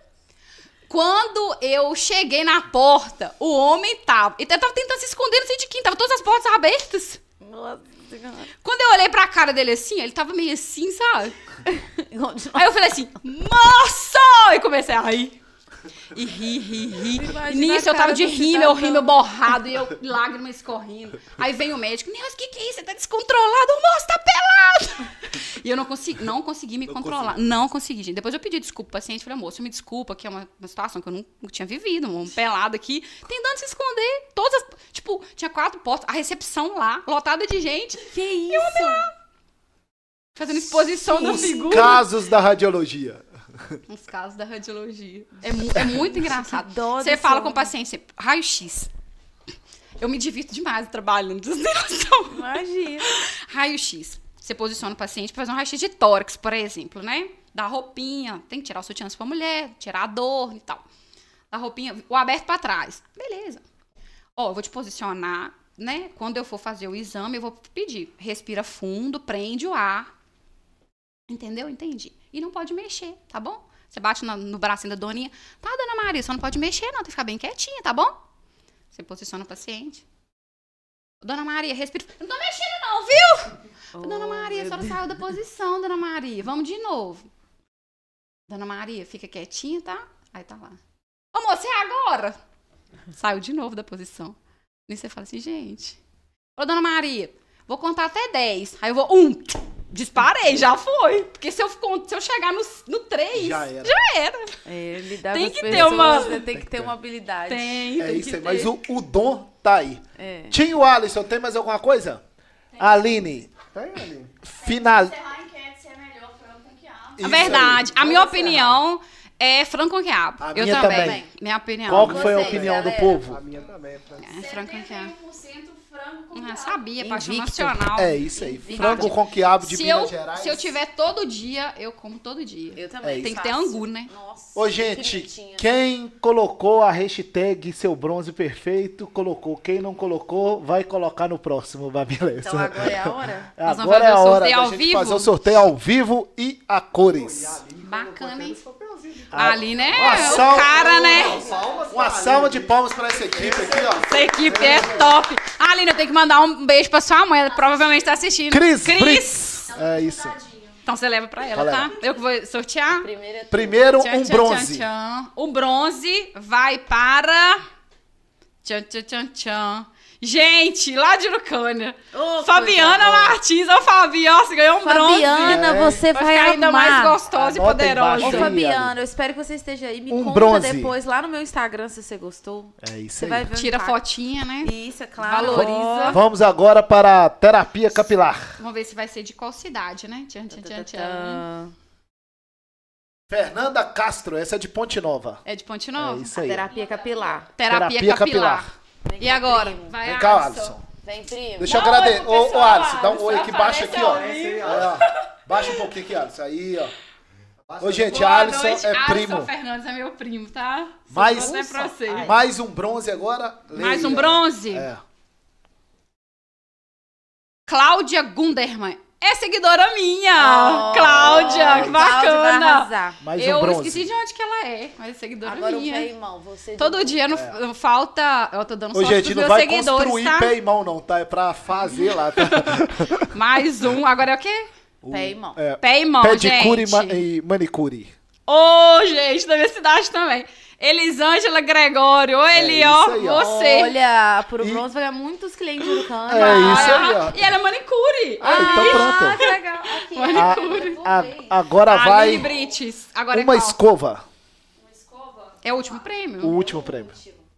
Quando eu cheguei na porta, o homem tava... Ele tava tentando se esconder, não sei de quem. Tava todas as portas abertas. Nossa Senhora. Quando eu olhei pra cara dele assim, ele tava meio assim, sabe? Aí eu falei assim, moço! E comecei a rir. E ri, ri, ri. Imagina E nisso a eu tava cara de do rir, meu cidadão. rímel borrado e eu, lágrimas escorrendo. Aí vem o médico, Deus, o que que é isso? Você tá descontrolado, o moço tá pelado! E eu não consegui, não consegui me Não controlar. consegui. Não consegui, gente. Depois eu pedi desculpa pro paciente, falei, moço, me desculpa, que é uma, uma situação que eu não, não tinha vivido, um pelado aqui, tentando se esconder. Todas as, tipo, tinha quatro portas, a recepção lá, lotada de gente. Que isso? Fazendo exposição da Os figura. casos da radiologia. Uns casos da radiologia. É, mu é muito engraçado. dó Você desse fala homem. com o paciente, você, raio-x. Eu me divirto demais trabalhando, vocês têm noção. Imagina. Raio-x. Você posiciona o paciente para fazer um raio-x de tórax, por exemplo, né? Da roupinha, tem que tirar o sutiã se for mulher, tirar a dor e tal. Da roupinha, o aberto para trás. Beleza. Ó, eu vou te posicionar, né? Quando eu for fazer o exame, eu vou pedir. Respira fundo, prende o ar. Entendeu? Entendi. E não pode mexer, tá bom? Você bate no, no bracinho da doninha. Tá, dona Maria, só não pode mexer, não. Tem que ficar bem quietinha, tá bom? Você posiciona o paciente. Dona Maria, respira. Não tô mexendo, não, viu? Oh, Dona Maria, a meu senhora Deus. saiu da posição, Dona Maria. Vamos de novo. Dona Maria, fica quietinha, tá? Aí tá lá. Ô, moça, é agora? Saiu de novo da posição. E você fala assim, gente. Ô, Dona Maria, vou contar até dez. Aí eu vou, um. Disparei, já foi. Porque se eu, se eu chegar no, no três, Já era. já era. É, lidar Tem com as que ter pessoas, uma- né? Tem que ter uma habilidade. Tem, É tem isso que aí, ter. mas o, o dom tá aí. É. Tinho Alisson, tem mais alguma coisa? Aline, Tem, Aline? final. Encerrar a enquete se é melhor frango com quiabo. A verdade, a Vamos minha encerrar. opinião é frango com quiabo. A Eu minha também. também. Minha opinião. Qual que foi a Vocês, opinião do galera? povo? A minha também, é Francisco. É, frango com setenta e quiabo. um por cento frango com Ah, quiabo. sabia, paixão Invicto. nacional. É isso aí. Invicto. Frango com quiabo de se, Minas eu, Gerais. se eu tiver todo dia, eu como todo dia. Eu também. É Tem que ter faço. angu, né? Nossa. Ô, que gente, bonitinha. quem colocou a hashtag seu bronze perfeito, colocou. Quem não colocou, vai colocar no próximo, Babilessa. Então agora é a hora? Nós vamos Agora fazer é a o hora sorteio da ao gente vivo? fazer o sorteio ao vivo e a cores. E a Aline Bacana, colocou hein? até no papelzinho de A Aline é Uma o salva- cara, né? palmas Uma pra salva Aline. de palmas pra essa equipe aqui, ó. Essa equipe é top. Aline, eu tenho que mandar um beijo pra sua mãe. Ela provavelmente tá assistindo. Cris, Cris. Brits. É isso. Então você leva pra ela, Vai tá? levar. Eu que vou sortear. Primeiro é tu. Primeiro, Tchan, um tchan, bronze. tchan, tchan. O bronze vai para... Tchan, tchan, tchan, tchan. Gente, lá de Urucânia. Ô, Fabiana coisa boa. Martins. Ó, Fabi, ó, você ganhou um bronze. Fabiana, É. você Vai vai ficar ainda amar. mais gostosa e Anota poderosa. embaixo Ô, aí. Fabiana, eu espero que você esteja aí. Me Um conta bronze. depois lá no meu Instagram se você gostou. É isso Você aí. vai ver o Tira impacto. fotinha, né? Isso, é claro. Valoriza. Vamos agora para a terapia capilar. Vamos ver se vai ser de qual cidade, né? Tchan, tchan, tchan, tchan. Tã. Fernanda Castro, essa é de Ponte Nova. É de Ponte É Nova? isso aí. Terapia capilar. Terapia, Terapia capilar. capilar. Vem E cá, agora? primo. Vai, Vem cá, Alisson. Alisson. Vem, primo. Deixa eu Dá um agradecer. oi pro Ô, ô, pessoal, Alisson, dá um Alisson. oi aqui, baixa aqui, ó. Aparece Aí, ao vivo. ó. Baixa um pouquinho aqui, Alisson. Aí, ó. Ô, gente, Boa Alisson noite, é Alisson primo. Fernandes é meu primo, tá? Mais, Só pra pra você. mais um bronze agora. Mais Leia. um bronze? É. Cláudia Gunderman. É seguidora minha. Oh, Cláudia, que Cláudia vai bacana. arrasar. Mais Eu um bronze. esqueci de onde que ela é, mas é seguidora Agora o minha. pé e mão. Você Todo dia não, não falta... Eu tô dando Ô, sorte gente, pros não meus vai seguidores, construir tá? pé e mão, não, tá? É pra fazer lá, tá? Mais um. Agora é o quê? O- Pé e mão. É, Pé e mão, pedicure e gente. ma- e manicure. Ô, gente, da minha cidade também. Elisângela Gregório. Ô, Eli, isso ó, aí, ó. você. Olha, por E- Bronze vai ganhar muitos clientes de Urucana. É isso Ah, aí, ó. E ela é manicure. Ah, então pronto. Ah, que legal. Aqui. Manicure. A- a- agora A vai Lili Brites. Agora uma é qual? escova. Uma escova. É o último prêmio? O último prêmio.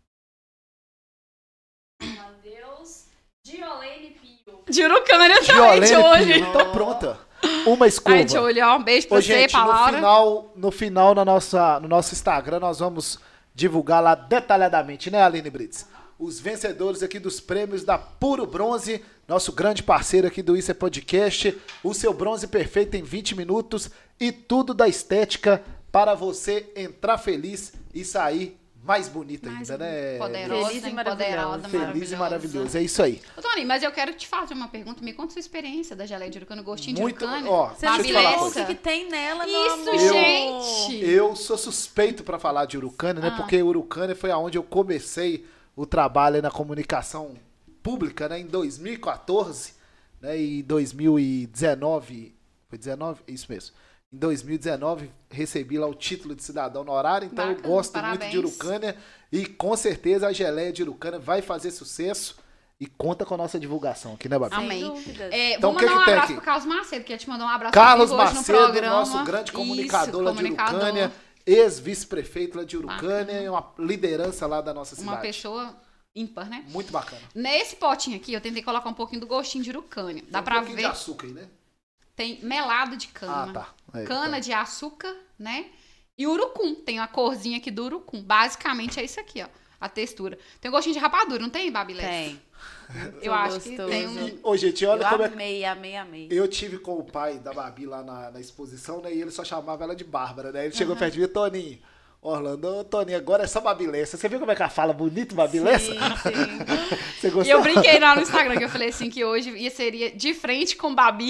Meu Deus. Diolene Pio. De Urucânia também, Violene de hoje. Pio. Então pronta. Uma escova. Ai, de olho, ó. Um beijo pra Ô, você, gente, no palavra. final, no final na nossa, no nosso Instagram, nós vamos divulgar lá detalhadamente, né, Aline Brits? Os vencedores aqui dos prêmios da Puro Bronze, nosso grande parceiro aqui do Isso é Podcast. O seu bronze perfeito em vinte minutos e tudo da estética para você entrar feliz e sair mais bonita Mais ainda, né? poderosa, Feliz e empoderada, maravilhosa. Feliz e maravilhosa. maravilhoso, é isso aí. Ô, Tony, mas eu quero te fazer uma pergunta. Me conta sua experiência da geleia de urucana, gostinho Muito, de urucânia. ó, Você deixa não eu te falar uma explicou o coisa. que, que tem nela, meu Isso, amor. Eu- gente! Eu sou suspeito para falar de Urucânia, né? Ah. Porque Urucânia foi aonde eu comecei o trabalho aí na comunicação pública, né? Em dois mil e quatorze, né? E dois mil e dezenove, foi dezenove? Isso mesmo. Em dois mil e dezenove recebi lá o título de cidadão honorário, então eu Bacana, gosto parabéns. muito de Urucânia e com certeza a geleia de Urucânia vai fazer sucesso e conta com a nossa divulgação aqui, né, Babi? Sem Amém. dúvidas. É, Então, vou o que mandar um que tem abraço aqui? pro Carlos Macedo, que ia te mandar um abraço Carlos ao vivo hoje Macedo, no programa. nosso grande comunicador Isso, lá de comunicador. Urucânia, ex-vice-prefeito lá de Urucânia, Bacana. e uma liderança lá da nossa cidade. Uma pessoa ímpar, né? Muito bacana. Nesse potinho aqui, eu tentei colocar um pouquinho do gostinho de urucânia. Dá Tem um pra pouquinho ver, de açúcar aí, né? tem melado de cana. Ah, tá. Aí, Cana tá. de açúcar, né? E urucum. Tem uma corzinha aqui do urucum. Basicamente é isso aqui, ó. A textura. Tem um gostinho de rapadura, não tem, Babilé? Tem. Eu Tô acho que gostoso. tem um... E, ô, gente, olha Eu como é que... amei, amei, amei. Eu tive com o pai da Babi lá na, na exposição, né? E ele só chamava ela de Bárbara, né? Ele chegou perto de mim, Toninho. Orlando, ô, Toninho, agora é só Babilessa. Você viu como é que ela fala bonito, Babilessa? Sim, sim. Você E gostou? eu brinquei lá no Instagram, que eu falei assim, que hoje ia seria de frente com Babi.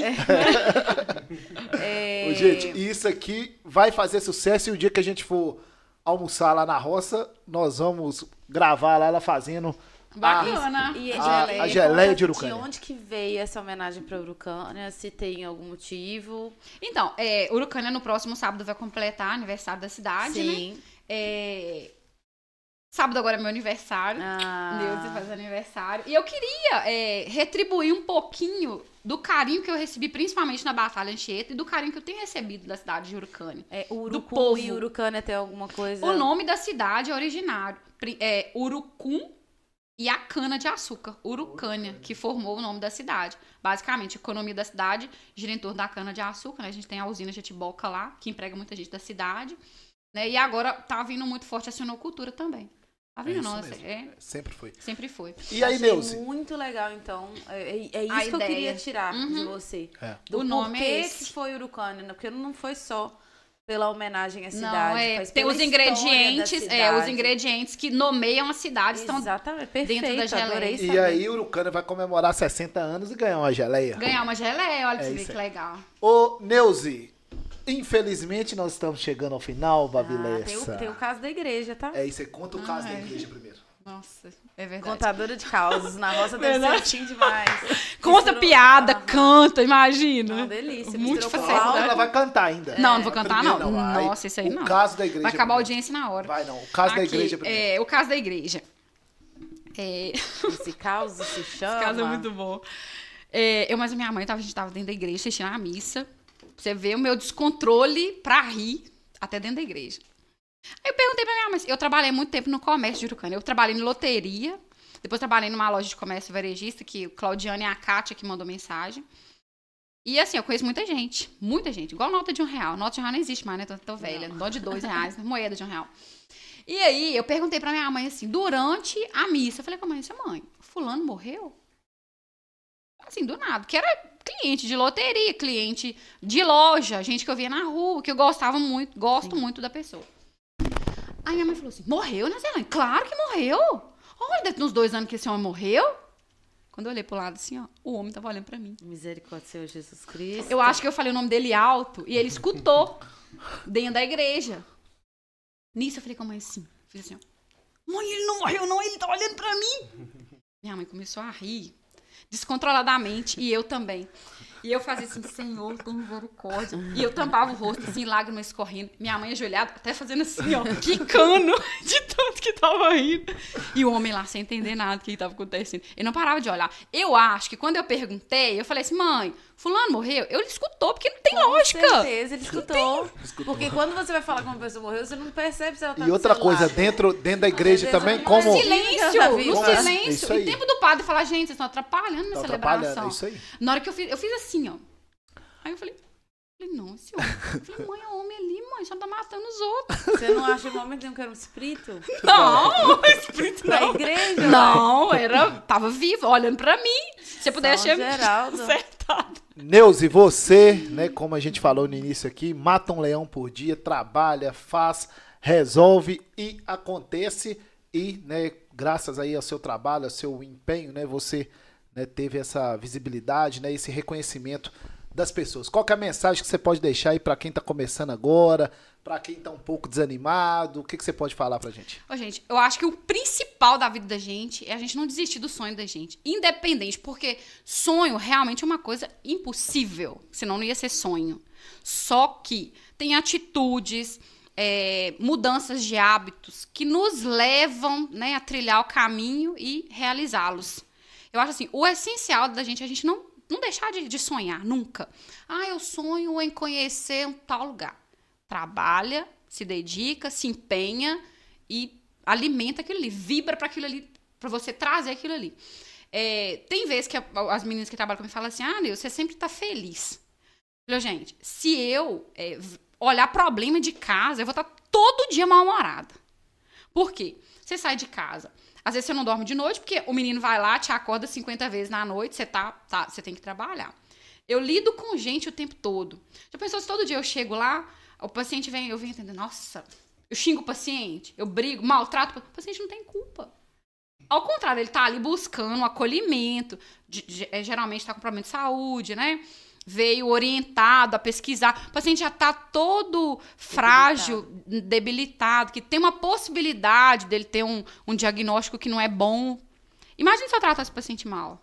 É... Ô, gente, e isso aqui vai fazer sucesso e o dia que a gente for almoçar lá na roça, nós vamos gravar lá ela fazendo Bacana. E A- geleia, a geleia conta de Urucânia. De onde que veio essa homenagem pra Urucânia? Se tem algum motivo? Então, é, Urucânia no próximo sábado vai completar aniversário da cidade, né? Sim. É, sábado agora é meu aniversário. Ah. Neuza faz aniversário. E eu queria é, retribuir um pouquinho do carinho que eu recebi, principalmente na Batalha Anchieta, e do carinho que eu tenho recebido da cidade de Urucânia. É, Urucum do povo. e Urucânia tem alguma coisa? O nome da cidade é originário. Pri- É Urucum e a cana de açúcar, Urucânia, que formou o nome da cidade. Basicamente, a economia da cidade gira em torno da cana de açúcar, né? A gente tem a usina Jetiboca lá, que emprega muita gente da cidade. Né? E agora tá vindo muito forte a sinocultura também. Tá É vindo, isso não? mesmo. É, Sempre foi. sempre foi. E aí, Achei Neuze? muito legal, então. É, é- é isso A que eu ideia. queria tirar de Uhum. você. É. Do O nome porquê é esse. que foi Urucânia, né? Porque não foi só pela homenagem à cidade. Não, é, faz tem pela os história da ingredientes, é, cidade. os ingredientes que nomeiam a cidade estão Exatamente, perfeito, dentro da geleia. adorei E saber. aí, Urucânia vai comemorar sessenta anos e ganhar uma geleia. ganhar uma geleia, olha pra É você ver isso que aí. legal. Ô, Neuze, infelizmente nós estamos chegando ao final, Ah, tem, Babilessa. o, tem o caso da igreja, tá? É isso aí, conta o caso Ah, da é. igreja primeiro. Nossa, é verdade. Contadora de causas. Na roça deve ser Verdade. assim demais. Conta Misturou- piada, Aham. canta, imagina. Uma delícia. Muito misturou com facilidade. Não, áudio. ela vai cantar ainda. Não, não vou cantar, Primeiro não. vai. Nossa, isso aí o não. caso da igreja Vai acabar a primeiro. audiência na hora. Vai não, o caso da Aqui, igreja primeiro. é, o caso da igreja. É, Esse caos se chama. esse caso é muito bom. É, eu, mas a minha mãe, tava, a gente tava dentro da igreja assistindo a missa. Pra você ver o meu descontrole pra rir até dentro da igreja. Aí eu perguntei pra minha mãe, eu trabalhei muito tempo no comércio de Urucânia. Eu trabalhei em loteria, depois trabalhei numa loja de comércio varejista, que o Claudiano e a Kátia que mandou mensagem. E assim, eu conheço muita gente, muita gente, igual nota de um real. Nota de um real não existe mais, né? Tô, tô velha. Nota de dois reais, moeda de um real. E aí, eu perguntei pra minha mãe assim, durante a missa, eu falei com a mãe, assim, mãe, fulano morreu? Assim, do nada, que era cliente de loteria, cliente de loja, gente que eu via na rua, que eu gostava muito, gosto Sim. muito da pessoa. Aí minha mãe falou assim, morreu, né, Zelane? Claro que morreu. Olha, dentro dos dois anos que esse homem morreu. Quando eu olhei pro lado assim, ó, o homem tava olhando pra mim. Misericórdia, Senhor Jesus Cristo. Eu acho que eu falei o nome dele alto e ele escutou dentro da igreja. Nisso eu falei com a mãe assim, fiz assim, ó, mãe, ele não morreu não, ele tá olhando pra mim. Minha mãe começou a rir, descontroladamente, e eu também. E eu fazia assim, Senhor, tem misericórdia. E eu tampava o rosto, assim, lágrimas escorrendo. Minha mãe ajoelhada, até fazendo assim, ó, quicando de tanto que tava rindo. E o homem lá, sem entender nada do que tava acontecendo. Ele não parava de olhar. Eu acho que quando eu perguntei, eu falei assim, mãe, fulano morreu? Eu ele escutou, porque não tem Com lógica. Com certeza, ele escutou. Porque quando você vai falar que uma pessoa morreu, você não percebe se ela tá E no outra celular. coisa, dentro, dentro da igreja Às vezes também, não como... No é silêncio, Como no assim? silêncio. Isso aí. E tempo do padre falar, gente, vocês estão atrapalhando minha Tá celebração. atrapalhando, é isso aí. Na hora que eu fiz, eu fiz assim, ó. Aí eu falei, falei não, esse homem. Eu falei, mãe, é homem ali, mãe, só tá matando os outros. Você não acha em momento nenhum que era um espírito? Não, espírito Na não. igreja? Não, era, tava vivo, olhando pra mim. Se você pudesse, São tinha Geraldo. acertado. Neuza, você, né, como a gente falou no início aqui, mata um leão por dia, trabalha, faz, resolve e acontece. E, né, graças aí ao seu trabalho, ao seu empenho, né, você, né, teve essa visibilidade, né, esse reconhecimento das pessoas. Qual que é a mensagem que você pode deixar aí para quem tá começando agora, para quem tá um pouco desanimado? O que, que você pode falar pra gente? Ô, gente, eu acho que o principal da vida da gente é a gente não desistir do sonho da gente. Independente, porque sonho realmente é uma coisa impossível. Senão não ia ser sonho. Só que tem atitudes, é, mudanças de hábitos que nos levam, né, a trilhar o caminho e realizá-los. Eu acho assim, o essencial da gente é a gente não, não deixar de, de sonhar, nunca. Ah, eu sonho em conhecer um tal lugar. Trabalha, se dedica, se empenha e alimenta aquilo ali, vibra para aquilo ali, para você trazer aquilo ali. É, tem vezes que a, as meninas que trabalham comigo falam assim, ah, Neuza, você sempre tá feliz. Eu falei, gente, se eu é, olhar problema de casa, eu vou estar todo dia mal-humorada. Por quê? Você sai de casa, às vezes você não dorme de noite, porque o menino vai lá, te acorda cinquenta vezes na noite, você, tá, tá, você tem que trabalhar. Eu lido com gente o tempo todo. Já pensou se todo dia eu chego lá, o paciente vem, eu venho entender, nossa, eu xingo o paciente, eu brigo, maltrato, o paciente não tem culpa. Ao contrário, ele tá ali buscando um acolhimento, de, de, é, geralmente tá com problema de saúde, né? Veio orientado a pesquisar. O paciente já tá todo frágil, debilitado, debilitado que tem uma possibilidade dele ter um, um diagnóstico que não é bom. Imagina se eu tratar esse paciente mal.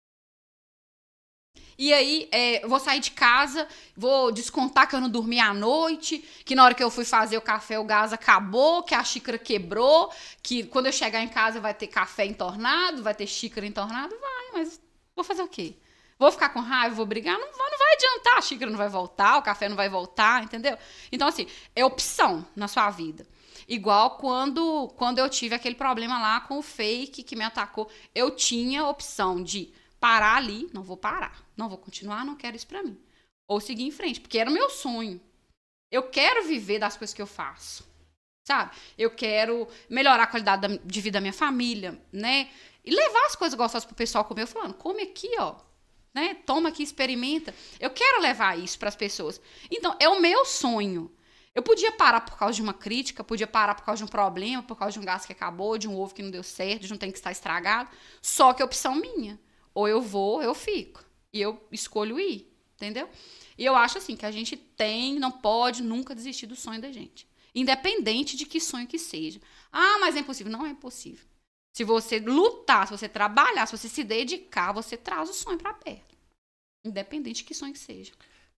E aí, é, eu vou sair de casa, vou descontar que eu não dormi à noite, que na hora que eu fui fazer o café o gás acabou, que a xícara quebrou, que quando eu chegar em casa vai ter café entornado, vai ter xícara entornada. Vai, mas vou fazer o quê? Vou ficar com raiva, vou brigar? Não, não vai adiantar, a xícara não vai voltar, o café não vai voltar, entendeu? Então, assim, é opção na sua vida. Igual quando, quando eu tive aquele problema lá com o fake que me atacou, eu tinha a opção de parar ali, não vou parar, não vou continuar, não quero isso pra mim. Ou seguir em frente, porque era o meu sonho. Eu quero viver das coisas que eu faço, sabe? Eu quero melhorar a qualidade de vida da minha família, né? E levar as coisas gostosas pro pessoal comer, eu falando, come aqui, ó, né? Toma aqui, experimenta. Eu quero levar isso pras pessoas. Então, é o meu sonho. Eu podia parar por causa de uma crítica, podia parar por causa de um problema, por causa de um gás que acabou, de um ovo que não deu certo, de um trem que está estragado, só que é opção minha. Ou eu vou, ou eu fico. E eu escolho ir, entendeu? E eu acho assim, que a gente tem, não pode nunca desistir do sonho da gente. Independente de que sonho que seja. Ah, mas é impossível. Não é impossível. Se você lutar, se você trabalhar, se você se dedicar, você traz o sonho pra perto. Independente de que sonho que seja.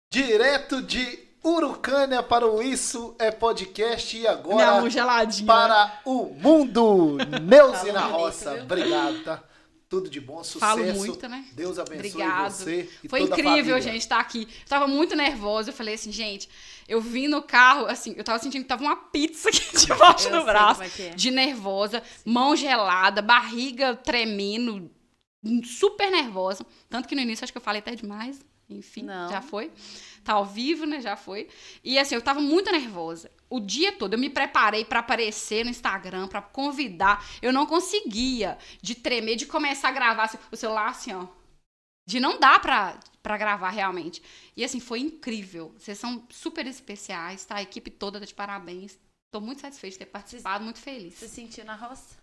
Direto de Urucânia para o Isso é Podcast e Minha agora mão geladinha. para o mundo. Neuza na bonito, Roça. viu? Obrigado, tá? Tudo de bom, sucesso. Falo muito, né? Deus abençoe Obrigado. você e Foi toda a incrível, família. gente, estar aqui. Eu tava muito nervosa. Eu falei assim, gente, eu vim no carro, assim, eu tava sentindo que tava uma pizza aqui debaixo Eu do sei braço. como é que é. De nervosa, mão gelada, barriga tremendo, super nervosa. Tanto que no início acho que eu falei até demais. Enfim, Não. já foi. Tá ao vivo, né? Já foi. E assim, eu tava muito nervosa. O dia todo eu me preparei pra aparecer no Instagram, pra convidar. Eu não conseguia de tremer, de começar a gravar assim, o celular assim, ó. De não dar pra, pra gravar realmente. E assim, foi incrível. Vocês são super especiais, tá? A equipe toda tá de parabéns. Tô muito satisfeita de ter participado, muito feliz. Se sentiu na roça?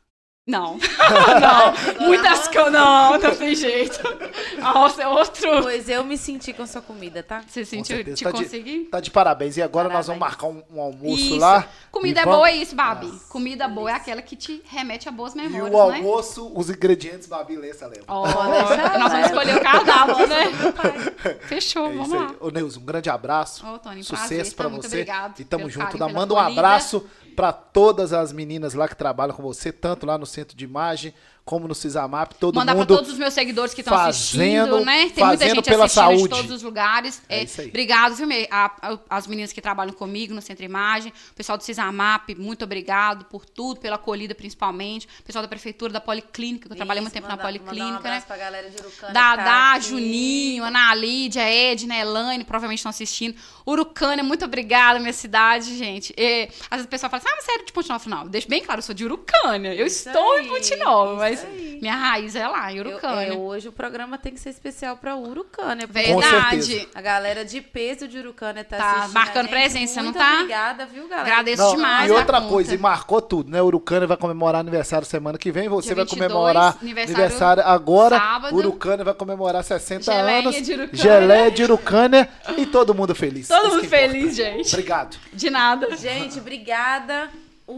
Não. não. Muitas coisas. Não, não tem jeito. Nossa, é outro. Pois eu me senti com sua comida, tá? Você Com sentiu? certeza. Te Tá de- consegui? Tá de parabéns. E agora nós vamos Parabéns. marcar um, um almoço Isso. lá. Comida E é vamos- boa é isso, Babi. Comida boa é aquela que te remete a boas E memórias, o né? almoço, os ingredientes, Babi, lê essa leva. Ó, deixa nós vamos ela. escolher o cardápio, né? Fechou, É vamos isso lá. aí. Ô, Neuza, um grande abraço. Ô, Tony, Sucesso prazer, pra tá? Muito você. obrigado E tamo pelo junto. carinho, Dá- pela Manda um acolhida. abraço pra todas as meninas lá que trabalham com você, tanto lá no Centro de Imagem, como no Cisamap. Todo Mandar mundo pra todos os meus seguidores que estão assistindo, fazendo- né? Tem muita fazendo gente pela assistindo saúde. de todos os lugares. É É, isso aí. Obrigado, viu, Me- a- a- as meninas que trabalham comigo no Centro Imagem, o pessoal do Cisamap, muito obrigado por tudo, pela acolhida principalmente. O pessoal da Prefeitura, da Policlínica, que eu trabalhei muito tempo na Mandar- mandar um Policlínica, né? abraço pra galera de Urucânia que Dadá, tá aqui. Juninho, Ana Lídia, Edna, Elaine, provavelmente estão assistindo. Urucânia, muito obrigada, minha cidade, gente. E, às vezes o pessoal fala assim, ah, mas você era de Ponte Nova? Não, eu deixo bem claro, eu sou de Urucânia. Eu Isso estou aí, em Ponte Nova, isso mas aí. minha raiz é lá, em Eu- Urucânia. é, hoje o programa tem que ser especial pra Urucânia. porque Com Verdade. certeza. A galera de peso de Urucânia tá, Tá assistindo marcando a gente. presença, não Muito tá? obrigada, viu, galera? Agradeço Não, demais. e da outra conta. coisa, e marcou tudo, né? Urucânia vai comemorar aniversário semana que vem, você Dia vai vinte e dois, comemorar aniversário aniversário agora. sábado. Urucânia vai comemorar sessenta Geleia anos. de Urucânia. Geleia de Urucânia e todo mundo feliz. Todo Isso mundo que importa. feliz, gente. Obrigado. De nada. Gente, obrigada.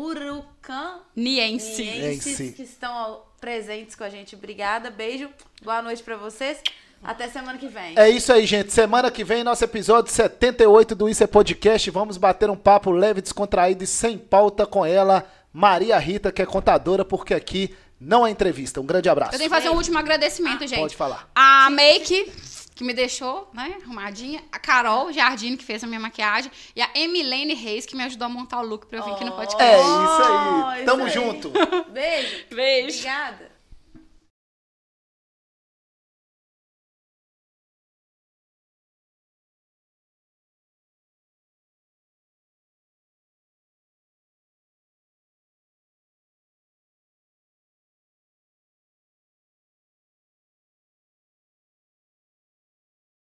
Urucã. Niense. Nienses Niense. que estão ó, presentes com a gente. Obrigada, beijo. Boa noite pra vocês. Até semana que vem. É isso aí, gente. Semana que vem, nosso episódio setenta e oito do Isso é Podcast. Vamos bater um papo leve, descontraído e sem pauta com ela, Maria Rita, que é contadora, porque aqui não é entrevista. Um grande abraço. Eu tenho que fazer um último agradecimento, gente. Pode falar. A Make, que me deixou, né, arrumadinha. A Carol Jardine, que fez a minha maquiagem. E a Emilene Reis, que me ajudou a montar o look pra eu vir aqui no podcast. É isso aí. isso Tamo aí. junto. Beijo. Beijo. Obrigada.